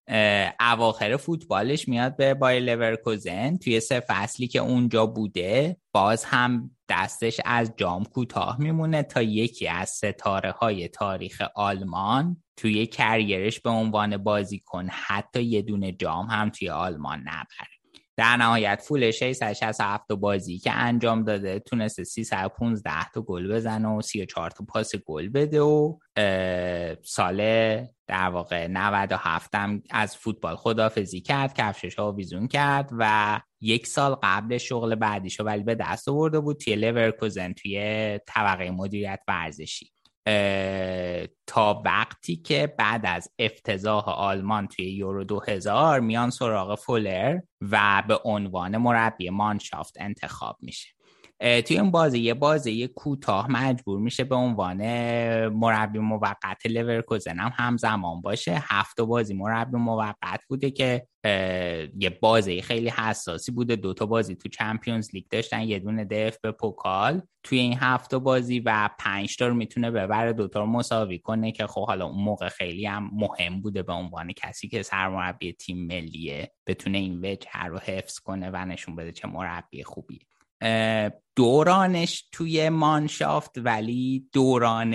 اواخر فوتبالش میاد به بایر لورکوزن. توی سه فصلی که اونجا بوده باز هم دستش از جام کوتاه میمونه تا یکی از ستاره های تاریخ آلمان توی کریرش به عنوان بازیکن حتی یه دونه جام هم توی آلمان نبره. در نهایت فول ششصد و شصت و هفت بازی که انجام داده تونسته سیصد و پانزده تا گل بزنه و سی و چهار تا پاس گل بده و سال در واقع نود و هفت هم از فوتبال خداحافظی کرد، کفشش آویزون کرد و یک سال قبل شغل بعدیشو ولی به دست آورده بود توی لورکوزن توی طبقه مدیریت ورزشی تا وقتی که بعد از افتضاح آلمان توی یورو دو هزار میان سراغ فولر و به عنوان مربی مانشافت انتخاب میشه. توی این بازی یه بازی کوتاه مجبور میشه به عنوان مربی موقت لورکوزن هم همزمان باشه. هفت بازی مربی موقت بوده که یه بازی خیلی حساسی بوده. دو تا بازی تو چمپیونز لیگ داشتن، یه دونه دف به پوکال توی این هفت بازی و پنج تا رو میتونه ببره، دو تا رو مساوی کنه که خب حالا اون موقع خیلی هم مهم بوده به عنوان کسی که سرمربی تیم ملیه بتونه این وجه رو حفظ کنه و نشون بده چه مربی خوبیه. دورانش توی مانشافت ولی دوران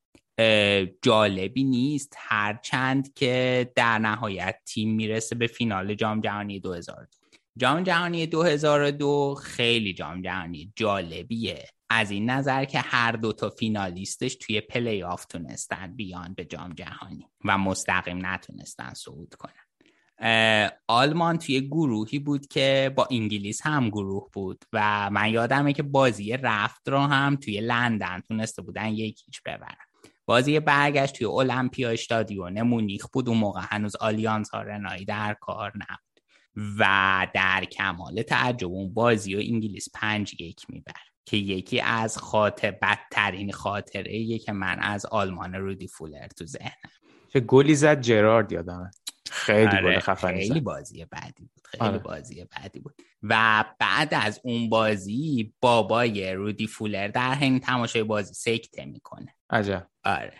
جالبی نیست، هرچند که در نهایت تیم میرسه به فینال جام جهانی دو هزار و دو. جام جهانی دو هزار و دو خیلی جام جهانی جالبیه از این نظر که هر دو تا فینالیستش توی پلی آف تونستن بیان به جام جهانی و مستقیم نتونستن صعود کنن. آلمان توی گروهی بود که با انگلیس هم گروه بود و من یادمه که بازی رفت رو هم توی لندن تونسته بودن یکیچ ببرن. بازی برگشت توی المپیا استادیون مونیخ بود، اون موقع هنوز آلیانز آرنایی در کار نبود و در کمال تعجب اون بازی و انگلیس پنج یک میبره که یکی از خاطر بدترین خاطره که من از آلمان رودی فولر تو ذهنم. چه گلی زد جرارد یادمه، خیلی گل خفنی زد. خیلی بازی بعدی بود خیلی آره. بازی بعدی بود و بعد از اون بازی بابای رودی فولر در حین تماشای بازی سکته میکنه. عجب. آره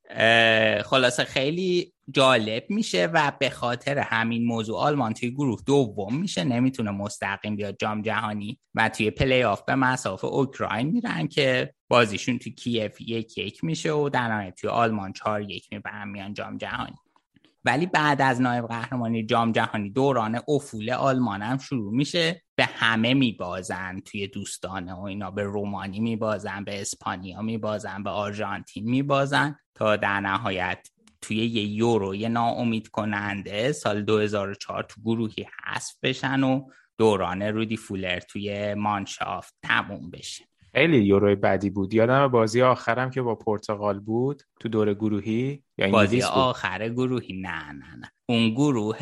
خلاصه خیلی جالب میشه و به خاطر همین موضوع آلمان توی گروه دوم میشه، نمیتونه مستقیم بیاد جام جهانی و توی پلی آف به مسافه اوکراین میرن که بازیشون توی کیف یک یک میشه و در نهایت توی آلمان چهار یک میبرن میان جام جهانی. ولی بعد از نایب قهرمانی جام جهانی دوران افول آلمان هم شروع میشه، به همه میبازن توی دوستانه و اینا، به رومانی میبازن، به اسپانیا میبازن، به آرژانتین میبازن تا در نهایت توی یه یوروی ناامید کننده سال دو هزار و چهار تو گروهی حذف بشن و دوران رودی فولر توی مانشافت تموم بشه. خیلی یوروی بعدی بود. یادم بازی آخرم که با پرتغال بود تو دور گروهی یا بازی آخر گروهی نه نه نه اون گروه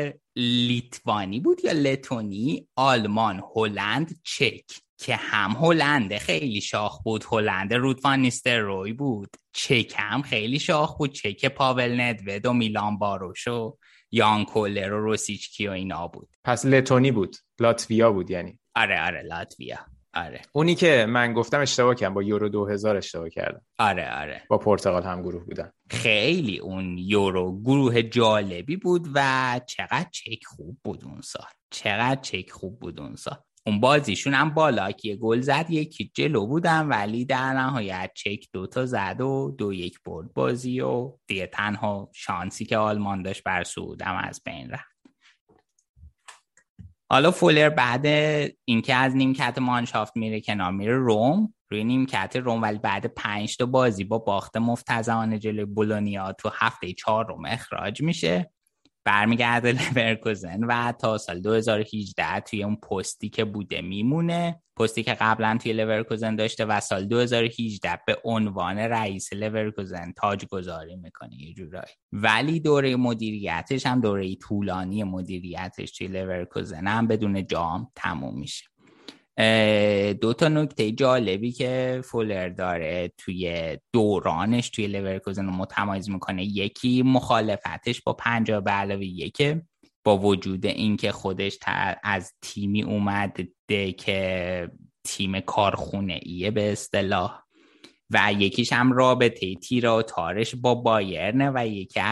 لیتوانی بود یا لتونی، آلمان، هلند، چک که هم هلند خیلی شاخ بود، هلند رود وان نیستلروی بود، چک هم خیلی شاخ بود، چک پاول ندوید و میلان باروش و یان کولر و روسیچکی و اینا بود. پس لتونی بود، لاتویا بود یعنی. آره آره لاتویا. آره اونی که من گفتم اشتباه کردم، با یورو دو هزار اشتباه کردم. آره آره با پرتغال هم گروه بودن. خیلی اون یورو گروه جالبی بود و چقدر چک خوب بود اون سال، چقدر چک خوب بود اون سال. اون بازیشون هم بالا که یه گل زد یکی جلو بودن ولی در نهایت چک دوتا زد و دو یک برد بازی و دیگه تنها شانسی که آلمان داشت بر صعود هم از بین رفت. حالا فولر بعد اینکه از نیمکت مانشافت میره کنار میره روم، روی نیمکت روم ولی بعد پنج تا بازی با باخت مفتضحانه جلوی بولونیا تو هفته چهارم اخراج میشه، برمیگرده لورکوزن و تا سال دو هزار و هجده توی اون پستی که بوده میمونه، پستی که قبلا توی لورکوزن داشته و سال دو هزار و هجده به عنوان رئیس لورکوزن تاجگذاری میکنه یه جورایی. ولی دوره مدیریتش هم دوره طولانی مدیریتش توی لورکوزن هم بدون جام تموم میشه. دو تا نکته جالبی که فولر داره توی دورانش توی لورکوزن رو متمایز میکنه، یکی مخالفتش با پنجاه به علاوه یک با وجود اینکه خودش از تیمی اومده که تیم کارخونه ایه به اصطلاح، و یکیش هم رابطه تیر و تارش با بایرن و یکی از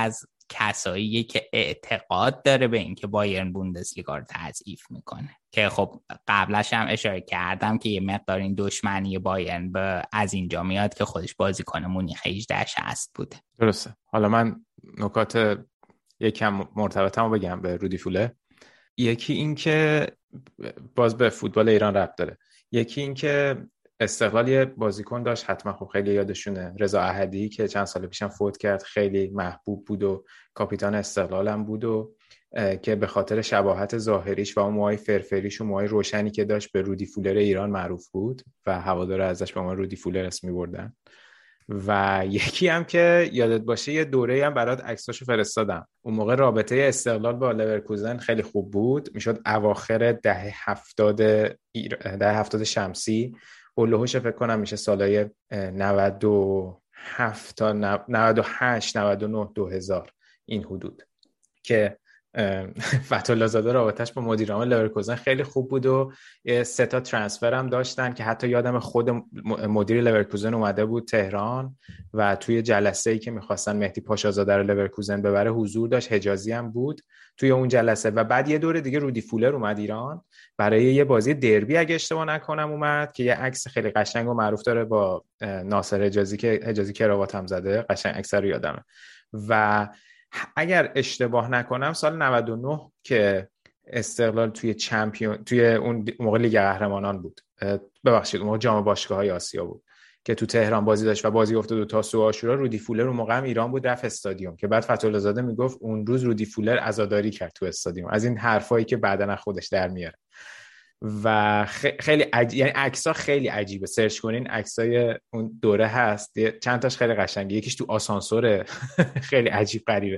کساییه که اعتقاد داره به اینکه بایرن بوندسلیگا رو تضعیف میکنه، که خب قبلش هم اشاره کردم که یه مقدار این دشمنی بایرن به از اینجا میاد که خودش بازیکن مونیخ هجده شصت بوده. درسته. حالا من نکات یکم مرتبطمو بگم به رودی فولر. یکی این که باز به فوتبال ایران ربط داره. یکی این که استقلال یه بازیکن داشت، حتما خب خیلی یادشونه، رضا احدی که چند سال پیشم فوت کرد، خیلی محبوب بود و کاپیتان استقلال هم بود و که به خاطر شباهت ظاهریش و اون موهای فرفریش و موهای روشنی که داشت به رودی فولر ایران معروف بود و هوادارا ازش به عنوان رودی فولر اسم می‌بردن. و یکی هم که یادت باشه یه دوره هم برات عکساشو فرستادم، اون موقع رابطه استقلال با لورکوزن خیلی خوب بود، میشد اواخر دهه هفتاد دهه هفتاد شمسی، هولوهوش فکر کنم میشه سالای نود و هفت تا نود و هشت نود و نه دو هزار این حدود، که فتح‌الله زاده رابطش با مدیر عامل لورکوزن خیلی خوب بود و سه تا ترانسفر هم داشتن که حتی یادم خود مدیر لورکوزن اومده بود تهران و توی جلسه‌ای که می‌خواستن مهدی پاشازاده رو لورکوزن ببره حضور داشت، حجازی هم بود توی اون جلسه. و بعد یه دوره دیگه رودی فولر اومد ایران برای یه بازی دربی اگه اشتباه نکنم اومد، که یه عکس خیلی قشنگ و معروف داره با ناصر حجازی که حجازی کراوات هم زده، قشنگ عکس رو یادمه. و اگر اشتباه نکنم سال نود و نه که استقلال توی چمپیون توی اون موقع لیگ قهرمانان بود، ببخشید اون موقع جام باشگاه‌های آسیا بود که تو تهران بازی داشت و بازی افتاد دو تا سو عاشورا، رودی فولر اون موقع هم ایران بود، رفت استادیوم، که بعد فتح‌الله زاده میگفت اون روز رودی فولر عزاداری کرد تو استادیوم، از این حرفایی که بعداً خودش در میاره. و خیلی عجیب، یعنی عکس‌ها خیلی عجیبه، سرچ کنین عکسای اون دوره هست، چند تاش خیلی قشنگه، یکیش تو آسانسوره خیلی عجیب غریبه.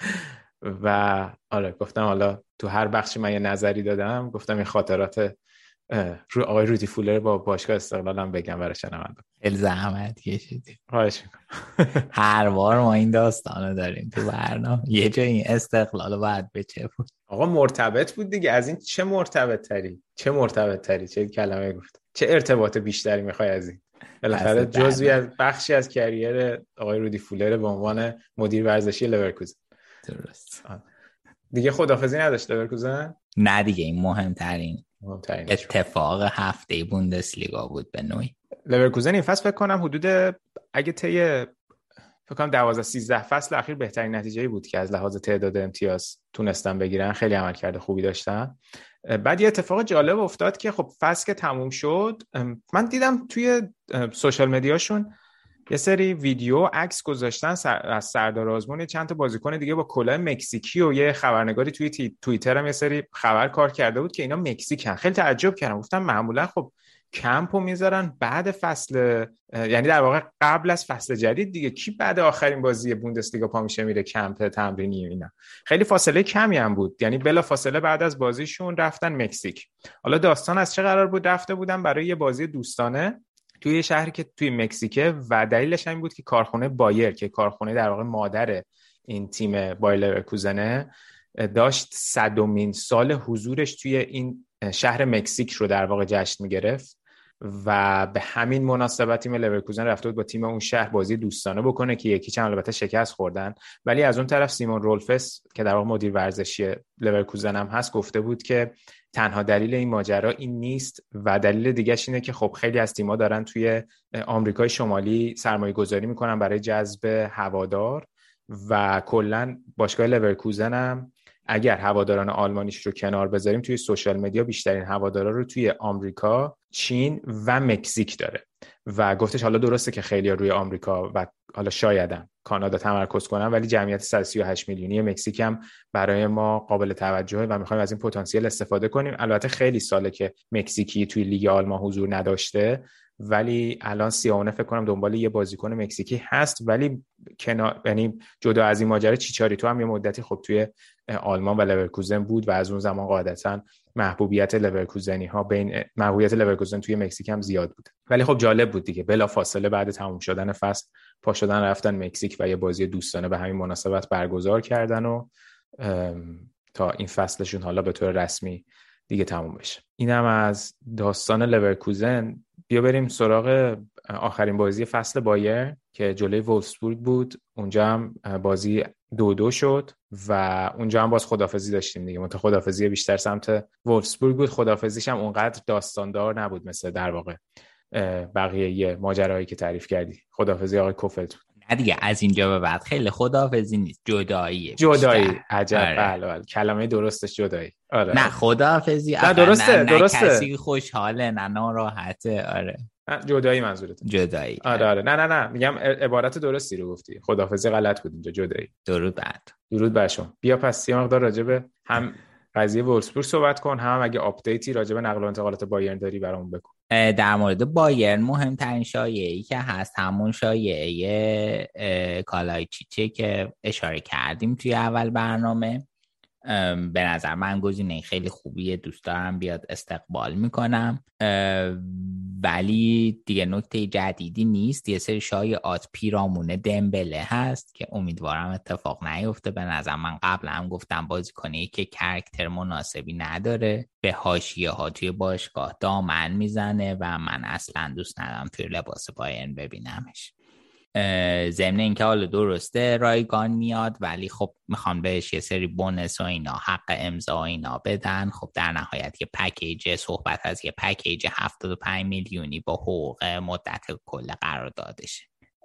و آره گفتم حالا تو هر بخشی من یه نظری دادم، گفتم این خاطرات رو آقای رودی فولر با باشگاه استقلال هم بگم برای شنوندگان. خیلی زحمت کشیدی. خواهش میکنم. هر بار ما این داستانو داریم تو برنامه، یه جای این استقلال بعد به چه بود؟ آقا مرتبط بود دیگه، از این چه مرتبط تری چه مرتبط تری چه کلمه گفت، چه ارتباط بیشتری میخوای از این؟ بالاخره جزوی از بخشی از کریر آقای رودی فولر به عنوان مدیر ورزشی لورکوزن. درست. دیگه خداحافظی نداشت لورکوزن؟ نه دیگه، این مهمترین مهمترین اتفاق هفته بوندسلیگا بود به نوعی. لورکوزن این فصل فکر کنم حدود اگه طی فکر کنم دوازده سیزده فصل اخیر بهترین نتیجه‌ای بود که از لحاظ تعداد امتیاز تونستن بگیرن، خیلی عملکرد خوبی داشتن. بعد یه اتفاق جالب افتاد که خب فصل که تموم شد، من دیدم توی سوشال مدیاشون یه سری ویدیو عکس گذاشتن سر... از سردار آزمون، چند تا بازیکن دیگه با کلاه مکزیکی و یه خبرنگاری توی تی... توییتر هم یه سری خبر کار کرده بود که اینا مکزیکن. خیلی تعجب کردم، گفتم معمولا خب کمپو میذارن بعد فصل، یعنی در واقع قبل از فصل جدید دیگه، کی بعد آخرین بازی بوندسلیگا پا میشه میره کمپ تمرینی اینا؟ خیلی فاصله کمی هم بود، یعنی بلا فاصله بعد از بازیشون رفتن مکزیک. حالا داستان از چه قرار بود؟ رفته بودن برای یه بازی دوستانه توی یه شهری که توی مکزیکه و دلیلش این بود که کارخونه بایر که کارخونه در واقع مادر این تیم بایر لورکوزن داشت صدمین سال حضورش توی این شهر مکزیک رو در واقع جشن میگرفت و به همین مناسبت تیم لورکوزن رفته بود با تیم اون شهر بازی دوستانه بکنه که یکی چند البته شکست خوردن. ولی از اون طرف سیمون رولفس که در واقع مدیر ورزشی لورکوزن هم هست گفته بود که تنها دلیل این ماجرا این نیست و دلیل دیگه‌ش اینه که خب خیلی از تیم‌ها دارن توی آمریکای شمالی سرمایه گذاری میکنن برای جذب هوادار و کلا باشگاه لورکوزن هم اگر هواداران آلمانیش رو کنار بذاریم توی سوشال مدیا بیشترین هوادارا رو توی آمریکا، چین و مکزیک داره و گفتش حالا درسته که خیلی روی آمریکا و حالا شایدم کانادا تمرکز کنن ولی جمعیت صد و سی و هشت میلیونی مکزیک هم برای ما قابل توجهه و میخوایم از این پتانسیل استفاده کنیم. البته خیلی ساله که مکزیکی توی لیگ آلمان حضور نداشته ولی الان سیاونه فکر کنم دنبال یه بازیکن مکزیکی هست، ولی کنار یعنی جدا از این ماجرا چیچاریتو هم یه مدتی خب توی آلمان و لورکوزن بود و از اون زمان قاعدتاً محبوبیت لورکوزنی ها بین محبوبیت لورکوزن توی مکزیک هم زیاد بود. ولی خب جالب بود دیگه، بلا فاصله بعد تموم شدن فصل پا شدن رفتن مکزیک و یه بازی دوستانه به همین مناسبت برگزار کردن و تا این فصلشون حالا به طور رسمی دیگه تموم بشه. اینم از داستان لورکوزن. بیا بریم سراغ آخرین بازی فصل بایر که جلوی وولفسبورگ بود. اونجا هم بازی دو دو شد و اونجا هم باز خدافزی داشتیم دیگه. منتها خدافزی بیشتر سمت وولفسبورگ بود. خدافزیش هم اونقدر داستاندار نبود مثل در واقع بقیه ماجراهایی که تعریف کردی. خدافزی آقای کوفلت بود. نه دیگه، از اینجا به بعد خیلی خداحافظی نیست، جداییه. جدایی. عجب. آره. بله بله کلمه درستش جدایی. آره. نه خداحافظی. نه درسته. نه, نه درسته. کسی خوشحاله نه ناراحته. آره. جدایی منظورته. جدایی. آره آره. نه نه نه میگم عبارت درستی رو گفتی. خداحافظی غلط بود اینجا، جدایی. درود بعد. درود بر شما. بیا پس یه مقدار راجع به هم قضیه وولفسبورگ صحبت کن، هم اگه آپدیتی راجع به نقل و انتقالات بایرن داری برامون بگو. در مورد بایرن مهمترین شایعه‌ای که هست همون شایعه کالایچیچه که اشاره کردیم توی اول برنامه. به نظر من گزینه خیلی خوبیه، دوست دارم بیاد، استقبال میکنم، ولی دیگه نکته جدیدی نیست. یه سری شایعات پیرامون دمبله هست که امیدوارم اتفاق نیفته. به نظر من قبلا هم گفتم بازیکنی که کاراکتر مناسبی نداره، به حاشیه ها توی باشگاه دامن میزنه و من اصلا دوست ندارم توی لباس بایرن ببینمش. ضمن اینکه حالا درسته رایگان میاد، ولی خب میخوان بهش یه سری بونس و اینا، حق امضا و اینا بدن. خب در نهایت یه پکیج، صحبت از یه پکیج هفتاد و پنج میلیونی با حقوق مدت کل قراردادشه.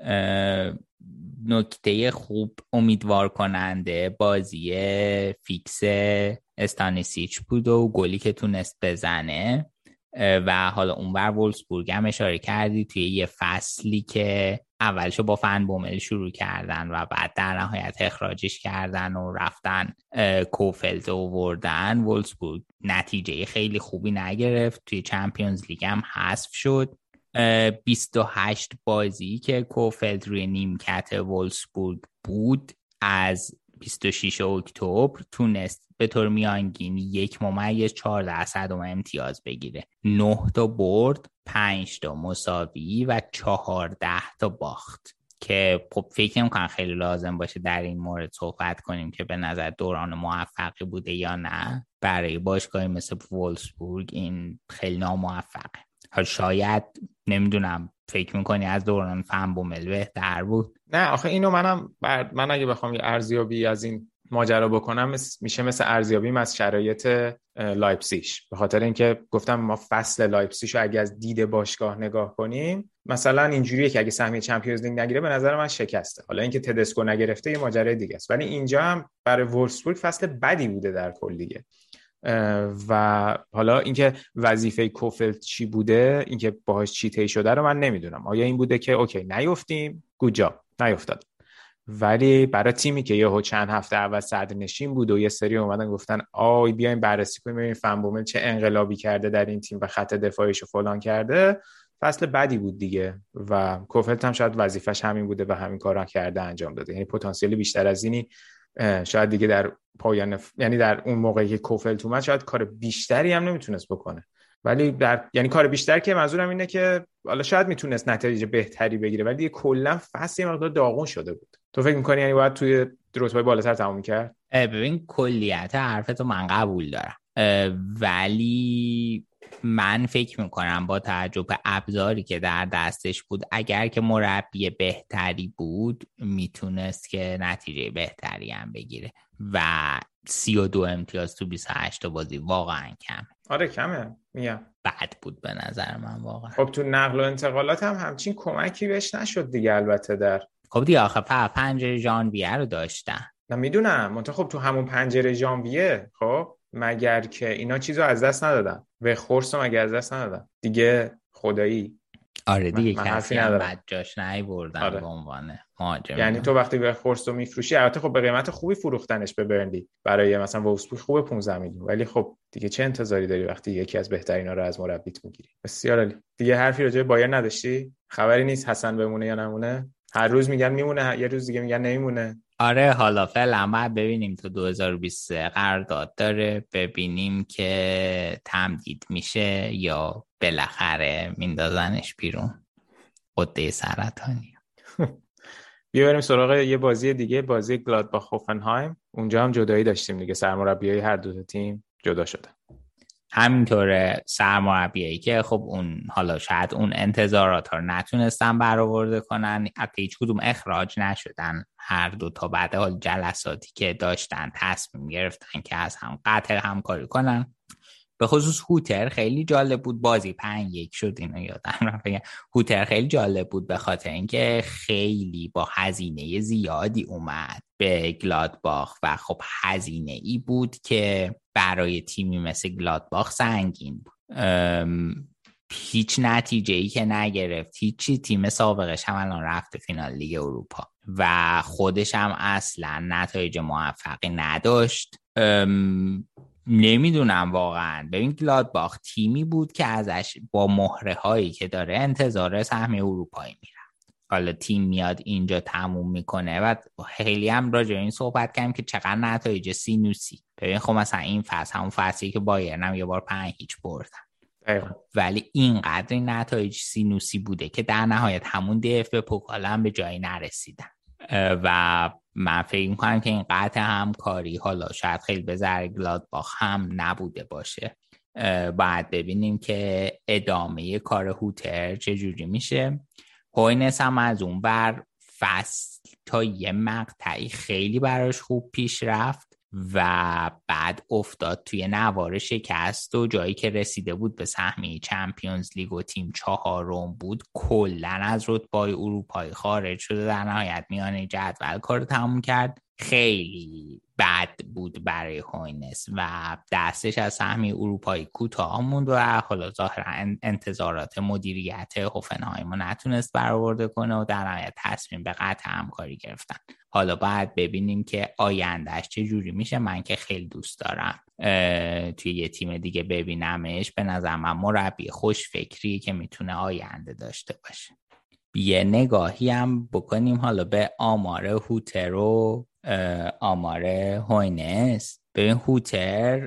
نکته خوب امیدوار کننده بازی فیکس استانیسیچ بود و گلی که تونست بزنه. و حالا اونور وولفسبورگ هم اشاره کردی توی یه فصلی که اولشو با فن بومل شروع کردن و بعد در نهایت اخراجش کردن و رفتن کوفلت آوردن. وولفسبورگ نتیجه خیلی خوبی نگرفت، توی چمپیونز لیگ هم حذف شد. بیست و هشت بازی که کوفلت روی نیمکت وولفسبورگ بود از بیست و ششم اکتبر تونست به طور میانگین یک ممیز چهارده صدم امتیاز بگیره. نه تا برد، پنج تا مساوی و چهارده تا باخت که خب فکر نمی‌کنم خیلی لازم باشه در این مورد صحبت کنیم که به نظر دوران موفقی بوده یا نه. برای باشگاهی مثل وولفسبورگ این خیلی ناموفقه. حالا شاید نمیدونم فکر میکنی از دوران فن بومل بهتر بود؟ نه آخه اینو منم بر... من اگه بخوام یه ارزیابی از این ماجرا بکنم میشه مثل ارزیابیم از شرایط لایپزیگ، به خاطر اینکه گفتم ما فصل لایپزیگ رو اگه از دید باشگاه نگاه کنیم مثلا اینجوریه که اگه سهمیه چمپیونز لیگ نگیره به نظر من شکسته. حالا اینکه تدسکو نگرفته یه ماجرای دیگه است، ولی اینجا هم برای وولفسبورگ فصل بدی بوده در کل دیگه. و حالا اینکه وظیفه کوفلت چی بوده، اینکه باهاش چی طی شده رو من نمیدونم. آیا این بوده که اوکی نیفتیم گود جاب نیفتاد، ولی برای تیمی که یهو چند هفته اول صدرنشین بود و یه سری اومدن گفتن آی بیایم بررسی کنیم ببینیم فن بومل چه انقلابی کرده در این تیم و خط دفاعیشو فلان کرده، فصل بدی بود دیگه. و کوفلت هم شاید وظیفش همین بوده و همین کارا کرده انجام داده. یعنی پتانسیل بیشتر از اینی شاید دیگه در پایان ف... یعنی در اون موقعی که کوفلت اومد شاید کار بیشتری هم نمیتونست بکنه، ولی در یعنی کار بیشتر که منظورم اینه که حالا شاید میتونست نتیجه بهتری بگیره، ولی دیگه کلا فصل یه مقدار داغون شده بود. تو فکر می‌کنی یعنی باید توی رتبه بالاتر تموم می‌کرد؟ ببین کلیت حرفتو من قبول دارم، ولی من فکر میکنم با توجه به ابزاری که در دستش بود اگر که مربی بهتری بود میتونست که نتیجه بهتری هم بگیره و سی و دو امتیاز تو بیست و هشت بازی واقعا کمه. آره کمه میگم، بد بود به نظر من واقعا. خب تو نقل و انتقالات هم همچین کمکی بهش نشد دیگه. البته در خب دیگه آخه فقط پنجره ژانویه رو داشتن. نه میدونم، منتها خب تو همون پنجره ژانویه خب مگر که اینا چیزو از دست ندادن و خورسو مگر از دست ندادن دیگه خدایی. آره دیگه کسی هم بد جاش نهی بردن. آره. به عنوان مهاجم. یعنی تو وقتی به خورسو میفروشی البته خب به قیمت خوبی فروختنش به برنلی برای مثلا وولفسبورگ خوبه پانزده میلیون، ولی خب دیگه چه انتظاری داری وقتی یکی از بهترینا رو از مربیت میگیری؟ بسیار عالی. دیگه حرفی راجع به بایرن نداشتی؟ خبری نیست حسن بمونه یا نمونه؟ هر روز میگن میمونه، یه روز دیگه میگن نمیمونه. آره حالا فعلا بعد ببینیم تو دو هزار و بیست و سه قرارداد داره، ببینیم که تمدید میشه یا بالاخره میندازنش بیرون قده سرطانی. بیا بریم سراغ یه بازی دیگه، بازی گلادباخ هوفنهایم. اونجا هم جدایی داشتیم دیگه، سرمربیای هر دو تا تیم جدا شدن. همینطور سرمربیایی که خب اون حالا شاید اون انتظارات رو نتونستن برآورده کنن، حتی هیچ کدوم اخراج نشدن، هر دو تا بعد حال جلساتی که داشتن تصمیم گرفتن که از هم قطع همکاری کنن. به خصوص هوتر خیلی جالب بود، بازی پنج یک شد اینو یادم رفت. هوتر خیلی جالب بود به خاطر اینکه خیلی با هزینه زیادی اومد به گلادباخ و خب هزینه ای بود که برای تیمی مثل گلادباخ سنگین بود. هیچ نتیجه ای که نگرفت، هیچی. تیم سابقش هم الان رفته فینال لیگ اروپا و خودش هم اصلا نتایج موفقی نداشت. نمیدونم واقعا. ببین گلادباخ تیمی بود که ازش با مهره هایی که داره انتظار سهمیه اروپایی میره. حالا تیم میاد اینجا تموم میکنه و خیلی هم راجع به این صحبت کردیم که چقدر نتایج سینوسی. ببین خب مثلا این فصل همون فصلی که بایرن هم یه بار پنج هیچ بردن، ولی اینقدر نتایج سینوسی بوده که در نهایت همون دی اف به پوکال هم به جایی نرسیدن و من فکر میکنم که این قطع همکاری حالا شاید خیلی به ضرر گلادباخ هم نبوده باشه. باید ببینیم که ادامه کار هوتر چجوری میشه. هوینس هم از اون بر فصل تا یه مقطعی خیلی براش خوب پیش رفت و بعد افتاد توی نوار شکست و جایی که رسیده بود به سهمیه چمپیونز لیگ و تیم چهارم بود کلن از رتبه‌های اروپایی خارج شده، در نهایت میانه جدول کارو تموم کرد. خیلی بد بود برای هوینس و دستش از سهمیه اروپایی کوتاه موند و حالا ظاهرا انتظارات مدیریت هوفنهایم رو نتونست برآورده کنه و در نهایت تصمیم به قطع همکاری گرفتن. حالا باید ببینیم که آیندهش چه جوری میشه. من که خیلی دوست دارم توی یه تیم دیگه ببینمش. به نظر من مربی خوش فکری که میتونه آینده داشته باشه. یه نگاهی هم بکنیم حالا به آمار هوتر و آمار هوینس. ببین هوتر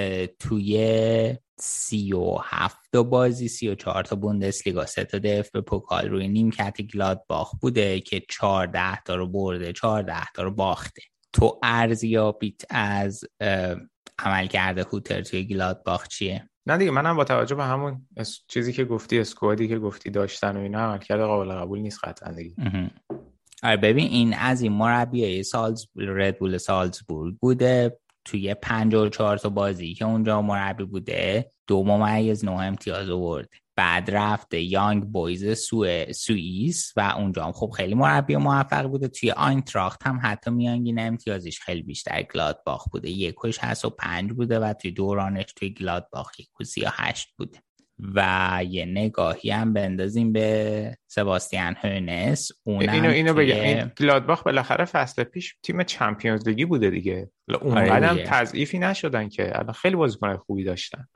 توی سی و هفت بازی سی و چهار تا بوندسلیگا، سه تا دف به پوکال روی نیمکت گلادباخ بوده که چهارده تا رو برده، چهارده تا رو باخته. تو ارزیابیت از عملکرد هوتر توی گلادباخ چیه؟ نه دیگه منم با توجه به همون چیزی که گفتی، اسکوادی که گفتی داشتن و اینا، عملکرد قابل قبول نیست قطعا دیگه. آره ببین این از این مربیای سالز ردبول سالزبورگ بوده توی پنجاه و چهار تا بازی که اونجا مربی بوده دو ممیز نه امتیاز آورد. بعد رفته یانگ بویز سو... سوئیس و اونجا هم خب خیلی مربی موفق بوده. توی آینتراخت هم حتی میانگین امتیازش خیلی بیشتر گلادباخ بوده، یک و شصت و پنج بوده و توی دورانش توی گلادباخ یک و سی و هشت بوده. و یه نگاهی هم بندازیم به سباستیان هوینس. اینو اینو بگم این گلادباخ بالاخره فصل پیش تیم چمپیونز لیگی بوده دیگه، اونقدر هم تضعیفی نشدن که الان خیلی بازیکن خوبی داشتن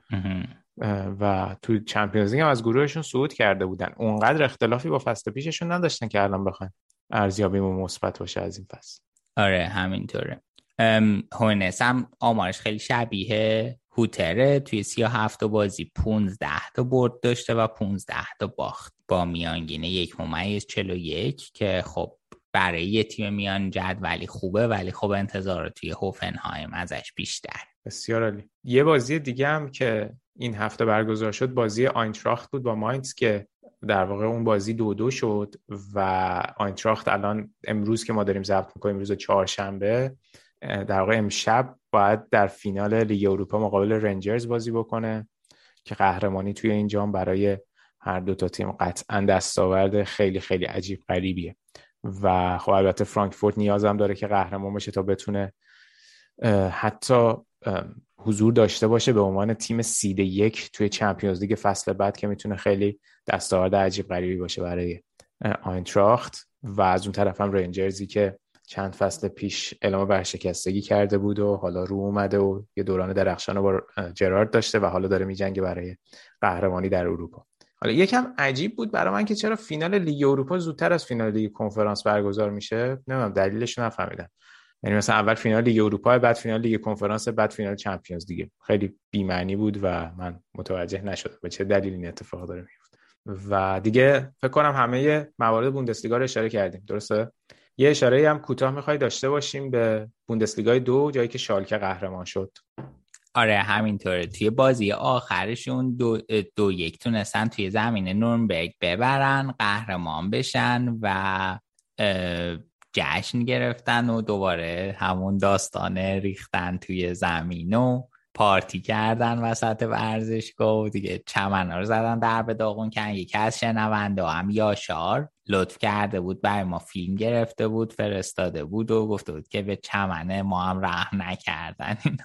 و تو چمپیونز لیگ هم از گروهشون صعود کرده بودن. اونقدر اختلافی با فصل پیششون نداشتن که الان بخوان ارزیابیمون مثبت باشه از این فصل. آره همینطوره. هوینس هم آمارش خیلی شبیه هوتره. توی سی و هفت بازی پونزده تا برد داشته و پونزده تا باخت با میانگین یک ممیز چهل و یک که خب برای یه تیم میان جدولی خوبه، ولی خب انتظار توی هوفنهایم ازش بیشتر. بسیار عالی. یه بازی دیگه هم که این هفته برگزار شد بازی آینتراخت بود با ماینز که در واقع اون بازی دو دو شد و آینتراخت الان امروز که ما داریم ضبط می‌کنیم روز چهارشنبه، در واقع امشب باید در فینال لیگ اروپا مقابل رنجرز بازی بکنه که قهرمانی توی این جام برای هر دو تا تیم قطعا دستاورد خیلی خیلی عجیب غریبیه و خب البته فرانکفورت نیاز هم داره که قهرمان بشه تا بتونه حتی حضور داشته باشه به عنوان تیم سید یک توی چمپیونز لیگ فصل بعد که میتونه خیلی دستاورد عجیب غریبی باشه برای آینتراخت. و از اون طرف هم رنجرزی که چند فصل پیش اعلام ورشکستگی کرده بود و حالا رو اومده و یه دوران درخشان رو با جرارد داشته و حالا داره میجنگه برای قهرمانی در اروپا. حالا یکم عجیب بود برای من که چرا فینال لیگ اروپا زودتر از فینال لیگ کنفرانس برگزار میشه. نمیدونم دلیلش رو نفهمیدم. یعنی مثلا اول فینال لیگ اروپا، بعد فینال لیگ کنفرانس، بعد فینال چمپیونز دیگه. خیلی بی معنی بود و من متوجه نشدم به چه دلیلی این اتفاق داره میفته. و دیگه فکر کنم همه موارد بوندسلیگا رو اشاره کردیم، درسته؟ یه اشاره هم کوتاه می‌خوای داشته باشیم به بوندسلیگای دو، جایی که شالکه قهرمان شد. آره همینطوره. توی بازی آخرشون دو, دو یک تونستن توی زمین نورنبرگ ببرن، قهرمان بشن و جشن گرفتن و دوباره همون داستان ریختن توی زمین و پارتی کردن وسط ورزشگاه و دیگه چمن‌ها رو زدن در به داغون کردن. یکی از شنونده هم یاشار لطف کرده بود برای ما فیلم گرفته بود فرستاده بود و گفته بود که به چمنه ما هم رحم نکردن اینا.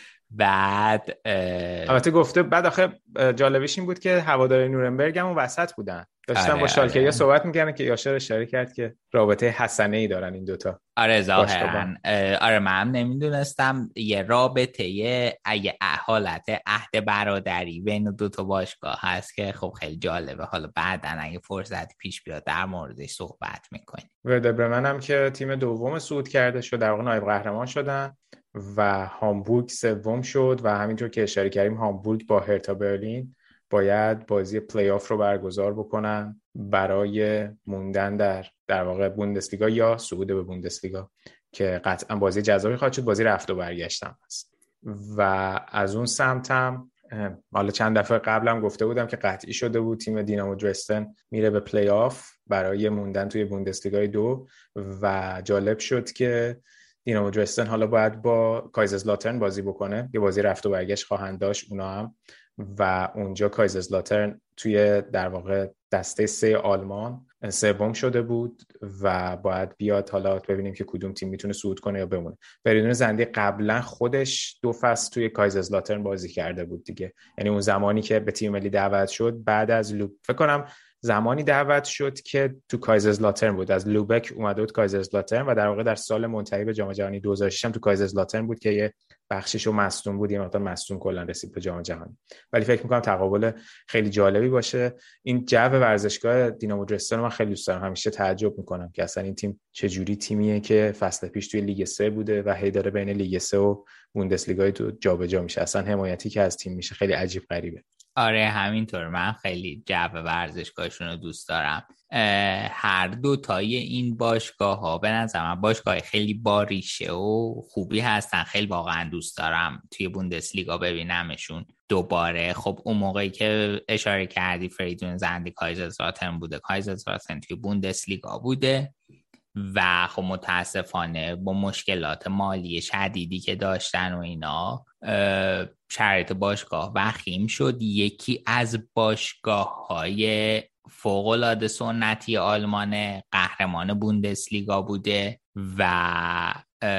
بعد البته گفته بعد آخه جالبش این بود که هواداری نورنبرگ هم وسط بودن داشتن آره، با شالکه‌یا آره. صحبت می‌کردن که یاشار اشاره کرد که رابطه حسنه‌ای دارن این دوتا. آره ظاهرا آره من نمیدونستم یه رابطه یه حالت عهد برادری بین دو تا باشگاه هست که خب خیلی جالبه. حالا بعداً اگه فرصتی پیش بیاد در موردش صحبت می‌کنیم. ورده برمن هم که تیم دوم صعود کرده شد در واقع نایب قهرمان شدن و هامبورگ سوم شد و همینطور که اشاره کردیم هامبورگ با هرتا برلین باید بازی پلی آف رو برگزار بکنن برای موندن در در واقع بوندسلیگا یا صعود به بوندسلیگا که قطعا بازی جذابی خواهد شد. بازی رفت و برگشت هم هست و از اون سمت هم حالا چند دفعه قبلم گفته بودم که قطعی شده بود تیم دینامو درستن میره به پلی آف برای موندن توی بوندسلیگای دو و جالب شد که دینامو درستن حالا باید با کایزرسلاترن بازی بکنه. یه بازی رفت و برگشت خواهند داشت اونا هم و اونجا کایزرسلاترن توی در واقع دسته سه آلمان سوم شده بود و باید بیاد حالا ببینیم که کدوم تیم میتونه صعود کنه یا بمونه. فریدون زندی قبلا خودش دو فصل توی کایزرسلاترن بازی کرده بود دیگه، یعنی اون زمانی که به تیم ملی دعوت شد بعد از لوب فکر کنم زمانی دعوت شد که تو کایزرسلاترن بود، از لوبک اومده بود کایزرسلاترن و در واقع در سال منتهی به جام جهانی دو هزار و شش هم تو کایزرسلاترن بود که یه بخشیشو مصدوم بود، یه مقدار مصدوم کلا رسید به جام جهانی. ولی فکر می‌کنم تقابل خیلی جالبی باشه. این جو ورزشگاه دینامو درستن من خیلی دوست دارم، همیشه تعجب می‌کنم که اصلا این تیم چه جوری تیمیه که فصل پیش توی لیگ سه بوده و هی داره بین لیگ سه و بوندسلیگا تو جابجا میشه. اصلا حمایتی که از تیم میشه خیلی عجیب غریبه. آره همینطور، من خیلی جو ورزشگاهشون رو دوست دارم. هر دو تای این باشگاه ها به نظر من باشگاه خیلی با ریشه و خوبی هستن، خیلی واقعا دوست دارم توی بوندسلیگا ببینمشون دوباره. خب اون موقعی که اشاره کردی فریدون زندی کایزرسلاترن بوده، کایزرسلاترن توی بوندسلیگا بوده و خب متاسفانه با مشکلات مالی شدیدی که داشتن و اینا شرایط باشگاه وخیم شد. یکی از باشگاه‌های فوق‌العاده سنتی آلمان قهرمان بوندسلیگا بوده و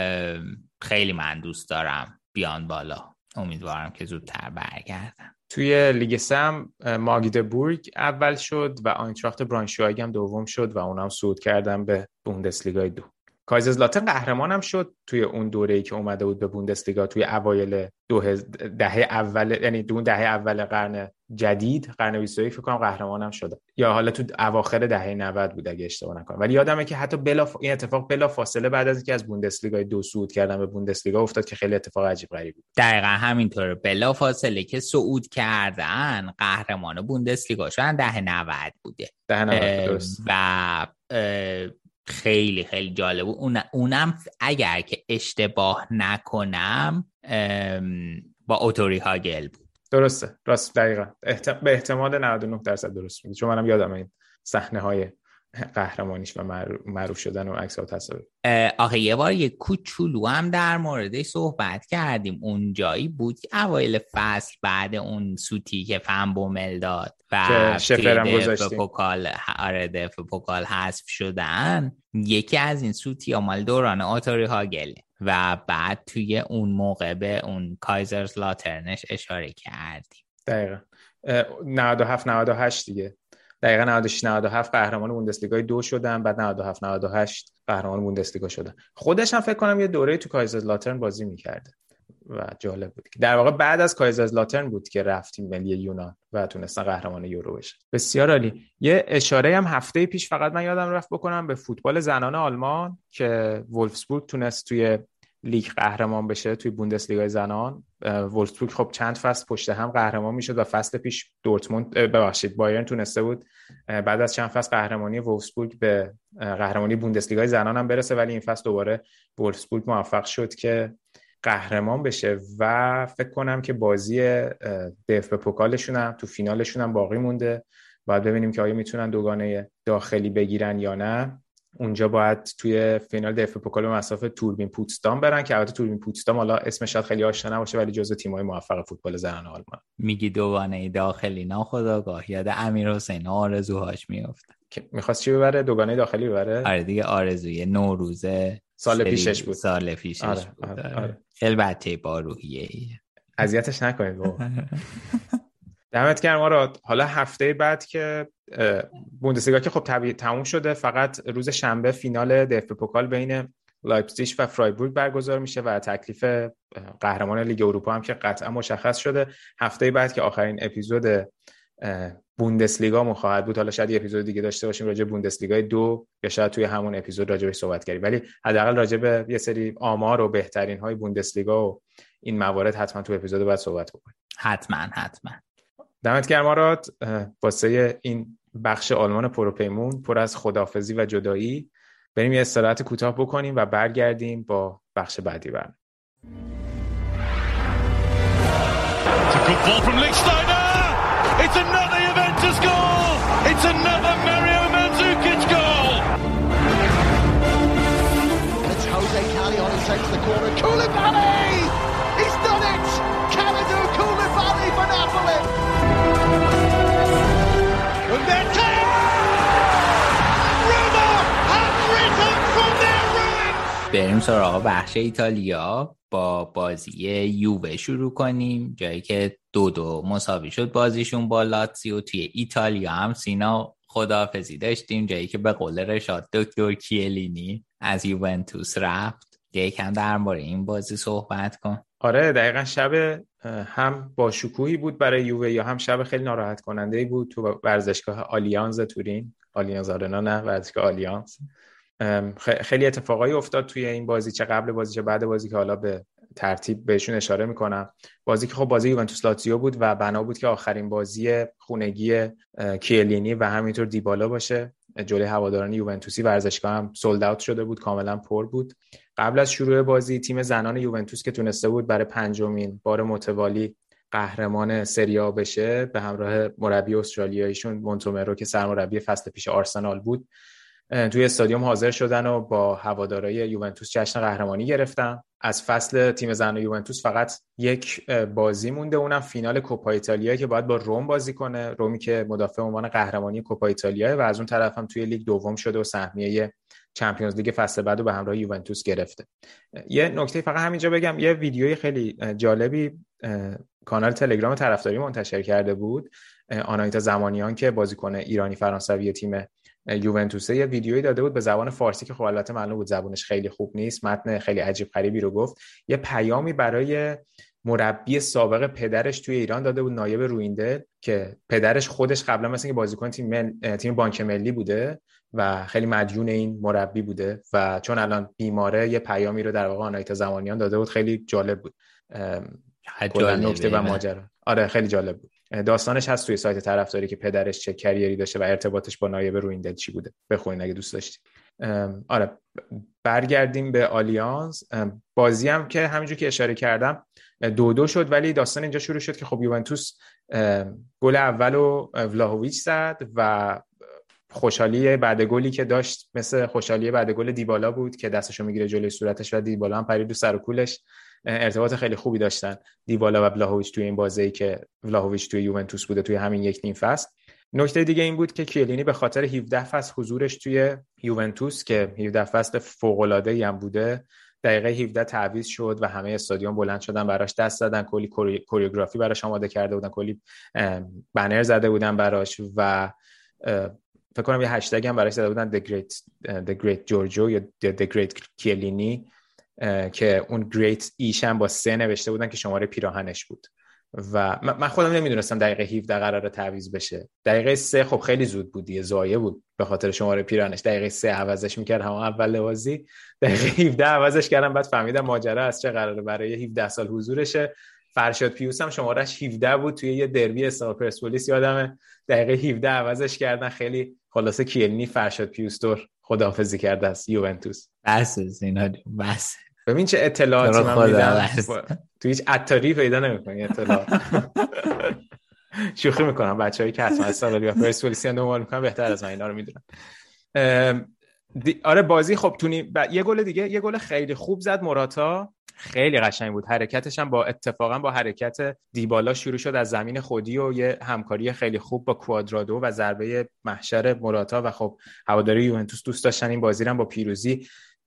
خیلی من دوست دارم بیان بالا. امیدوارم که زودتر برگردن. توی لیگ سه هم ماگدبورگ اول شد و آینتراخت برانشوایگ هم دوم شد و اونم صعود کردن به بوندسلیگای دو. کایزرسلاترن قهرمان هم شد توی اون دوره‌ای که اومده بود به بوندسلیگا توی اوایل دهه اول، یعنی دو دهه اول قرن جدید، قرن بیست و یک فکر کنم قهرمان هم شد، یا حالا تو اواخر دهه نود بود اگه اشتباه نکنم. ولی یادمه که حتی بلا ف... این اتفاق بلا فاصله بعد از اینکه از بوندسلیگای دو صعود کردن به بوندسلیگا افتاد که خیلی اتفاق عجیب غریبی بود. دقیقاً همینطوره، بلا فاصله که صعود کردن قهرمان بوندسلیگا شدن دهه نود بوده. دهه نود درست. و اه... خیلی خیلی جالب بود. اون اونم اگر که اشتباه نکنم با اوتوری هاگل بود. درسته، راست، دقیقاً احت... به احتمال نود و نه درصد درست میگی، چون منم یادم این صحنه های قهرمانیش و معروف شدن و عکس‌ها تصاویر. آخه یه بار یه کوچولو هم در موردش صحبت کردیم، اون جایی بود اوایل فصل بعد اون سوتی که فن بومل داد و شفرم گذاشتیم پوکال آره دف پوکال حذف شدن. یکی از این سوتی مال دوران اوتوری هاگل و بعد توی اون موقع به اون کایزرسلاترنش اشاره کردیم. دقیقاً نود و هفت نود و هشت دیگه، دقیقاً نود و شش نود و هفت قهرمان بوندسلیگای دو شدن، بعد نود و هفت نود و هشت قهرمان بوندسلیگا شدن. خودش هم فکر کنم یه دوره تو کایزرسلاترن بازی می‌کرده و جالب بود که در واقع بعد از کایزرسلاترن بود که رفتیم ملی یونان و تونستن قهرمان یورو بشن. بسیار عالی. یه اشاره هم هفته پیش فقط من یادم رفت بکنم به فوتبال زنان آلمان که وولفسبورگ تونست توی لیگ قهرمان بشه توی بوندسلیگای زنان. وولفسبورگ خب چند فصل پشت هم قهرمان میشد و فصل پیش دورتموند ببخشید بایرن تونسته بود بعد از چند فصل قهرمانی وولفسبورگ به قهرمانی بوندسلیگای زنان هم برسه، ولی این فصل دوباره وولفسبورگ موفق شد که قهرمان بشه و فکر کنم که بازی دف پوکالشون هم تو فینالشون هم باقی مونده. باید ببینیم که آیا میتونن دوگانه داخلی بگیرن یا نه. اونجا باید توی فینال دف پوکال به مسافت توربین پوتسدام برن که البته توربین پوتسدام حالا اسمش شاید خیلی آشنا نباشه ولی جزو تیم‌های موفق فوتبال زنان آلمان. میگی دوگانه داخلی ناخودآگاه یاد امیرحسین آرزوهاش میفته که می‌خواست چی ببره؟ دوگانه داخلی ببره. آره دیگه، آرزوی نوروزه سال پیشش بود. سال پیشش آره، بود. آره، آره. خیلی بچه با روحیه. اذیتش نکنید بابا. دمت گرم آراد. حالا هفته بعد که بوندسلیگا که خب طبیعی تموم شده، فقط روز شنبه فینال دف پوکال بین لایپزیگ و فرایبورگ برگزار میشه و تکلیف قهرمان لیگ اروپا هم که قطعا مشخص شده. هفته بعد که آخرین اپیزود بوندسلیگا خواهد بود. حالا شاید یه اپیزود دیگه داشته باشیم راجع به بوندسلیگا دو یا شاید توی همون اپیزود راجع بهش صحبت کنیم، ولی حداقل راجع به یه سری آمار و بهترین های بوندسلیگا و این موارد حتما تو اپیزود بعد صحبت بکنیم. حتما حتما. دمت گرم آراد واسه این بخش آلمان پروپیمون پر از خداحافظی و جدایی. بریم یه استراحت کوتاه بکنیم و برگردیم با بخش بعدی برنامه. It's another Juventus goal. It's another Mario Mandzukic goal. It's Jose Callejon who takes the corner. Koulibaly! He's done it! Kalidou Koulibaly for Napoli. And then Roma have risen from their ruins. بریم سراغ بخش ایتالیا با بازی یووه شروع کنیم، جایی که دو دو مساوی شد بازیشون با لاتزیو. توی ایتالیا هم سینا خداحافظی داشتیم، جایی که به قول رشاد دکتر کیلینی از یوونتوس رفت. یکم درباره این بازی صحبت کن. آره دقیقاً شب هم با شکوهی بود برای یووه یا هم شب خیلی ناراحت کننده‌ای بود تو ورزشگاه آلیانز تورین. آلیانز آرنا نه، ورزشگاه آلیانز. خیلی اتفاقایی افتاد توی این بازی، چه قبل بازی چه بعد بازی که حالا به ترتیب بهشون اشاره میکنم. بازی که خب بازی یوونتوس لاتزیو بود و بنا بود که آخرین بازی خونگی کیلینی و همینطور دیبالا باشه. جلوی هواداران یوونتوسی ورزشگاه هم سولد اوت شده بود، کاملا پر بود. قبل از شروع بازی تیم زنان یوونتوس که تونسته بود برای پنجمین بار متوالی قهرمان سری آ بشه به همراه مربی استرالیاییشون مونتومرو که سرمربی فصل پیش آرسنال بود، توی استادیوم حاضر شدن و با هوادارهای یوونتوس جشن قهرمانی گرفتن. از فصل تیم زنان یوونتوس فقط یک بازی مونده، اونم فینال کوپا ایتالیا که باید با روم بازی کنه. رومی که مدافع عنوان قهرمانی کوپا ایتالیا و از اون طرف هم توی لیگ دوم شده و سهمیه چمپیونز لیگ فصل بعد رو به همراه یوونتوس گرفته. یه نکته فقط همینجا بگم، یه ویدیوی خیلی جالبی کانال تلگرام طرفداری منتشر کرده بود. آنایتا زمانیان که بازیکن ایرانی فرانسوی تیم یوونتوس یه ویدیویی داده بود به زبان فارسی که خب البته معلوم بود زبانش خیلی خوب نیست، متن خیلی عجیب غریبی رو گفت. یه پیامی برای مربی سابق پدرش توی ایران داده بود، نایب روینده، که پدرش خودش قبلا مثلا که بازیکن تیم تیم بانک ملی بوده و خیلی مدیون این مربی بوده و چون الان بیماره یه پیامی رو در واقع آنایتا زمانیان داده بود. خیلی جالب بود کلا نکته و ماجرا. آره خیلی جالب بود. داستانش هست توی سایت طرفداری که پدرش چه کریری داشته و ارتباطش با نایب روینده چی بوده، بخونید اگه دوست داشتید. آره برگردیم به آلیانز. بازی هم که همونجوری که اشاره کردم دو دو شد، ولی داستان اینجا شروع شد که خب یوونتوس گل اولو ولاهویچ زد و خوشحالی بعد گلی که داشت مثل خوشحالی بعد گل دیبالا بود که دستشو میگیره جلوی صورتش و دیبالا هم پرید رو سر و کولش. ارتباط خیلی خوبی داشتن دیبالا و ولاهویچ توی این بازی که ولاهویچ توی یوونتوس بوده توی همین یک نیم فصل. نکته دیگه این بود که کیلینی به خاطر هفده فصل حضورش توی یوونتوس که هفده فصل فوق‌العاده‌ای هم بوده، دقیقه هفده تعویض شد و همه استادیوم بلند شدن براش دست زدن، کلی کوریوگرافی براش آماده کرده بودن، کلی بنر زده بودن براش و فکر کنم یه هشتگ هم براش زده بودن The Great The Great Giorgio یا The Great کیلینی که اون گریت ایش هم با سه نوشته بودن که شماره پیراهنش بود و من خودم نمیدونستم دقیقه هفده قراره تعویض بشه. دقیقه سه خب خیلی زود بود دیگه، ضایع بود به خاطر شماره پیراهنش. دقیقه سه عوضش میکرد همون اول بازی، دقیقه هفده عوضش کردم، بعد فهمیدم ماجرا از چه قراره. برای هفده سال حضورشه. فرشاد پیوس هم شمارهش هفده بود توی یه دربی استقلال پرسپولیس یادمه، دقیقه هفده عوضش کردن. خیلی خلاصه کیلینی فرشاد پیوس دور خداحافظی کرده از یوونتوس. بس اینا بس ببین چه اطلاعاتی من میدم، تو هیچ عطاری پیدا نمی‌کنی اطلاعات. شوخی میکنم، بچه‌هایی که حتما استقلالی و پرسپولیس دنبال میکنن بهتر از من اینا رو میدونن. آره بازی خب تونی ب... یه گل دیگه، یه گل خیلی خوب زد موراتا، خیلی قشنگ بود حرکتش هم، با اتفاقا با حرکت دیبالا شروع شد از زمین خودی و یه همکاری خیلی خوب با کوادرادو و ضربه محشر موراتا و خب هواداری یوونتوس دوست داشتن این بازی رو با پیروزی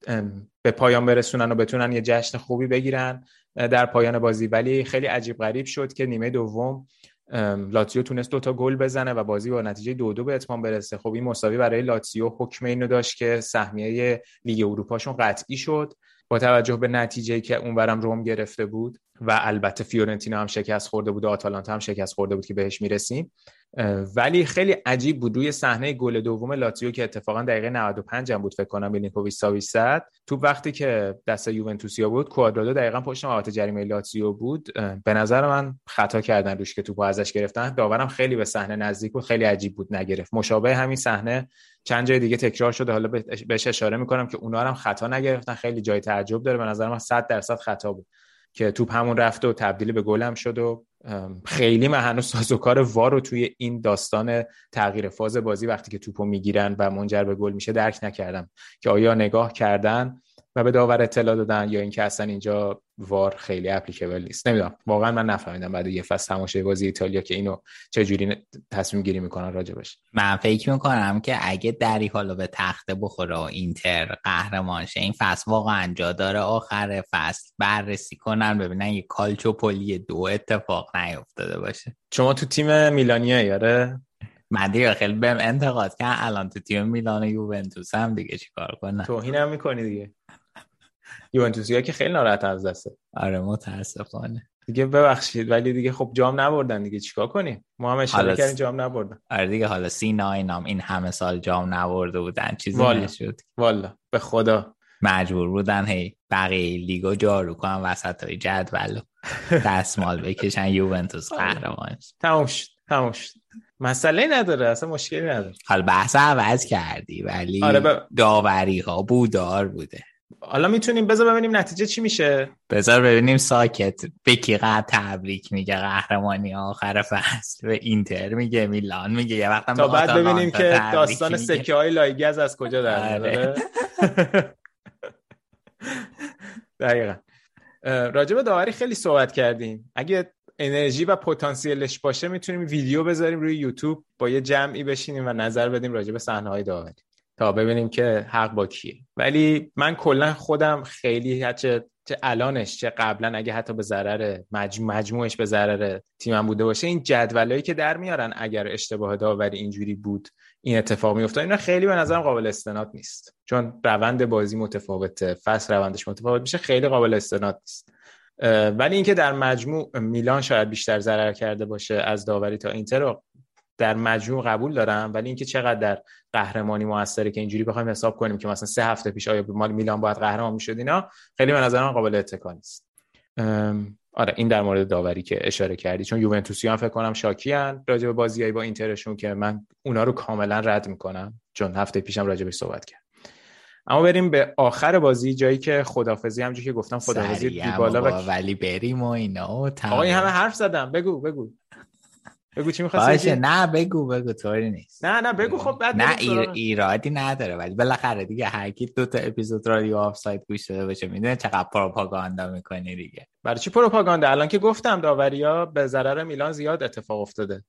به پایان برسونن و بتونن یه جشن خوبی بگیرن در پایان بازی. ولی خیلی عجیب غریب شد که نیمه دوم لاتزیو تونست دوتا گل بزنه و بازی با نتیجه دو دو به اتمام برسه. خب این مساوی برای لاتزیو حکم اینو داشت که سهمیه لیگ اروپاشون قطعی شد با توجه به نتیجه‌ای که اونورم روم گرفته بود و البته فیورنتینا هم شکست خورده بود و آتالانتا هم شکست خورده بود که بهش میرسیم. ولی خیلی عجیب بود روی صحنه گل دوم لاتزیو که اتفاقا دقیقه نود و پنج هم بود فکر کنم میلینکوویچ ساویچ زد، تو وقتی که دست یوونتوسیا بود کوادرادو دقیقاً پشت محوطه جریمه لاتزیو بود. به نظر من خطا کردن روش که توپو ازش گرفتن، داورم خیلی به صحنه نزدیک بود، خیلی عجیب بود نگرفت. مشابه همین صحنه چند جای دیگه تکرار شده، حالا بهش اشاره میکنم که اونا هم خطا نگرفتن، خیلی جای تعجب داره. به نظر من صد درصد خطا بود که توپ همون رفت و تبدیل به گل هم شد و خیلی من هنوز سازوکار وار رو توی این داستان تغییر فاز بازی وقتی که توپو میگیرن و منجر به گل میشه درک نکردم که آیا نگاه کردن و به داور اطلاع دادن یا اینکه اصلا اینجا وار خیلی اپلیکیبل نیست. نمیدونم، واقعا من نفهمیدم بعد یه فصل تماشای بازی ایتالیا که اینو چه جوری تصمیم گیری میکنن راجبش. من فکر میکنم که اگه دری حالا به تخته بخوره و اینتر قهرمان شه این فصل واقعا جا داره آخر فصل بررسی کنن ببینن یه کالچوپولی دو اتفاق نیفتاده باشه. شما تو تیم میلانیه یاره؟ من دیگه خیلی بهم انتقاد کردن الان تو تیم میلان و یوونتوس هم دیگه چیکار کنن؟ توهینم میکنی دیگه. یوونتوسیا که خیلی ناراحت از دسته. آره متاسفانه دیگه ببخشید ولی دیگه خب جام نبردن دیگه، چیکار کنیم؟ ما هم اشاره کردیم جام نبردن. آره دیگه حالا سینا اینام این همه سال جام نبرده بودن چیزی والا. نشد والا به خدا مجبور بودن هی بقیه لیگو جارو کنن وسطای جدول دستمال بکشن یوونتوس قهرمان شه. تموم شد تموم شد، مسئله نداره، اصلا مشکلی نداره. حالا بحث عوض کردی ولی آره ب... داوری ها بودار بوده. حالا میتونیم بذار ببینیم نتیجه چی میشه، بذار ببینیم ساکت بکی قد تبریک میگه قهرمانی آخر فصل به اینتر میگه میلان میگه یه وقتم تا بعد ببینیم که داستان سکه های لایگز از کجا در میاد. دقیقاً. راجع به داوری خیلی صحبت کردیم، اگه انرژی و پتانسیلش باشه میتونیم ویدیو بذاریم روی یوتیوب با یه جمعی بشینیم و نظر بدیم راجع به صحنه‌های داوری تا ببینیم که حق با کیه. ولی من کلا خودم خیلی چه چه الانش چه قبلا اگه حتی به ضرر مجموع مجموعش به ضرر تیمم بوده باشه این جدولایی که در میارن اگر اشتباه داوری اینجوری بود این اتفاق میافتاد، اینا خیلی به نظرم قابل استناد نیست، چون روند بازی متفاوته، فصل روندش متفاوت میشه، خیلی قابل استناد نیست. ولی اینکه در مجموع میلان شاید بیشتر ضرر کرده باشه از داوری تا اینتر رو در مجموع قبول دارم، ولی اینکه چقدر در قهرمانی موثره که اینجوری بخوایم حساب کنیم که مثلا سه هفته پیش آیا مال میلان باید قهرمان میشد، اینا خیلی به نظر من قابل اتکا نیست. آره این در مورد داوری که اشاره کردی، چون یوونتوسی هم فکر کنم شاکیان راجع به بازیای با اینترشون که من اونا رو کاملا رد میکنم، چون هفته پیشم راجع بهش صحبت کردم. اما بریم به آخر بازی، جایی که خدافظی همونجوری که گفتم خدافظی دیبالا و ولی بریم و اینا. آقا این همه حرف زدم، بگو بگو بگو چی می‌خواستی باشه؟ نه بگو بگو طوری نیست. نه نه بگو. خب بعد نه ایر ایرادی نداره، ولی بالاخره دیگه هر کی دو تا اپیزود رادیو آفساید گوش داده باشه میدونه چقدر پروپاگاندا میکنی دیگه. برای چی پروپاگاندا؟ الان که گفتم داوریا به ضرر میلان زیاد اتفاق افتاده،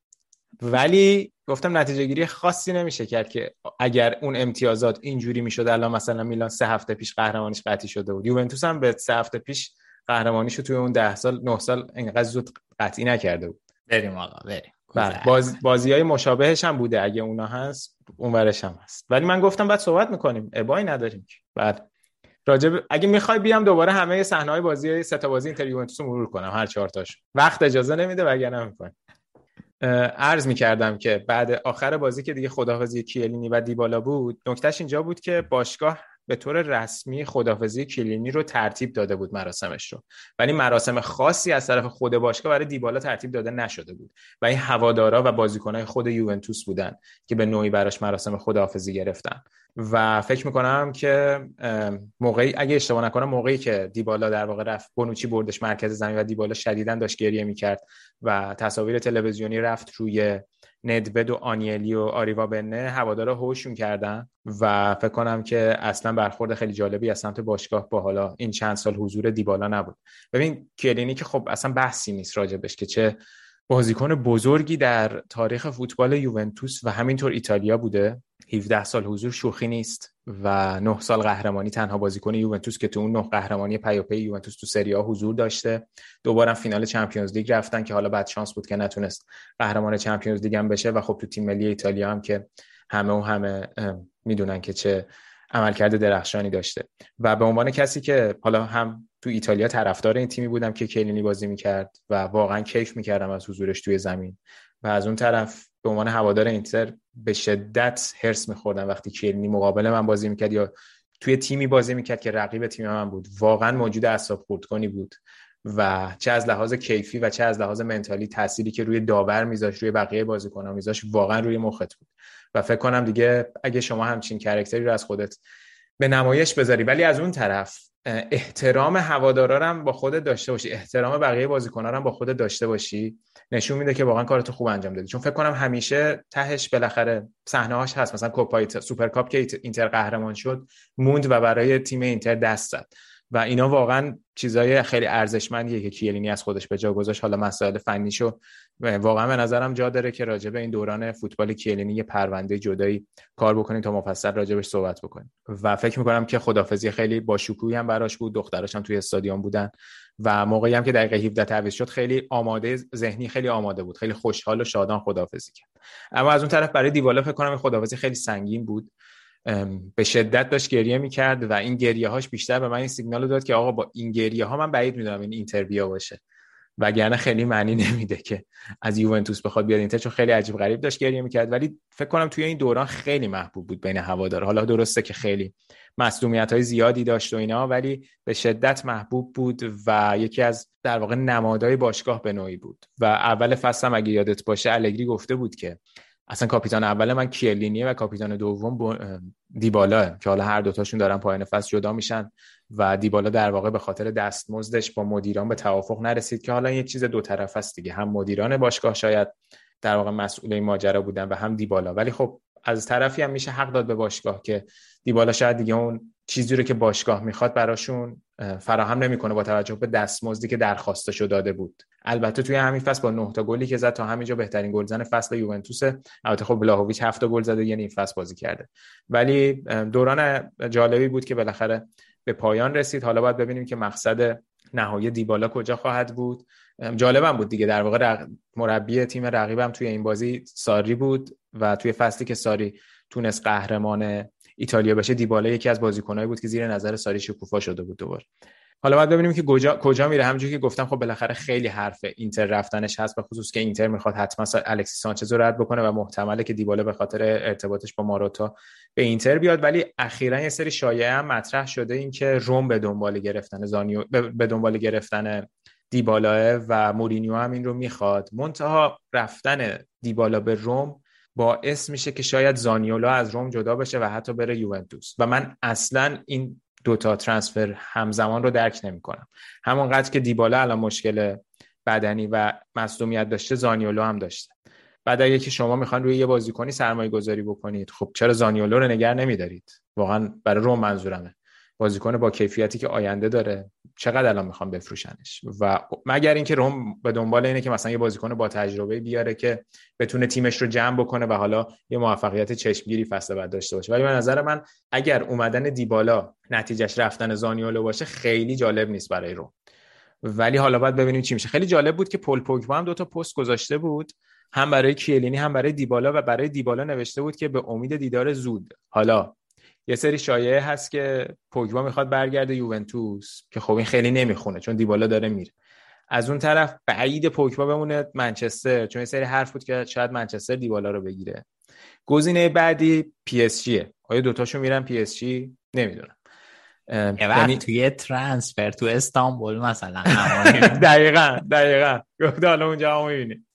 ولی گفتم نتیجه گیری خاصی نمیشه کرد که اگر اون امتیازات اینجوری میشد الان مثلا میلان سه هفته پیش قهرمانیش قطعی شده بود، یوونتوس هم به سه هفته پیش قهرمانیشو توی اون ده سال نه سال اینقدر زود قطعی نکرده بود. بریم آقا بریم. باز بازیای مشابهش هم بوده، اگه اونا هست اونورش هم هست، ولی من گفتم بعد صحبت میکنیم، ابایی نداریم که بعد راجب اگه میخوای بیام دوباره همه صحنه‌های بازی سه تا بازی اینتر یوونتوس رو مرور کنم هر چهار تاشو، وقت اجازه نمیده وگرنه میکنم. عرض میکردم که بعد آخر بازی که دیگه خداحافظی کیلینی و دیبالا بود، نکتهش اینجا بود که باشگاه به طور رسمی خداحافظی کلینی رو ترتیب داده بود مراسمش رو، ولی مراسم خاصی از طرف خود باشگاه برای دیبالا ترتیب داده نشده بود و این هوادارا و بازیکن‌های خود یوونتوس بودن که به نوعی براش مراسم خداحافظی گرفتن. و فکر میکنم که موقعی اگه اشتباه نکنم موقعی که دیبالا در واقع رفت بونوچی بردش مرکز زمین و دیبالا شدیداً داشت گریه میکرد و تصاویر تلویزیونی رفت روی ندوید و آنیلی و آریوا بنه، هوادارا هوشون کردن و فکر کنم که اصلا برخورد خیلی جالبی از سمت باشگاه با حالا این چند سال حضور دیبالا نبود. ببین کلینی که خب اصلا بحثی نیست راجبش که چه بازیکن بزرگی در تاریخ فوتبال یوونتوس و همینطور ایتالیا بوده. هفده سال حضور شوخی نیست و نه سال قهرمانی، تنها بازیکن یوونتوس که تو اون نه قهرمانی پیاپی یوونتوس تو سری آ حضور داشته. دوباره فینال چمپیونز لیگ رفتن که حالا بعد شانس بود که نتونست قهرمان چمپیونز لیگ هم بشه و خب تو تیم ملی ایتالیا هم که همه و همه میدونن که چه عملکرد درخشانی داشته و به عنوان کسی که حالا هم تو ایتالیا طرفدار این تیمی بودم که کلینی بازی میکرد و واقعا کیف میکردم از حضورش توی زمین و از اون طرف به عنوان هوادار اینتر به شدت هرس میخوردم وقتی کلینی مقابل من بازی میکرد یا توی تیمی بازی میکرد که رقیب تیم من بود. واقعا موجود اعصاب خردکنی بود و چه از لحاظ کیفی و چه از لحاظ منتالی تأثیری که روی داور میذاشت روی بقیه بازیکن‌ها میذاشت واقعا روی مخت بود و فکر کنم دیگه اگه شما همچین کاراکتری رو از خودت به نمایش بذاری ولی از اون طرف احترام هوادارا رو هم با خودت داشته باشی، احترام بقیه بازیکن‌ها رو هم با خودت داشته باشی، نشون میده که واقعا کارتو خوب انجام دادی. چون فکر کنم همیشه تهش بالاخره صحنه‌هاش هست، مثلا کوپا سوپر کاپ که اینتر قهرمان شد موند و برای تیم اینتر دست زد و اینا واقعا چیزای خیلی ارزشمندیه که کیلینی از خودش به جا گذاشت. حالا مسائل فنیشو واقعا به نظرم جا داره که راجع به این دوران فوتبال کیلینی یه پرونده جدایی کار بکنیم تا مفصل راجعش صحبت بکنیم و فکر می‌کنم که خدافظی خیلی با شکوهی هم براش بود. دختراش هم توی استادیوم بودن و موقعی هم که دقیقه هفده تعویض شد خیلی آماده، ذهنی خیلی آماده بود، خیلی خوشحال و شادان خدافظی کرد. اما از اون طرف برای دیبالا فکر کنم این خدافظی خیلی سنگین بود، به شدت داشت گریه میکرد و این گریه هاش بیشتر به من این سیگنال داد که آقا با این گریه ها من بعید میدونم این اینترویو باشه وگرنه خیلی معنی نمیده که از یوونتوس بخواد بیاد اینتر، چون خیلی عجیب غریب داشت گریه میکرد. ولی فکر کنم توی این دوران خیلی محبوب بود بین هوادارها. حالا درسته که خیلی مصدومیت‌های زیادی داشت و اینا ولی به شدت محبوب بود و یکی از در واقع نمادهای باشگاه به نوعی بود و اول فصل هم اگه یادت باشه الگری گفته بود که اصلا کاپیتان اول من کیلینیه و کاپیتان دوم دیبالاه که حالا هر دوتاشون دارن پایان فصل جدا میشن و دیبالا در واقع به خاطر دستمزدش با مدیران به توافق نرسید که حالا یه چیز دو طرفه است دیگه، هم مدیران باشگاه شاید در واقع مسئول این ماجرا بودن و هم دیبالا. ولی خب از طرفی هم میشه حق داد به باشگاه که دیبالا شاید دیگه اون چیزی رو که باشگاه میخواد براشون فراهم نمیکنه با توجه به دستمزدی که درخواستش داده بود. البته توی همین فصل با نه تا گلی که زد تا همینجا بهترین گلزن فصل یوونتوسه. البته خب بلاهویچ هفت تا گل زده یعنی این فصل بازی کرده ولی دوران جالبی بود که بالاخره به پایان رسید. حالا باید ببینیم که مقصد نهایی دیبالا کجا خواهد بود. جالبم بود دیگه در واقع رق... مربی تیم رقیبم توی این بازی ساری بود و توی فصلی که ساری تونست قهرمان ایتالیا بشه دیبالا یکی از بازیکنایی بود که زیر نظر ساری شکوفا شده بود دوباره. حالا باید ببینیم که کجا کجا میره. همونجوری که گفتم خب بالاخره خیلی حرف اینتر رفتنش هست، به خصوص که اینتر میخواد حتما الکسی سانچز رو رد بکنه و محتمله که دیبالا به خاطر ارتباطش با ماروتا به اینتر بیاد. ولی اخیراً یه سری شایعه هم مطرح شده این که روم به دنبال گرفتن زانیو به دنبال گرفتن دیبالا و مورینیو هم این رو میخواد. منتها رفتن دیبالا به روم باعث میشه که شاید زانیولا از روم جدا بشه و حتی بره یوونتوس و من اصلاً این دوتا ترانسفر همزمان رو درک نمی کنم. همونقدر که دیبالا الان مشکل بدنی و مصدومیت داشته زانیولو هم داشته. بعد اگه که شما میخوان روی یه بازیکنی سرمایه گذاری بکنید خب چرا زانیولو رو نگه نمی دارید؟ واقعا برای روم منظورمه، بازیکن با کیفیتی که آینده داره، چقدر الان میخوام بفروشنش و مگر اینکه روم به دنبال اینه که مثلا یه بازیکن با تجربه بیاره که بتونه تیمش رو جمع بکنه و حالا یه موفقیت چشمگیری فصل بعد داشته باشه. ولی به نظر من اگر اومدن دیبالا نتیجهش رفتن زانیولو باشه خیلی جالب نیست برای روم. ولی حالا باید ببینیم چی میشه. خیلی جالب بود که پول پوگبا هم دو تا پست گذاشته بود، هم برای کیلینی هم برای دیبالا و برای دیبالا نوشته بود که به امید دیدار زود. حالا یه سری شایعه هست که پوگبا میخواد برگرده یوونتوس که خب این خیلی نمیخونه چون دیبالا داره میره. از اون طرف بعید پوگبا بمونه منچستر چون یه سری حرف بود که شاید منچستر دیبالا رو بگیره. گزینه بعدی پی اس جیه. آیا دوتاشون میرن پی اس جی؟ نمیدونم. یعنی توی ترانسفر تو استانبول مثلا دقیقاً دقیقاً گفت حالا اونجا هم می‌بینی.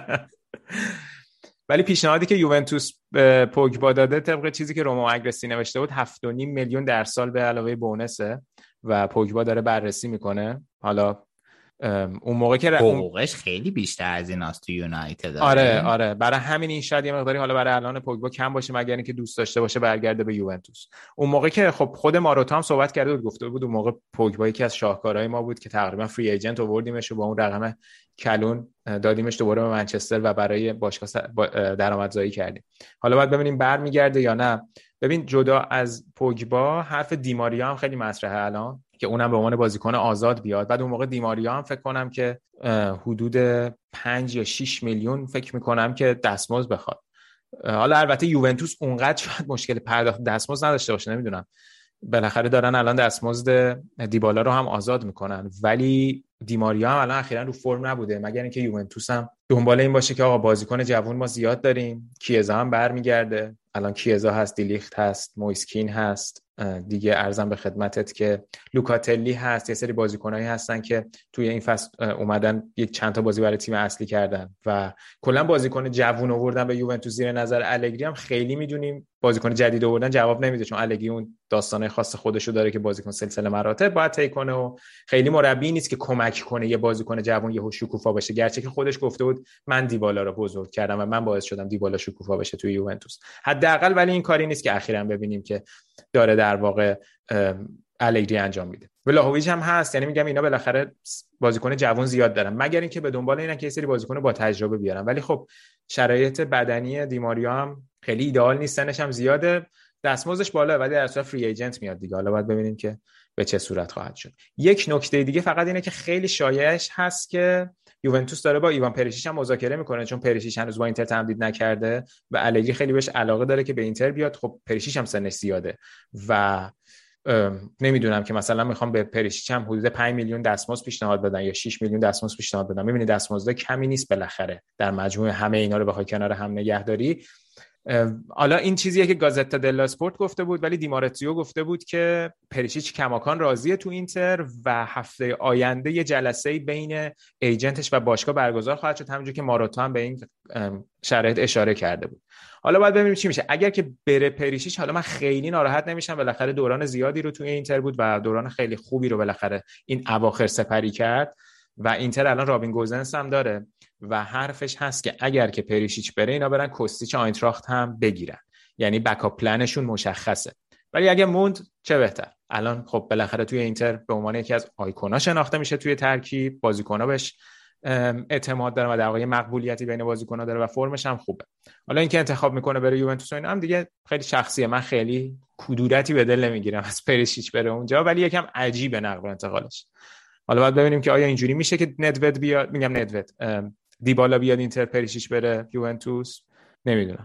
ولی پیشنهادی که یوونتوس به پوگبا داده طبق چیزی که رومو اگرسی نوشته بود هفت و نیم میلیون در سال به علاوه بونسه و پوگبا داره بررسی میکنه. حالا اون موقع که حقوقش خیلی بیشتر از این است تو یونایتد. آره آره برای همین این شاید یه مقداری حالا برای الان پوگبا کم باشه مگر اینکه دوست داشته باشه برگرده به یوونتوس. اون موقع که خب خود ماروتا هم صحبت کرده بود گفته بود اون موقع پوگبا یکی از شاهکارهای ما بود که تقریبا فری ایجنت آوردیمش و با اون رقم کلون دادیمش دوباره به منچستر و برای باشگاه درآمدزایی کردیم. حالا باید ببینیم برمیگرده یا نه. ببین جدا از پوگبا حرف دیماریا هم خیلی مطرحه الان که اونم به عنوان بازیکن آزاد بیاد. بعد اون موقع دیماریا هم فکر کنم که حدود پنج یا شش میلیون فکر میکنم که دستمزد بخواد. حالا البته یوونتوس اونقدر شاید مشکل پرداخت دستمزد نداشته باشه، نمیدونم، بالاخره دارن الان دستمزد دیبالا رو هم آزاد میکنن، ولی دیماریا هم الان اخیراً رو فرم نبوده مگر اینکه یوونتوس هم دنبال این باشه که آقا بازیکن جوان ما زیاد داریم، کیزا هم برمیگرده، الان کیزا هست، دیلیخت هست، مویسکین هست، دیگه ارزم به خدمتت که لوکاتلی هست، یه سری بازیکنایی هستن که توی این فصل اومدن یک چند تا بازی برای تیم اصلی کردن و کلا بازیکن جوون آوردن به یوونتوس زیر نظر الگری هم خیلی میدونیم بازیکن جدید آوردن جواب نمیده، چون الگری اون داستانه خاص خودشو داره که بازیکن سلسله مراتب باید طی کنه و خیلی مربی نیست که کمک کنه یه بازیکن جوون یهو شکوفا بشه، گرچه که خودش گفته بود من دیبالا رو بزرگ کردم و من باعث شدم دیبالا شکوفا بشه توی یوونتوس حداقل، ولی این کاری نیست که اخیراً ببینیم که داره در واقع الگری انجام میده. ولاهویچ هم هست، یعنی میگم اینا بالاخره بازیکن جوان زیاد دارن مگر اینکه به دنبال اینن که یه سری بازیکن با تجربه بیارن، ولی خب شرایط بدنی دیماریا هم خیلی ایدئال نیست، سنش هم زیاده، دستمزدش بالا، ولی در صورت فری ایجنت میاد دیگه. حالا باید ببینیم که به چه صورت خواهد شد. یک نکته دیگه فقط اینه که خیلی شایعش هست که یوونتوس داره با ایوان پریشیچ هم مذاکره میکنه، چون پریشیچ هنوز با اینتر تمدید نکرده و الگری خیلی بهش علاقه داره که به اینتر بیاد. خب پریشیچ هم سنش زیاده و نمیدونم که مثلا میخوام به پریشیچ هم حدود پنج میلیون دستمزد پیشنهاد بدن یا شش میلیون دستمزد پیشنهاد بدن. میبینی دستمزد کمی نیست بالاخره در مجموع همه اینا رو بخوای کنار هم نگهداری. حالا این چیزیه که گازتا دلا اسپورت گفته بود، ولی دیمارتزیو گفته بود که پریشیچ کماکان راضیه تو اینتر و هفته آینده یه جلسه بین ایجنتش و باشگاه برگزار خواهد شد، همونجوری که ماروتا هم به این شرایط اشاره کرده بود. حالا باید ببینیم چی میشه. اگر که بره پریشیچ حالا من خیلی ناراحت نمیشم، بالاخره دوران زیادی رو توی اینتر بود و دوران خیلی خوبی رو بالاخره این اواخر سپری کرد و اینتر الان رابین گوزنس هم داره و حرفش هست که اگر که پریشیچ بره اینا برن کوستیچ آینتراخت هم بگیرن، یعنی بکاپ پلنشون مشخصه. ولی اگه موند چه بهتر. الان خب بالاخره توی اینتر به عنوان یکی از آیکونا شناخته میشه توی ترکیب، بازیکن‌ها بهش اعتماد داره و در واقع مقبولیتی بین بازیکن‌ها داره و فرمش هم خوبه. حالا اینکه انتخاب میکنه بره یوونتوس و اینا هم دیگه خیلی شخصیه، من خیلی کدورتی به دل نمیگیرم از پریشیچ بره اونجا، ولی یکم عجیبه نقل انتقالش. حالا باید ببینیم که آیا اینجوری میشه که ندوید بیاد، میگم ندوید دیبالا بیاد اینتر پریشیچ بره یوونتوس، نمیدونم.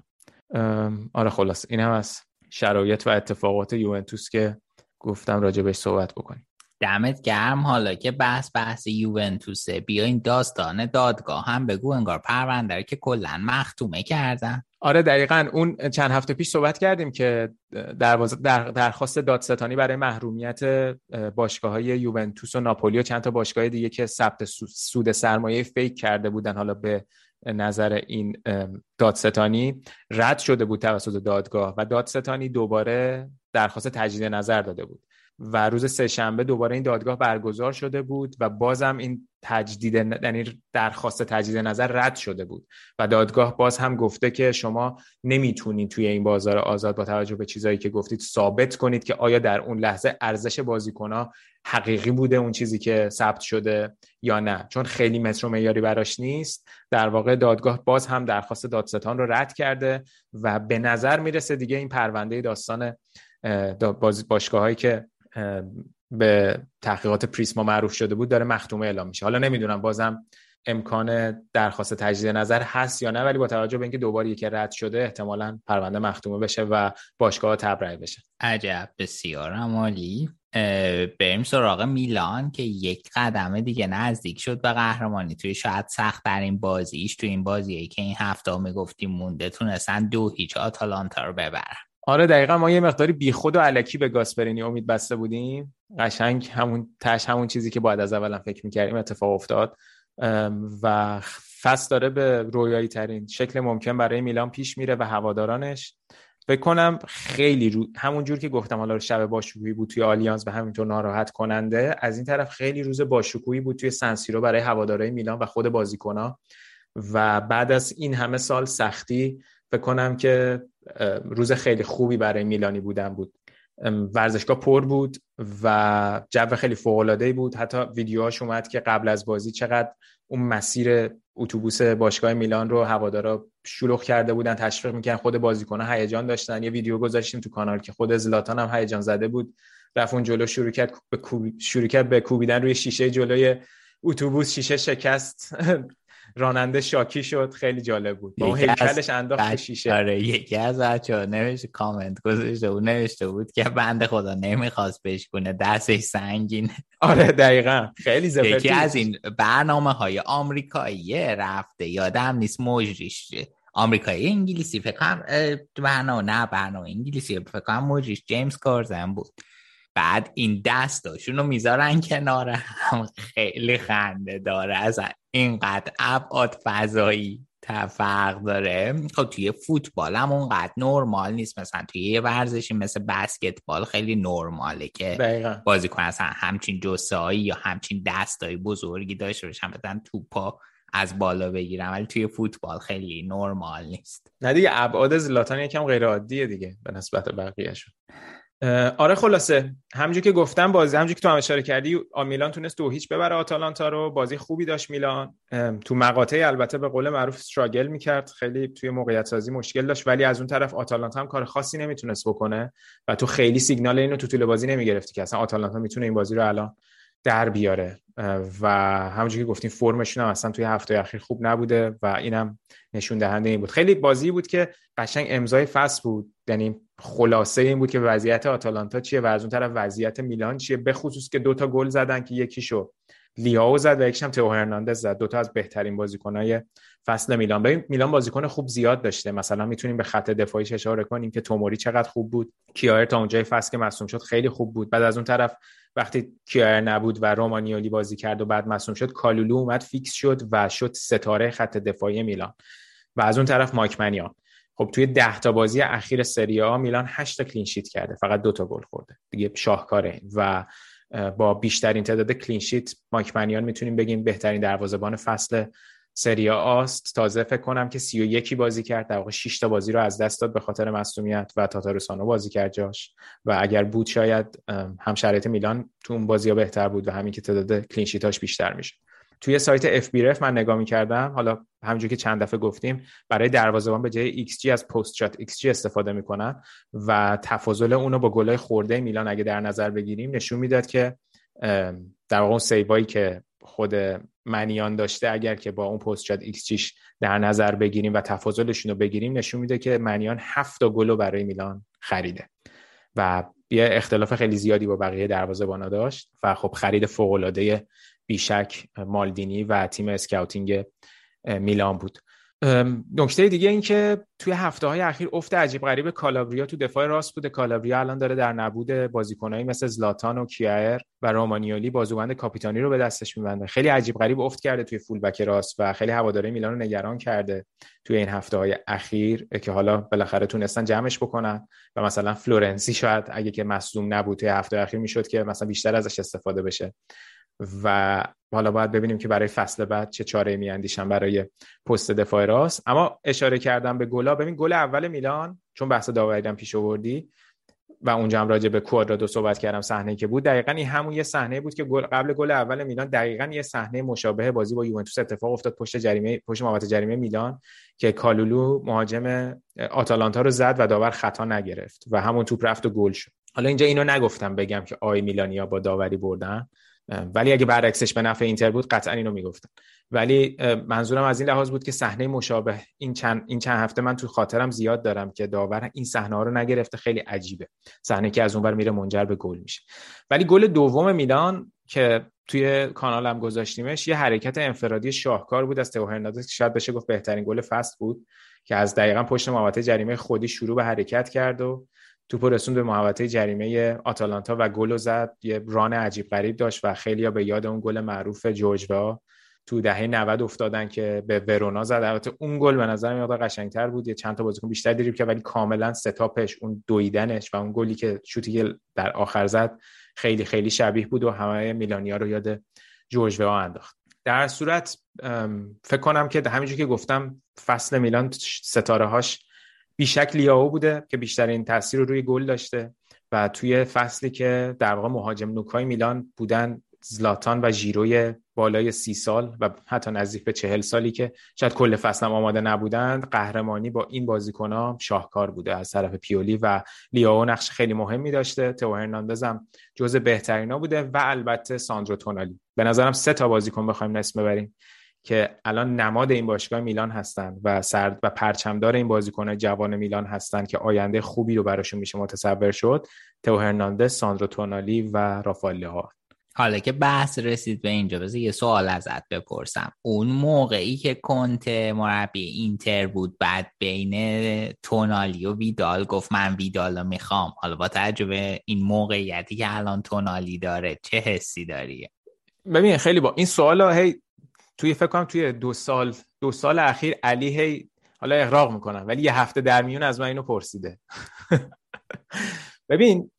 آره خلاص این هم از شرایط و اتفاقات یوونتوس که گفتم راجع بهش صحبت بکنیم. دمت گرم. حالا که بحث بحث یوونتوسه، بیا این داستان دادگاه هم بگو، انگار پرونده رو که کلا مختومه کردن. آره دقیقاً، اون چند هفته پیش صحبت کردیم که در در درخواست دادستانی برای محرومیت باشگاه‌های یوونتوس و ناپولی و چند تا باشگاه دیگه که ثبت سود سرمایه فیک کرده بودن، حالا به نظر این دادستانی رد شده بود توسط دادگاه و دادستانی دوباره درخواست تجدید نظر داده بود و روز سه شنبه دوباره این دادگاه برگزار شده بود و بازم این تجدید یعنی درخواست تجدید نظر رد شده بود و دادگاه باز هم گفته که شما نمیتونید توی این بازار آزاد با توجه به چیزایی که گفتید ثابت کنید که آیا در اون لحظه ارزش بازیکن‌ها حقیقی بوده اون چیزی که ثبت شده یا نه، چون خیلی متر و معیاری براش نیست. در واقع دادگاه باز هم درخواست دادستان رو رد کرده و به نظر میرسه دیگه این پرونده داستان باشگاه‌هایی که به تحقیقات پریسما معروف شده بود داره مختومه اعلام میشه. حالا نمیدونم بازم امکان درخواست تجدید نظر هست یا نه، ولی با توجه به اینکه دوباره یکی رد شده احتمالاً پرونده مختومه بشه و باشگاه‌ها تبرئه بشه. عجب، بسیار عالی. بریم سراغ میلان که یک قدم دیگه نزدیک شد به قهرمانی توی شاید سخت‌ترین بازیش تو این بازیه که این هفته میگفتیم مونده، تونستن دو هیچ آتالانتا رو ببرن. آره دقیقاً، ما یه مقداری بیخود و الکی به گاسپرینی امید بسته بودیم، قشنگ همون تاش همون چیزی که باید از اولم فکر می‌کردیم اتفاق افتاد و فصل داره به رویایی ترین شکل ممکن برای میلان پیش میره و هوادارانش فکر کنم خیلی رو... همون جور که گفتم حالا شب باشکوهی بود توی آلیانز و همینطور ناراحت کننده، از این طرف خیلی روز باشکوهی بود توی سنسیرو برای هوادارهای میلان و خود بازیکن‌ها و بعد از این همه سال سختی فکر کنم که روز خیلی خوبی برای میلانی بودن بود. ورزشگاه پر بود و جو خیلی فوق‌العاده‌ای بود. حتی ویدیوهاش اومد که قبل از بازی چقدر اون مسیر اتوبوس باشگاه میلان رو هوادارا شلوغ کرده بودن، تشویق می‌کردن، خود بازیکن‌ها هیجان داشتن. یه ویدیو گذاشتیم تو کانال که خود زلاتان هم هیجان زده بود، رفت اون جلو شروع کرد به کوب... شروع کرد به کوبیدن روی شیشه جلوی اتوبوس، شیشه شکست راننده شاکی شد. خیلی جالب بود. با اون هیکلش انداخت شیشه. آره یکی از بچه‌ها نوشته کامنت گذاشته بود نوشته بود که بنده خدا نمیخواست بشکنه، دستش سنگین. آره دقیقاً خیلی زبردست. یکی از این برنامه‌های آمریکایی رفته یادم نیست مجریش آمریکایی انگلیسی فکر کنم برنامه نه برنامه انگلیسی فکر کنم مجریش جیمز کارزن بود. بعد این دستاشونو میذارن کنار هم، خیلی خنده داره، از اینقدر ابعاد فضایی فرق داره. خب توی فوتبال هم اونقدر نرمال نیست، مثلا توی یه ورزشی مثل بسکتبال خیلی نرماله که بازیکن اصلا همچین جسه‌ای یا همچین دستای بزرگی داشته باشن بزن توپا از بالا بگیرن، ولی توی فوتبال خیلی نرمال نیست. نه دیگه ابعاد زلاتان یکم غیر عادیه دیگه به نسبت بقیه‌شون. آره خلاصه همونجوری که گفتم بازی همونجوری که تو هم اشاره کردی میلان تونست دو هیچ ببره آتالانتا رو. بازی خوبی داشت میلان، تو مقاطعی البته به قول معروف استراگل میکرد، خیلی توی موقعیت سازی مشکل داشت، ولی از اون طرف آتالانتا هم کار خاصی نمیتونست بکنه و تو خیلی سیگنال اینو تو طول بازی نمیگرفتی که اصلا آتالانتا میتونه این بازی رو الان در بیاره و همونجوری که گفتیم فرمشون هم اصلا توی هفته اخیر خوب نبوده و اینم نشون دهنده این بود. خیلی بازی بود که قشنگ امضای فصل بود، یعنی خلاصه این بود که وضعیت آتالانتا چیه و از اون طرف وضعیت میلان چیه، به خصوص که دوتا گل زدن که یکیشو لیاو زد و یکیش هم تئو هرناندز زد، دوتا از بهترین بازیکنای فصل میلان. ببین میلان بازیکن خوب زیاد داشته، مثلا میتونیم به خط دفاعیش اشاره کنیم که توموری چقدر خوب بود، کیایر تا اونجای فصل که مصدوم شد خیلی خوب بود، بعد از اون طرف وقتی کیایر نبود و رومانیولی بازی کرد و بعد مصدوم شد کالولو اومد فیکس شد و شد ستاره خط دفاعی میلان و از اون طرف مایک منیان. خب توی ده تا بازی اخیر سری آ میلان هشت تا کلین شیت کرده، فقط دو تا گل خورده دیگه، شاهکاره و با بیشترین تعداد کلین شیت مایک منیان میتونیم بگیم بهترین دروازه‌بان فصل سری آ است. تازه فکر کنم که سی و یک بازی کرد، در واقع شش تا بازی رو از دست داد به خاطر مصونیت و تاتاروسانو بازی کرد جاش و اگر بود شاید هم شرایط میلان تو اون بازی‌ها بهتر بود و همین که تعداد کلین شیتاش بیشتر میشه. توی سایت اف بی رف من نگاه می‌کردم، حالا همونجوری که چند دفعه گفتیم برای دروازه‌بان به جای ایکس جی از پست شات ایکس جی استفاده میکنن و تفاضل اونو با گل‌های خورده میلان اگه در نظر بگیریم نشون میداد که در واقع اون سیوایی که خود منیان داشته اگر که با اون پست شات ایکس جیش در نظر بگیریم و تفاضلشون رو بگیریم نشون میده که منیان هفت تا گل برای میلان خریده و یه اختلاف خیلی زیادی با بقیه دروازه‌بانا داشت و خب خرید فوق‌العاده بیشک مالدینی و تیم اسکاوتینگ میلان بود. نکته دیگه این که توی هفته‌های اخیر افت عجیب غریب کالابریا تو دفاع راست بوده. کالابریا الان داره در نبود بازیکنایی مثل زلاتان و کیایر و رومانیولی بازوبند کاپیتانی رو به دستش می‌بنده. خیلی عجیب غریب افت کرده توی فول بک راست و خیلی هواداری میلان رو نگران کرده توی این هفته‌های اخیر که حالا بالاخره تونستن جمعش بکنن و مثلا فلورنسی شاید اگه که مصدوم نبود توی هفته اخیر میشد که مثلا بیشتر ازش استفاده بشه و حالا باید ببینیم که برای فصل بعد چه چاره‌ای میاندیشن برای پست دفاع راست. اما اشاره کردم به گلا، ببین گل اول میلان چون بحث داوری پیش آوردی و اونجا هم راجع به کوادرادو صحبت کردم، صحنه‌ای که بود دقیقاً این همون یه صحنه بود که گل قبل گل اول میلان دقیقاً یه صحنه مشابه بازی با یوونتوس اتفاق افتاد پشت جریمه پشت محوطه جریمه میلان که کالولو مهاجم آتالانتا رو زد و داور خطا نگرفت و همون توپ رفت و گل شد. حالا اینجا اینو نگفتم بگم که آی میلانیا با داوری بردن، ولی اگه برعکسش به نفع اینتر بود قطعا اینو میگفتن، ولی منظورم از این لحاظ بود که صحنه مشابه این چند این چند هفته من تو خاطرم زیاد دارم که داور این صحنه ها رو نگرفته، خیلی عجیبه، صحنه که از اونور میره منجر به گل میشه. ولی گل دوم میلان که توی کانالم گذاشتیمش یه حرکت انفرادی شاهکار بود از تئو هرناندز که شاید بشه گفت بهترین گل فصل بود که از دقیقاً پشت محوطه جریمه خودی شروع به حرکت کرد و توپ رسوند به محوطه جریمه آتالانتا و گل زد. یه ران عجیب غریب داشت و خیلی‌ها به یاد اون گل معروف جورج ویا تو دهه نود افتادن که به ورونا زد. البته اون گل به نظر میاد قشنگتر بود، یه چند تا بازیکن بیشتر دریبل کرد ولی کاملا ستاپش، اون دویدنش و اون گلی که شوتی که در آخر زد خیلی خیلی شبیه بود و همه میلانیا رو یاد جورج ویا انداخت. در صورت فکر کنم که همینجوری که گفتم فصل میلان ستاره‌هاش بیشک لیاو بوده که بیشترین تاثیر رو روی گل داشته و توی فصلی که در واقع مهاجم نوکای میلان بودن زلاتان و ژیروی بالای سی سال و حتی نزدیک به چهل سالی که شاید کل فصل هم آماده نبودند، قهرمانی با این بازیکن‌ها شاهکار بوده از طرف پیولی و لیاو نقش خیلی مهمی داشته. تو هرناندز هم جزو بهترینا بوده و البته ساندرو تونالی. به نظرم سه تا بازیکن بخوایم اسم ببریم که الان نماد این باشگاه میلان هستن و سرد و پرچمدار این بازیکن‌های جوان میلان هستن که آینده خوبی رو براشون میشه متصور شد، تو هرناندز، ساندرو تونالی و رافائل لیاو. حالا که بحث رسید به اینجا بذار یه سوال ازت بپرسم. اون موقعی که کنته مربی اینتر بود بعد بین تونالی و ویدال گفت من ویدال رو میخوام، حالا با توجه به این موقعیتی که الان تونالی داره چه حسی داری؟ ببین خیلی با این سوالا هی توی فکر کنم توی دو سال دو سال اخیر علی هی حالا اغراق میکنم ولی یه هفته در میون از من اینو پرسیده. ببین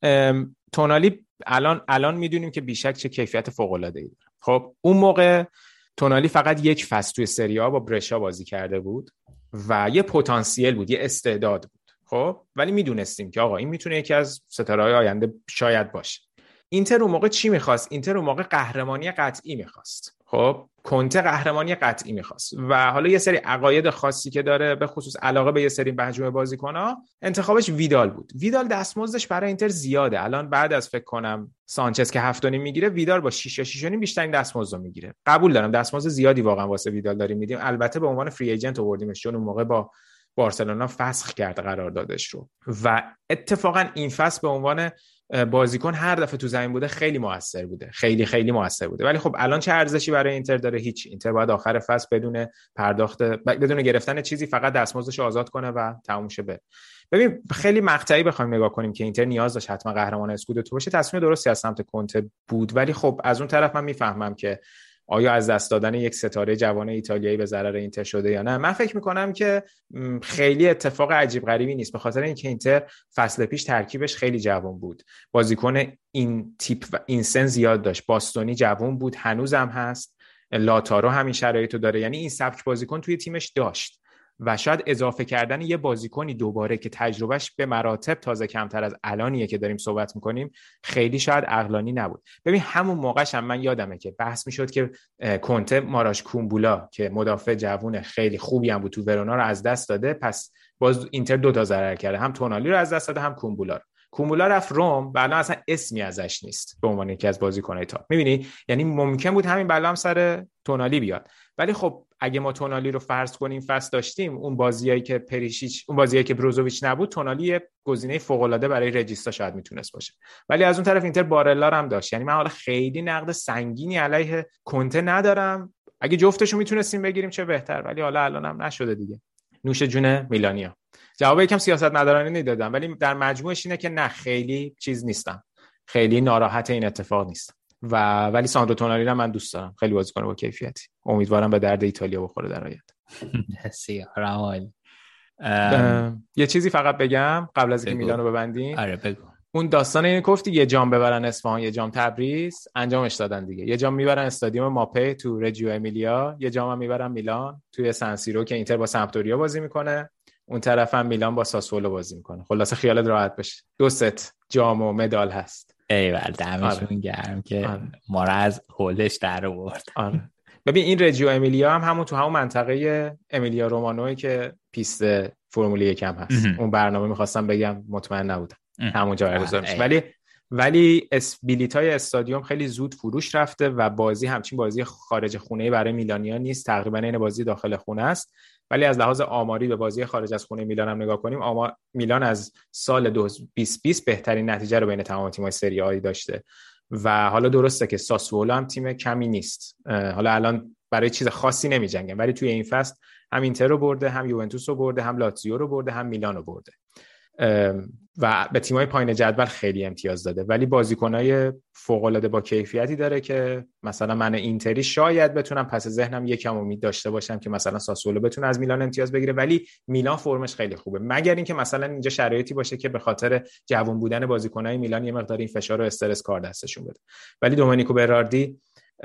تونالی الان الان میدونیم که بیشک چه کیفیت فوق العاده ای داره. خب اون موقع تونالی فقط یک فصل توی سری آ با برشا بازی کرده بود و یه پتانسیل بود، یه استعداد بود. خب ولی میدونستیم که آقا این میتونه یکی از ستاره‌های آینده شاید باشه. اینتر اون موقع چی میخواست؟ اینتر اون موقع قهرمانی قطعی میخواست. خب کنته قهرمانی قطعی میخواست و حالا یه سری عقاید خاصی که داره، به خصوص علاقه به یه سری مجموعه بازیکن‌ها، انتخابش ویدال بود. ویدال دستمزدش برای اینتر زیاده. الان بعد از فکر کنم سانچز که هفت و نیم میگیره، ویدال با شش یا شش و نیم بیشترین دستمزد رو میگیره. قبول دارم دستمزد زیادی واقعا واسه ویدال داریم میدیم، البته به عنوان فری ایجنت آوردیمش چون اون موقع با بارسلونا فسخ کرد قراردادش رو و اتفاقا این فصل به عنوان بازیکن هر دفعه تو زمین بوده خیلی موثر بوده، خیلی خیلی موثر بوده. ولی خب الان چه ارزشی برای اینتر داره؟ هیچ. اینتر باید آخر فصل بدون پرداخت، بدون گرفتن چیزی، فقط دستمزدش آزاد کنه و تموم شه. به ببین خیلی مقطعی بخوایم نگاه کنیم که اینتر نیاز داشت حتما قهرمان اسکودتو باشه، تصمیم درستی از سمت کنته بود. ولی خب از اون طرف من میفهمم که آیا از دست دادن یک ستاره جوان ایتالیایی به ضرر اینتر شده یا نه. من فکر میکنم که خیلی اتفاق عجیب غریبی نیست، به خاطر اینکه اینتر فصل پیش ترکیبش خیلی جوان بود، بازیکن این تیپ و این سن زیاد داشت. باستونی جوان بود، هنوزم هست، لاتارو همین شرایطو داره، یعنی این سبک بازیکن توی تیمش داشت و شاید اضافه کردن یه بازیکنی دوباره که تجربهش به مراتب تازه کمتر از الانیه که داریم صحبت میکنیم خیلی شاید عقلانی نبود. ببین همون موقعش هم من یادمه که بحث میشد که کنته ماراش کومبولا که مدافع جوون خیلی خوبی هم بود تو ورونا رو از دست داده، پس باز اینتر دو تا ضرر کرده، هم تونالی رو از دست داده هم کومبولا رو. کومبولا رفت روم، بعدا اصلا اسمی ازش نیست به عنوان یکی از بازیکن‌های تاپ. می‌بینی یعنی ممکن بود همین بلا هم سر تونالی بیاد. ولی خب اگه ما تونالی رو فرض کنیم فصل داشتیم، اون بازیایی که پریشیچ، اون بازیایی که بروزوویچ نبود، تونالی گزینه فوق‌العاده برای رجیستا شاید میتونست باشه. ولی از اون طرف اینتر بارلا هم داشت. یعنی من حالا خیلی نقد سنگینی علیه کنته ندارم، اگه جفتشو میتونستیم بگیریم چه بهتر، ولی حالا الانم نشده دیگه. نوش جون میلانیا. جواب یکم سیاست مدارانه ندادم ولی در مجموعش اینه که نه خیلی چیز نیستم، خیلی ناراحت این اتفاق نیستم و ولی ساندرو تونالی رو من دوست دارم، خیلی بازیکن با کیفیتی، امیدوارم به درد ایتالیا بخوره در آینده. بسیار عالی. یه چیزی فقط بگم قبل از اینکه میلانو ببندیم. آره بگو. اون داستان اینو گفتی یه جام ببرن اصفهان یه جام تبریز، انجامش دادن دیگه. یه جام میبرن استادیوم ماپی تو رجیو امیلیا، یه جام هم میبرن میلان توی سن سیرو که اینتر با سمپدوریا بازی میکنه، اون طرف هم میلان با ساسولو بازی میکنه. خلاصه خیالت راحت باشه، دو ست جام و مدال هست. ایول دمشون گرم که آره. ما را از هولش در آورد. آره. ببین این رجیو امیلیا هم همون تو همون منطقه امیلیا رومانوی که پیست فرمول یک هم هست. اون برنامه میخواستم بگم مطمئن نبودم همونجا برگزار میشه، ولی ولی اسبیلیتای استادیوم خیلی زود فروش رفته و بازی همچین بازی خارج خونه برای میلانیا نیست، تقریبا این بازی داخل خونه است. ولی از لحاظ آماری به بازی خارج از خونه میلان هم نگاه کنیم، آمار میلان از سال دو هزار و بیست بیست بهترین نتیجه رو بین تمام تیم‌های سری آ داشته و حالا درسته که ساسولو هم تیم کمی نیست، حالا الان برای چیز خاصی نمی‌جنگه، ولی توی این فصل هم اینتر رو برده، هم یوونتوس رو برده، هم لاتزیو رو برده، هم میلان رو برده و به تیم‌های پایین جدول خیلی امتیاز داده، ولی بازیکنای فوق‌العاده با کیفیتی داره که مثلا من اینتری شاید بتونم پس ذهنم یکم امید داشته باشم که مثلا ساسولو بتونه از میلان امتیاز بگیره، ولی میلان فرمش خیلی خوبه، مگر اینکه مثلا اینجا شرایطی باشه که به خاطر جوان بودن بازیکنای میلان یه مقدار این فشار و استرس کار دستشون بده. ولی دومنیکو براردی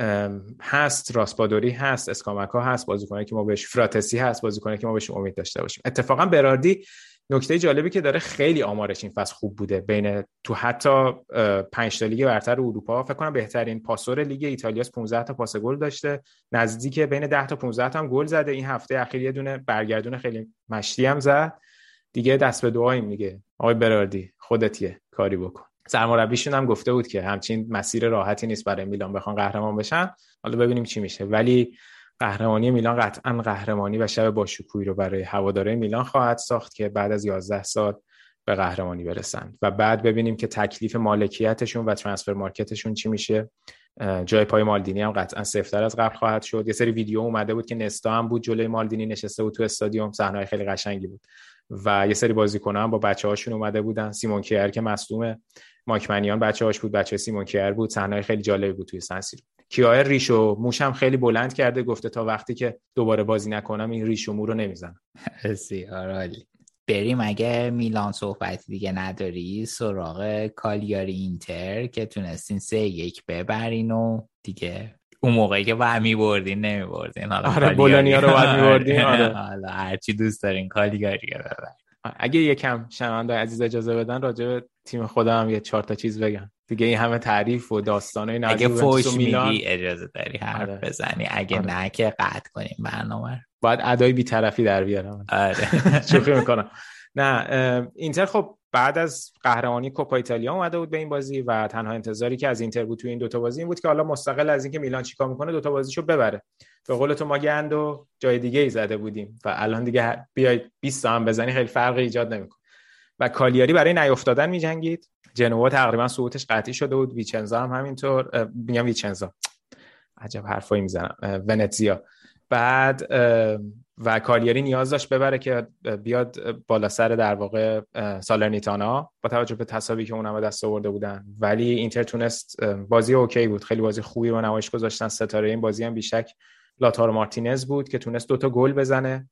هست، راسپادوری هست، اسکاماکا هست، بازیکنایی که ما بهش، فراتسی هست، بازیکنایی که ما بهش امید داشته باشیم. اتفاقا براردی نکته جالبی که داره خیلی آمارش این فصل خوب بوده، بین تو حتی پنج تا لیگ برتر اروپا فکر کنم بهترین پاسور لیگ ایتالیا پانزده تا پاس گل داشته، نزدیک بین ده تا پانزده تا هم گل زده. این هفته اخیر یه دونه برگردون خیلی مشتی هم زد دیگه. دست به دعاییم دیگه آقای براردی، خودتیه کاری بکن. سرمربیشون هم گفته بود که همچین مسیر راحتی نیست برای میلان بخوان قهرمان بشن، حالا ببینیم چی میشه. ولی قهرمانی میلان قطعاً قهرمانی و شب باشکوهی رو برای هواداره میلان خواهد ساخت که بعد از یازده سال به قهرمانی برسن و بعد ببینیم که تکلیف مالکیتشون و ترانسفر مارکتشون چی میشه. جای پای مالدینی هم قطعاً سفت‌تر از قبل خواهد شد. یه سری ویدیو اومده بود که نستا هم بود جلوی مالدینی نشسته بود تو استادیوم، صحنه‌های خیلی قشنگی بود و یه سری بازیکن‌ها هم با بچه‌هاشون اومده بودن. سیمون کیر که مصدومه، مایک منیان بچه‌هاش بود، بچه سیمون کیر بود، صحنه‌های خیلی جالبی بود توی سن سیرو. کیایر ریشو موشم خیلی بلند کرده، گفته تا وقتی که دوباره بازی نکنم این ریشو مو رو نمیزنم. بسیار عالی. بریم اگه میلان صحبتی دیگه نداری سراغ کالیاری اینتر که تونستین سه یک ببرین و دیگه اون موقعی که باید میبردین نمیبردین. حالا آره بولونیا رو باید میبردین. آره حالا هرچی دوست دارین کالیاری رو ببرین. اگه یکم شنونده‌های عزیز اجازه بدن راجع به تیم خودم یه چهار تا چیز بگم دیگه. این همه تعریف و داستانای نازی اگه فوش میگی اجازه داری حرف آره. بزنی، اگه آره. نه که قطع کنیم برنامه. باید ادای بی‌طرفی در بیارم. آره شوخی میکنم. نه اینتر خب بعد از قهرمانی کوپا ایتالیا اومده بود به این بازی و تنها انتظاری که از اینتر بود توی این دوتا بازی این بود که حالا مستقل از اینکه میلان چیکار میکنه دوتا بازیشو ببره. به قول تو ما گندو جای دیگه ای زده بودیم و الان دیگه بیای بیست تا هم بزنی خیلی فرقی ایجاد نمیکنه. و کالیاری برای نیافتادن میجنگید. جنوا تقریبا سقوطش قطعی شده بود، ویچنزا هم همینطور، میگم ویچنزا عجب حرفایی میزنم، ونتزیا. بعد و کالیاری نیاز داشت ببره که بیاد بالا سر در واقع سالرنیتانا با توجه به تساوی که اونم به دست آورده بودن، ولی اینتر تونست. بازی اوکی بود، خیلی بازی خوبی رو نمایش گذاشتن. ستاره این بازی هم بیشک لاتارو مارتینز بود که تونست دوتا گل بزنه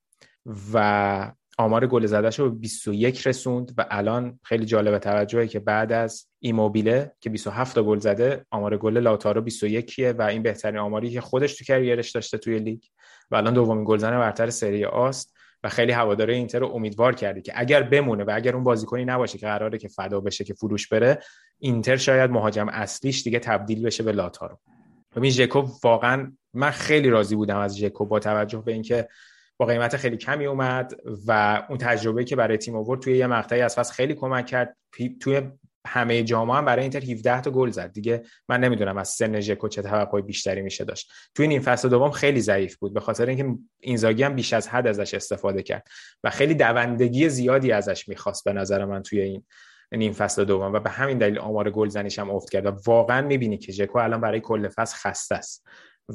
و آمار گل زدهش رو بیست و یک رسوند و الان خیلی جالب توجهه که بعد از ایموبیله که بیست و هفت تا گل زده آمار گل لاتارو بیست و یک و این بهترین آماری که خودش تو کریرش داشته توی لیگ و الان دومین گلزن برتر سری آ است و خیلی هواداره اینتر رو امیدوار کرده که اگر بمونه و اگر اون بازیکنی نباشه که قراره که فدا بشه که فروش بره، اینتر شاید مهاجم اصلیش دیگه تبدیل بشه به لاتارو. ببین ژکو واقعا من خیلی راضی بودم از ژکو با توجه به اینکه با قیمت خیلی کمی اومد و اون تجربه‌ای که برای تیم آورد توی یه مقطعی از فصل خیلی کمک کرد. توی همه جام‌ها هم برای اینتر هفده تا گل زد. دیگه من نمیدونم از سن ژکو چه توقعی بیشتری میشه داشت. توی این فصل دوم خیلی ضعیف بود به خاطر اینکه اینزاگی هم بیش از حد ازش استفاده کرد و خیلی دوندگی زیادی ازش می‌خواست به نظر من توی این نیم فصل دوم و به همین دلیل آمار گلزنیش هم افت کرد و واقعا می‌بینی که ژکو الان برای کل فصل خسته است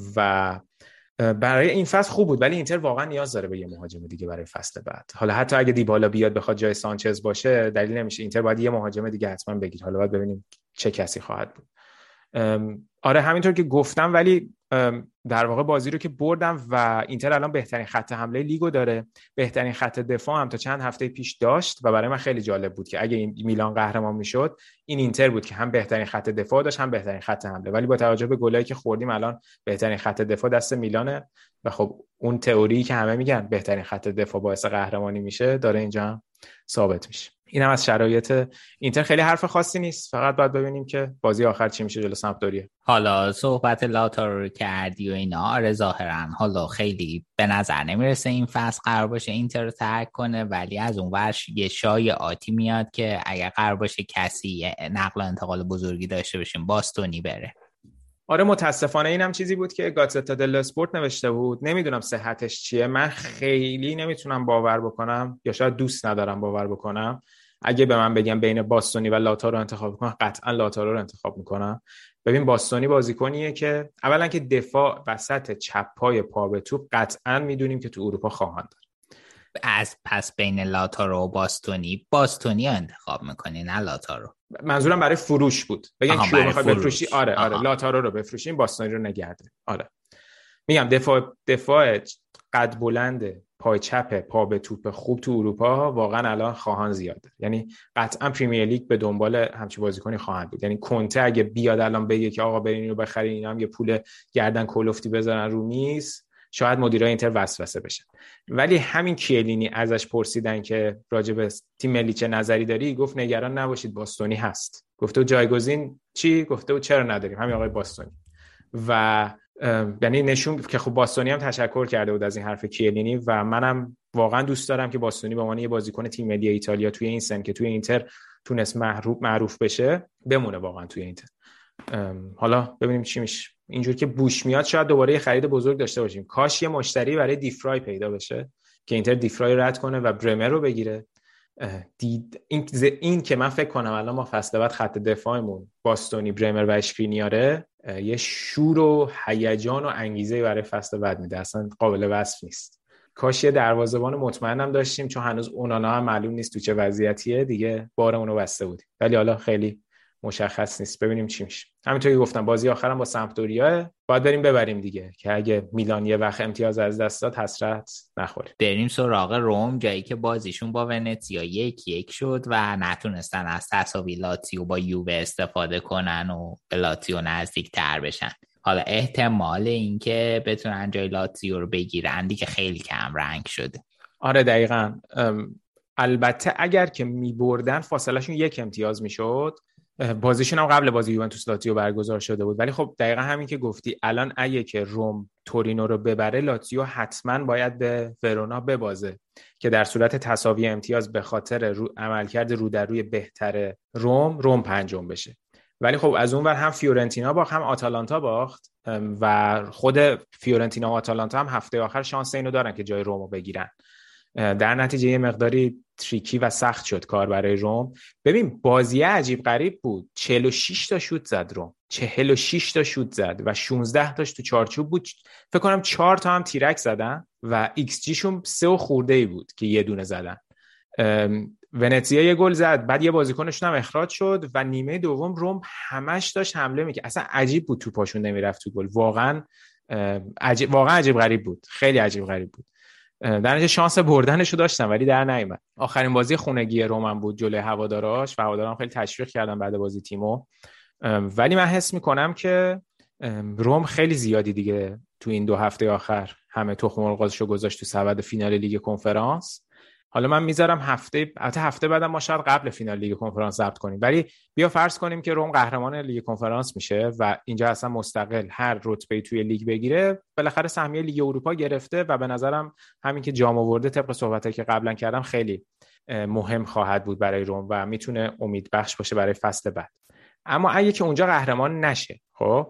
و برای این فصل خوب بود، ولی اینتر واقعا نیاز داره به یه مهاجم دیگه برای فصل بعد. حالا حتی اگه دیبالا بیاد بخواد جای سانچز باشه دلیل نمیشه. اینتر باید یه مهاجم دیگه حتما بگیر. حالا باید ببینیم چه کسی خواهد بود. آره همینطور که گفتم، ولی در واقع بازی رو که بردم و اینتر الان بهترین خط حمله لیگو داره، بهترین خط دفاع هم تا چند هفته پیش داشت و برای من خیلی جالب بود که اگه این میلان قهرمان میشد این اینتر بود که هم بهترین خط دفاع داشت هم بهترین خط حمله، ولی با توجه به گلایی که خوردیم الان بهترین خط دفاع دست میلانه و خب اون تئوری که همه میگن بهترین خط دفاع باعث قهرمانی میشه داره اینجا هم ثابت میشه. اینم از شرایط اینتر. خیلی حرف خاصی نیست، فقط باید ببینیم که بازی آخر چی میشه جلو سمپدوریا. حالا صحبت لاتارو رو کردی و اینا، آره ظاهرا حالا خیلی به نظر نمیرسه این فصل قرار باشه اینتر رو ترک کنه، ولی از اون ورش یه شایعاتی میاد که اگر قرار باشه کسی نقل و انتقال بزرگی داشته باشیم باستونی بره. آره متاسفانه اینم چیزی بود که گازتا دل اسپورت نوشته بود. نمیدونم صحتش چیه، من خیلی نمیتونم باور بکنم یا شاید دوست ندارم باور بکنم. اگه به من بگم بین باستونی و لاتارو انتخاب کنم قطعا لاتارو رو انتخاب میکنم. ببین باستونی بازیکنیه که اولا که دفاع وسط چپ پای پا به توپ قطعا میدونیم که تو اروپا خواهند داره. از پس بین لاتارو و باستونی باستونی انتخاب میکنی نه لاتارو؟ منظورم برای فروش بود، بگن کیو میخوای بفروشی. آره آره آها. لاتارو رو بفروشیم، باستونی رو نگرده. آره میگم دفاع دفاع قد بلند پای چپ پا به توپ خوب تو اروپا واقعا الان خواهان زیاده، یعنی قطعا پریمیر لیگ به دنبال همچین بازیکنی خواهند بود. یعنی کنته اگه بیاد الان بگه که آقا برین اینو بخرین، اینا هم یه پول گردن کلفتی بذارن رو میز، شاید مدیرای اینتر وسوسه بشن. ولی همین کیلینی ازش پرسیدن که راجع به تیم ملی چه نظری داری، گفت نگران نباشید باستونی هست. گفته جایگزین چی؟ گفته چرا نداریم، همین آقای باستونی. و یعنی نشون که خب باستونی هم تشکر کرده بود از این حرف کیلینی و منم واقعا دوست دارم که باستونی به عنوان یه بازیکن تیم ملی ایتالیا توی این سن که توی اینتر تونست معروف معروف بشه بمونه واقعا توی اینتر. حالا ببینیم چی میشه. اینجور که بوش میاد شاید دوباره یه خرید بزرگ داشته باشیم. کاش یه مشتری برای دیفرای پیدا بشه که اینتر دیفرای رد کنه و برمر رو بگیره. دید این, این که من فکر کنم الان ما فصل بعد خط دفاعمون باستونی، برمر و اشکرینیاره یه شور و هیجان و انگیزه برای فصل بعد میده، اصلا قابل وصف نیست. کاش یه دروازه‌بان مطمئنم داشتیم، چون هنوز اونانا هم معلوم نیست تو چه وضعیتیه، دیگه بارمون رو بسته بودیم. ولی حالا خیلی مشخص نیست، ببینیم چی میشه. همینطوری که گفتم بازی آخرام با سمپدوریا باید بریم ببریم دیگه، که اگه میلان یه وقت امتیاز از دست داد حسرت نخوریم. بریم سراغ روم، جایی که بازیشون با ونتزیا یک یک شد و نتونستن از تساوی لاتزیو با یووه استفاده کنن و به لاتزیو نزدیک تر بشن. حالا احتمال این که بتونن جای لاتزیو رو بگیرن دیگه خیلی کم رنگ شده. آره دقیقاً. البته اگر که میبردن فاصله شون یک امتیاز میشد. بازیشون هم قبل بازی یوونتوس لاتزیو برگزار شده بود، ولی خب دقیقا همین که گفتی، الان اگه که روم تورینو رو ببره، لاتزیو حتما باید به ورونا ببازه که در صورت تساوی امتیاز به خاطر رو عملکرد رو در روی بهتر روم روم پنجم بشه. ولی خب از اون ور هم فیورنتینا باخت هم آتالانتا باخت و خود فیورنتینا و آتالانتا هم هفته آخر شانس اینو دارن که جای رومو بگیرن. در نتیجه یه مقداری تریکی و سخت شد کار برای روم. ببین بازی عجیب غریب بود، چهل و شش تا شوت زد روم، چهل و شش تا شوت زد و شانزده تاش تو چارچوب بود. فکر کنم چهار تا هم تیرک زدن و ایکس جی شون سه و خورده ای بود که یه دونه زدن. ونتزیا یه گل زد، بعد یه بازیکنشون هم اخراج شد و نیمه دوم روم همش داشت حمله میکرد. اصلا عجیب بود تو پاشون نمیرفت تو گل. واقعا عجیب، واقعا عجیب غریب بود، خیلی عجیب غریب بود. در نتیجه شانس بردنشو داشتن ولی در نیامد. آخرین بازی خونگی روم بود جلوی هواداراش و هواداران خیلی تشویق کردن بعد بازی تیمو. ولی من حس میکنم که روم خیلی زیادی دیگه تو این دو هفته آخر همه تخم مرغاشو گذاشت تو سبد فینال لیگ کنفرانس. حالا من میذارم هفته البته هفته بعدم ما شاید قبل فینال لیگ کنفرانس ضبط کنیم، ولی بیا فرض کنیم که روم قهرمان لیگ کنفرانس میشه و اینجا اصلا مستقل هر رتبه‌ای توی لیگ بگیره، بالاخره سهمیه لیگ اروپا گرفته و به نظرم همین که جام آورده طبق صحبتایی که قبلا کردم خیلی مهم خواهد بود برای روم و میتونه امید بخش باشه برای فصل بعد. اما اگه که اونجا قهرمان نشه خب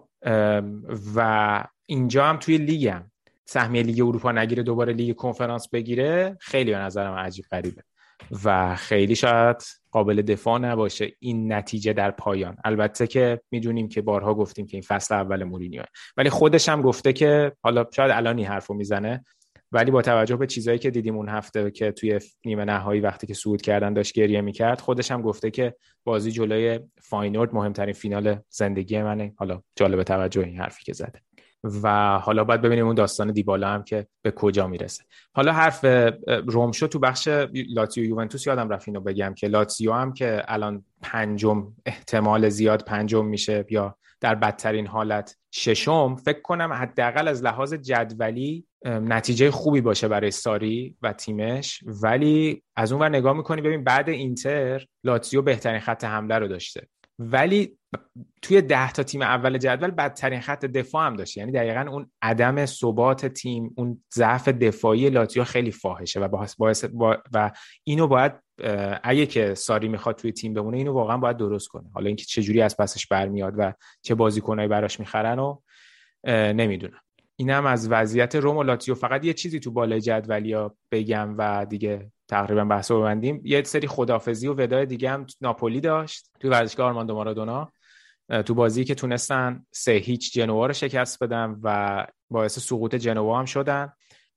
و اینجا هم توی لیگ هم سهمیه لیگ اروپا نگیره، دوباره لیگ کنفرانس بگیره، خیلی به نظرم عجیب غریبه و خیلی شاید قابل دفاع نباشه این نتیجه در پایان. البته که میدونیم که بارها گفتیم که این فصل اول مورینیوه، ولی خودش هم گفته که حالا شاید الان این حرفو میزنه، ولی با توجه به چیزایی که دیدیم اون هفته که توی نیمه نهایی وقتی که صعود کردن داشت گریه میکرد، خودش هم گفته که بازی جلوی فاینورد مهمترین فینال زندگی منه. حالا جالب توجه این حرفی که زده و حالا باید ببینیم اون داستان دیبالا هم که به کجا میرسه. حالا حرف روم شد تو بخش لاتزیو یوونتوس، یادم رفت اینو بگم که لاتزیو هم که الان پنجم، احتمال زیاد پنجم میشه یا در بدترین حالت ششم، فکر کنم حداقل از لحاظ جدولی نتیجه خوبی باشه برای ساری و تیمش. ولی از اون ور نگاه میکنی ببین بعد اینتر لاتزیو بهترین خط حمله رو داشته، ولی توی ده تا تیم اول جدول بدترین خط دفاع هم داشته. یعنی دقیقاً اون عدم ثبات تیم، اون ضعف دفاعی لاتزیو خیلی فاحشه و باعث با و اینو باید اگه که ساری میخواد توی تیم بمونه اینو واقعا باید درست کنه. حالا اینکه چه جوری از پسش برمیاد و چه بازیکنایی براش میخرن و نمیدونم. اینم از وضعیت روم و لاتزیو. فقط یه چیزی تو بالای جدولیا بگم و دیگه تقریبا بحثو ببندیم. یه سری خداحافظی و وداع دیگه هم ناپولی داشت توی ورزشگاه آرماندو مارادونا، تو بازی که تونستن سه هیچ جنوا رو شکست بدن و باعث سقوط جنوا هم شدن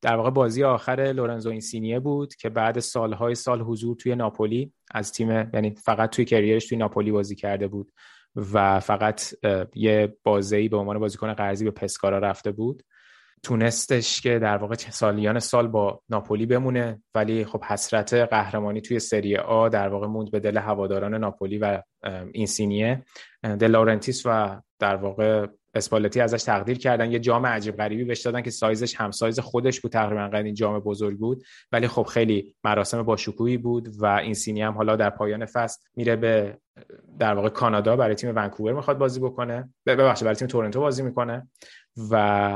در واقع بازی آخر لورنزو اینسینیه بود که بعد سالهای سال حضور توی ناپولی از تیم، یعنی فقط توی کریرش توی ناپولی بازی کرده بود و فقط یه بازی به عنوان بازیکن قرضی به پسکارا رفته بود، تونستش که در واقع سالیان سال با ناپولی بمونه، ولی خب حسرت قهرمانی توی سری آ در واقع موند به دل هواداران ناپولی و اینسینیه. د لورنتیس و در واقع اسپالتی ازش تقدیر کردن، یه جام عجیب غریبی بهش دادن که سایزش هم سایز خودش بود، تقریبا قد این جام بزرگ بود، ولی خب خیلی مراسم باشکوهی بود و اینسینیه هم حالا در پایان فصل میره به در واقع کانادا برای تیم ونکوور میخواد بازی بکنه، ببخشید برای تیم تورنتو بازی میکنه و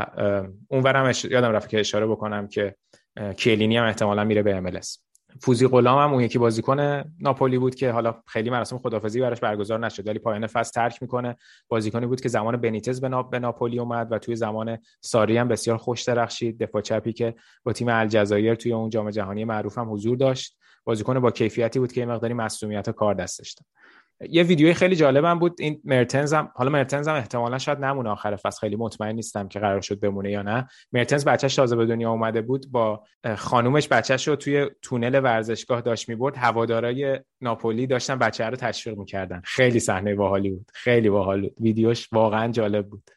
اونورم اش... یادم رفت که اشاره بکنم که کیلینی هم احتمالاً میره به ام ال اس. فوزی غلام هم اون یکی بازیکن ناپولی بود که حالا خیلی مراسم خداحافظی براش برگزار نشد، ولی پایان فصل ترک میکنه. بازیکنی بود که زمان بنیتز به, نا... به ناپولی اومد و توی زمان ساری هم بسیار خوش درخشید، دفاع چپی که با تیم الجزایر توی اون جام جهانی معروف هم حضور داشت. بازیکن با کیفیتی بود که یه مقداری معصومیت کار دستش داشت. یه ویدیوی خیلی جالبم بود این مرتنز هم، حالا مرتنز هم احتمالاً شاید نمونه آخر فصل، خیلی مطمئن نیستم که قرار شد بمونه یا نه. مرتنز بچه‌ش تازه به دنیا اومده بود، با خانومش بچه‌ش رو توی تونل ورزشگاه داشت می‌برد، هوادارهای ناپولی داشتن بچه‌ها رو تشویق می‌کردن. خیلی صحنه باحالی بود، خیلی باحال بود، ویدیوش واقعاً جالب بود.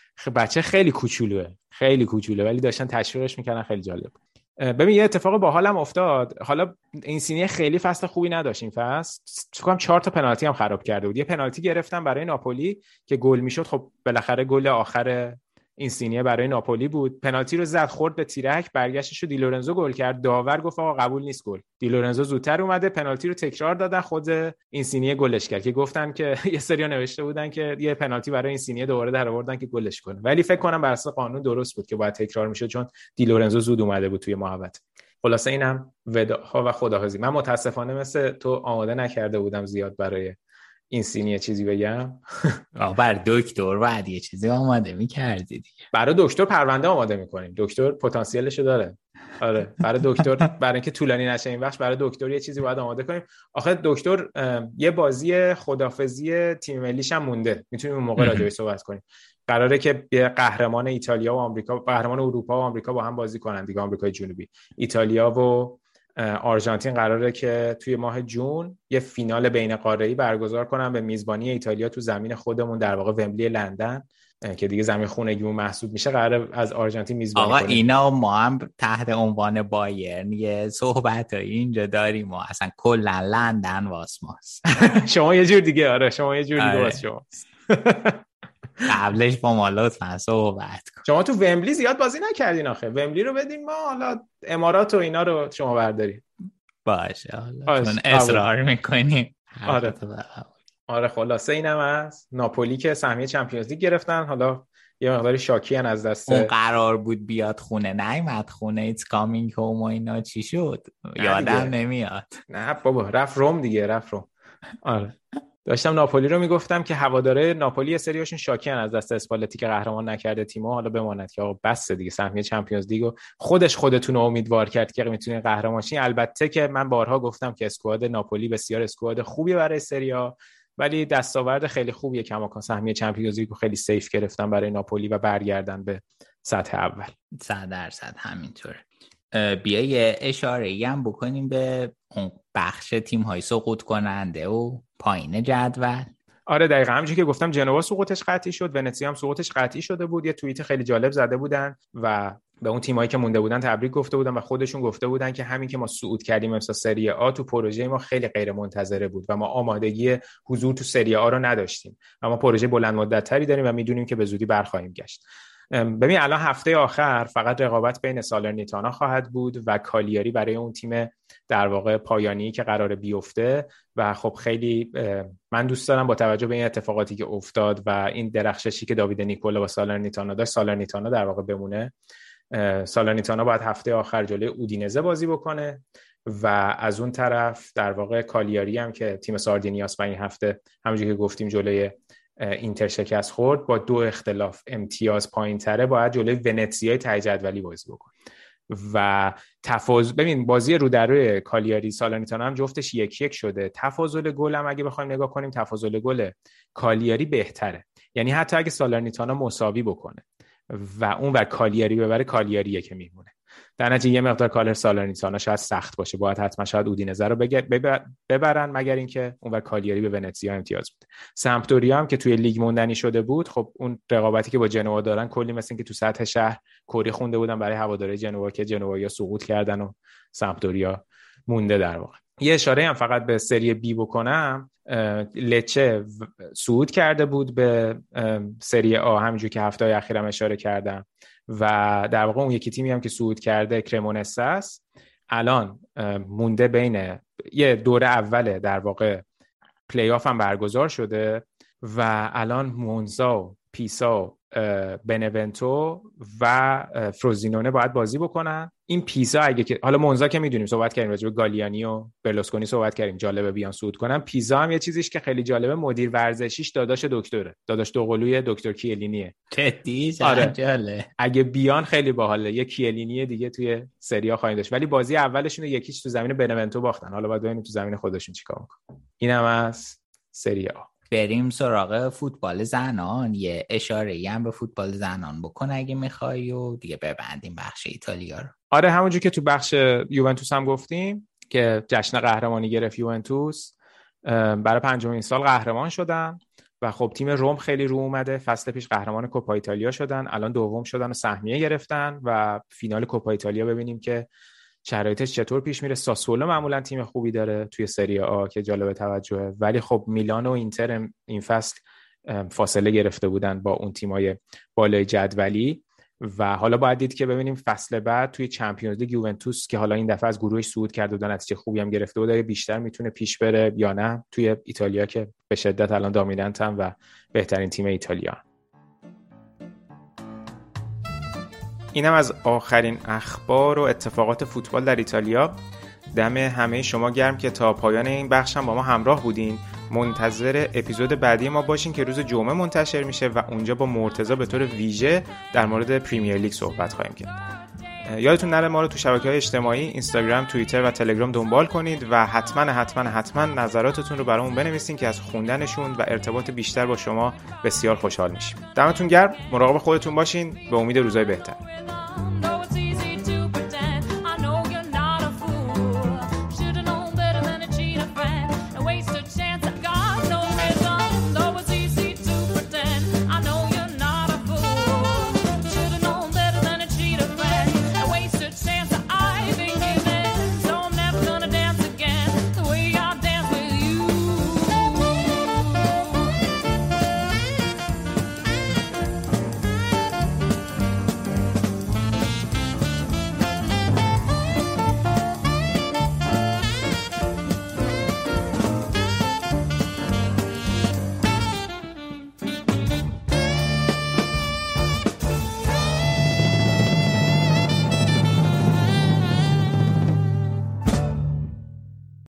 بچه خیلی کوچولوئه، خیلی کوچولوئه، ولی داشتن تشویقش می‌کردن، خیلی جالب بود. ببین یه اتفاق باحالم افتاد. حالا اینسینیه خیلی فصل خوبی نداشت این فصل، فکر کنم چهار تا پنالتی هم خراب کرده بود. یه پنالتی گرفتم برای ناپولی که گل میشد، خب بالاخره گل آخر اینسینیه برای ناپولی بود. پنالتی رو زد، خورد به تیرک، برگشتشو دی لورنزو گل کرد. داور گفت آقا قبول نیست گل. دی لورنزو زودتر اومده، پنالتی رو تکرار دادن، خود اینسینیه گلش کرد که گفتن که یه سریا نوشته بودن که یه پنالتی برای اینسینیه دوباره در آوردن که گلش کنه، ولی فکر کنم بر اساس قانون درست بود که باید تکرار میشد چون دی لورنزو زود اومده بود توی محوطه. خلاصه اینم وداعها و خداحافظی. من متاسفانه مثل تو آماده نکرده بودم زیاد برای اینسینیه چیزی بگم. بر دکتر بعد یه چیزی آماده می‌کردی دیگه. برای دکتر پرونده آماده می‌کنیم، دکتر پتانسیلشو داره. آره برای دکتر، برای اینکه طولانی نشه این بخش، برای دکتر یه چیزی باید آماده کنیم. آخه دکتر یه بازی خداحافظی تیم ملیش هم مونده، میتونیم اون موقع راجعش صحبت کنیم. قراره که قهرمان ایتالیا و آمریکا، قهرمان اروپا و آمریکا با هم بازی کنن دیگه، آمریکای جنوبی. ایتالیا و آرژانتین قراره که توی ماه جون یه فینال بین قاره‌ای برگزار کنن به میزبانی ایتالیا تو زمین خودمون، در واقع ومبلی لندن که دیگه زمین خونگیمون محسوب میشه. قراره از آرژانتین میزبانی کنه. آقا اینا ما هم تحت عنوان بایرن یه صحبتایی اینجا داریم و اصلا کلا لندن واسه ماست. شما یه جور دیگه، آره شما یه جور دیگه واسه شماست. قبلش با ما لطفا صحبت کن. شما تو ومبلی زیاد بازی نکردین آخه، ومبلی رو بدین ما، حالا امارات و اینا رو شما بردارین. باشه حالا چون اصرار میکنیم. آره آره خلاصه اینم از ناپولی که سهمیه چمپیونز لیگ گرفتن. حالا یه مقداری شاکی ان از دست، اون قرار بود بیاد خونه، نیومد خونه. ایتس کامینگ هوم و اینا چی شد یادم نمیاد. نه بابا رفت روم دیگه، رفت روم. آره داشتم ناپولی رو میگفتم که هواداره ناپولی سریاشون شاکیان از دست اسپالتی که قهرمان نکرده تیمو. حالا بماند که آقا بس دیگه، سهمیه چمپیونز لیگو خودش خودتون رو امیدوار کرد که میتونین قهرمان شین. البته که من بارها گفتم که اسکواد ناپولی بسیار اسکواد خوبی برای سری آ، ولی دستاورد خیلی خوبیه کماکان سهمیه چمپیونز لیگو خیلی سیف گرفتن برای ناپولی و برگردن به سطح اول. صد درصد همینطوره. بیا یه اشاره‌ای هم بکنیم به اون بخش تیم‌های سقوط کننده و پایین جدول. آره دقیقاً همونجوری که گفتم جنوا سقوطش قطعی شد، ونیزیا هم سقوطش قطعی شده بود. یه توییت خیلی جالب زده بودن و به اون تیمایی که مونده بودن تبریک گفته بودن و خودشون گفته بودن که همین که ما صعود کردیم مثلا سری آ تو پروژه ما خیلی غیر منتظره بود و ما آمادگی حضور تو سری آ رو نداشتیم، اما پروژه بلند مدت‌تری داریم و میدونیم که به زودی برخواهیم گشت. ببین الان هفته آخر فقط رقابت بین سالرنیتانا خواهد بود و کالیاری برای اون تیم در واقع پایانی که قراره بیفته و خب خیلی من دوست دارم با توجه به این اتفاقاتی که افتاد و این درخششی که داوید نیکولا با سالرنیتانا داشت، سالرنیتانا در واقع بمونه. سالرنیتانا باید هفته آخر جلوی اودینزه بازی بکنه و از اون طرف در واقع کالیاری هم که تیم ساردینیاس و این هفته همونجوری که گفتیم جلوی اینتر شکست خورد، با دو اختلاف امتیاز پایین تره باید جلوی ونتزیای ته جدولی بازی بکنه و تفاضل. ببین بازی رو در روی کالیاری سالرنیتانا هم جفتش یک یک شده. تفاضل گل هم اگه بخوایم نگاه کنیم تفاضل گل کالیاری بهتره، یعنی حتی اگه سالرنیتانا مساوی بکنه و اون ور کالیاری ببره، کالیاریه که میمونه. در نتیجه یه مقدار کالر سالرنیتانا شاید سخت باشه، باید حتما شاید اودینزه رو ببرن مگر اینکه اونور کالیاری به ونتزیا امتیاز بده. سمپدوریا هم که توی لیگ موندنی شده بود، خب اون رقابتی که با جنوا دارن کلی مثل اینکه تو سطح شهر کری خونده بودن برای هواداره جنوا که جنوایی‌ها سقوط کردن و سمپدوریا مونده در واقع. یه اشاره هم فقط به سری بی بکنم، لچه صعود کرده بود به سری آ همونجور که هفته‌های اخیرم اشاره کردم و در واقع اون یکی تیمی هم که صعود کرده کرمونسه است. الان مونده بین یه دوره اوله در واقع پلی آف هم برگزار شده و الان مونزا و پیسا بنونتو و فروزینونه باید بازی بکنن. این پیزا اگه که حالا مونزا که میدونیم صحبت کردیم راجع به گالیانی و برلوسکونی صحبت کردیم، جالبه بیان صعود کنن. پیزا هم یه چیزیش که خیلی جالبه، مدیر ورزشیش داداش دکتره، داداش دوقلوی دکتر کیلینیه. جدی آره. جالبه. اگه بیان خیلی باحاله، یه کیلینی دیگه توی سری آ خواهیم داشت، ولی بازی اولشون رو یکیش تو زمین بنونتو باختن، حالا باید ببینیم تو زمین خودشون چیکار میکنن. اینم از سری آ. بریم سراغ فوتبال زنان. یه اشاره‌ای هم به فوتبال زنان بکن اگه میخوای و دیگه ببندیم بخش ایتالیا رو. آره همونجور که تو بخش یوونتوس هم گفتیم که جشن قهرمانی گرفت یوونتوس، برای پنجمین سال قهرمان شدن و خب تیم روم خیلی رو اومده، فصل پیش قهرمان کوپا ایتالیا شدن، الان دوم شدن و سهمیه گرفتن و فینال کوپا ایتالیا ببینیم که شرایطش چطور پیش میره. ساسولو معمولا تیم خوبی داره توی سری آ که جالب توجهه، ولی خب میلان و اینتر این فصل فاصله گرفته بودن با اون تیمای بالای جدولی و حالا باید دید که ببینیم فصل بعد توی چمپیونز لیگ یوونتوس که حالا این دفعه از گروهش صعود کرده و نتیجه خوبی هم گرفته بود بیشتر میتونه پیش بره یا نه توی ایتالیا که به شدت الان دامیننت هم و بهترین تیم ایتالیا. اینم از آخرین اخبار و اتفاقات فوتبال در ایتالیا. دم همه شما گرم که تا پایان این بخش هم با ما همراه بودین. منتظر اپیزود بعدی ما باشین که روز جمعه منتشر میشه و اونجا با مرتضی به طور ویژه در مورد پریمیر لیگ صحبت خواهیم کرد. یادتون نره ما رو تو شبکه‌های اجتماعی اینستاگرام، توییتر و تلگرام دنبال کنید و حتما حتما حتما نظراتتون رو برامون بنویسین که از خوندنشون و ارتباط بیشتر با شما بسیار خوشحال میشیم. دمتون گرم، مراقب خودتون باشین، به امید روزای بهتر.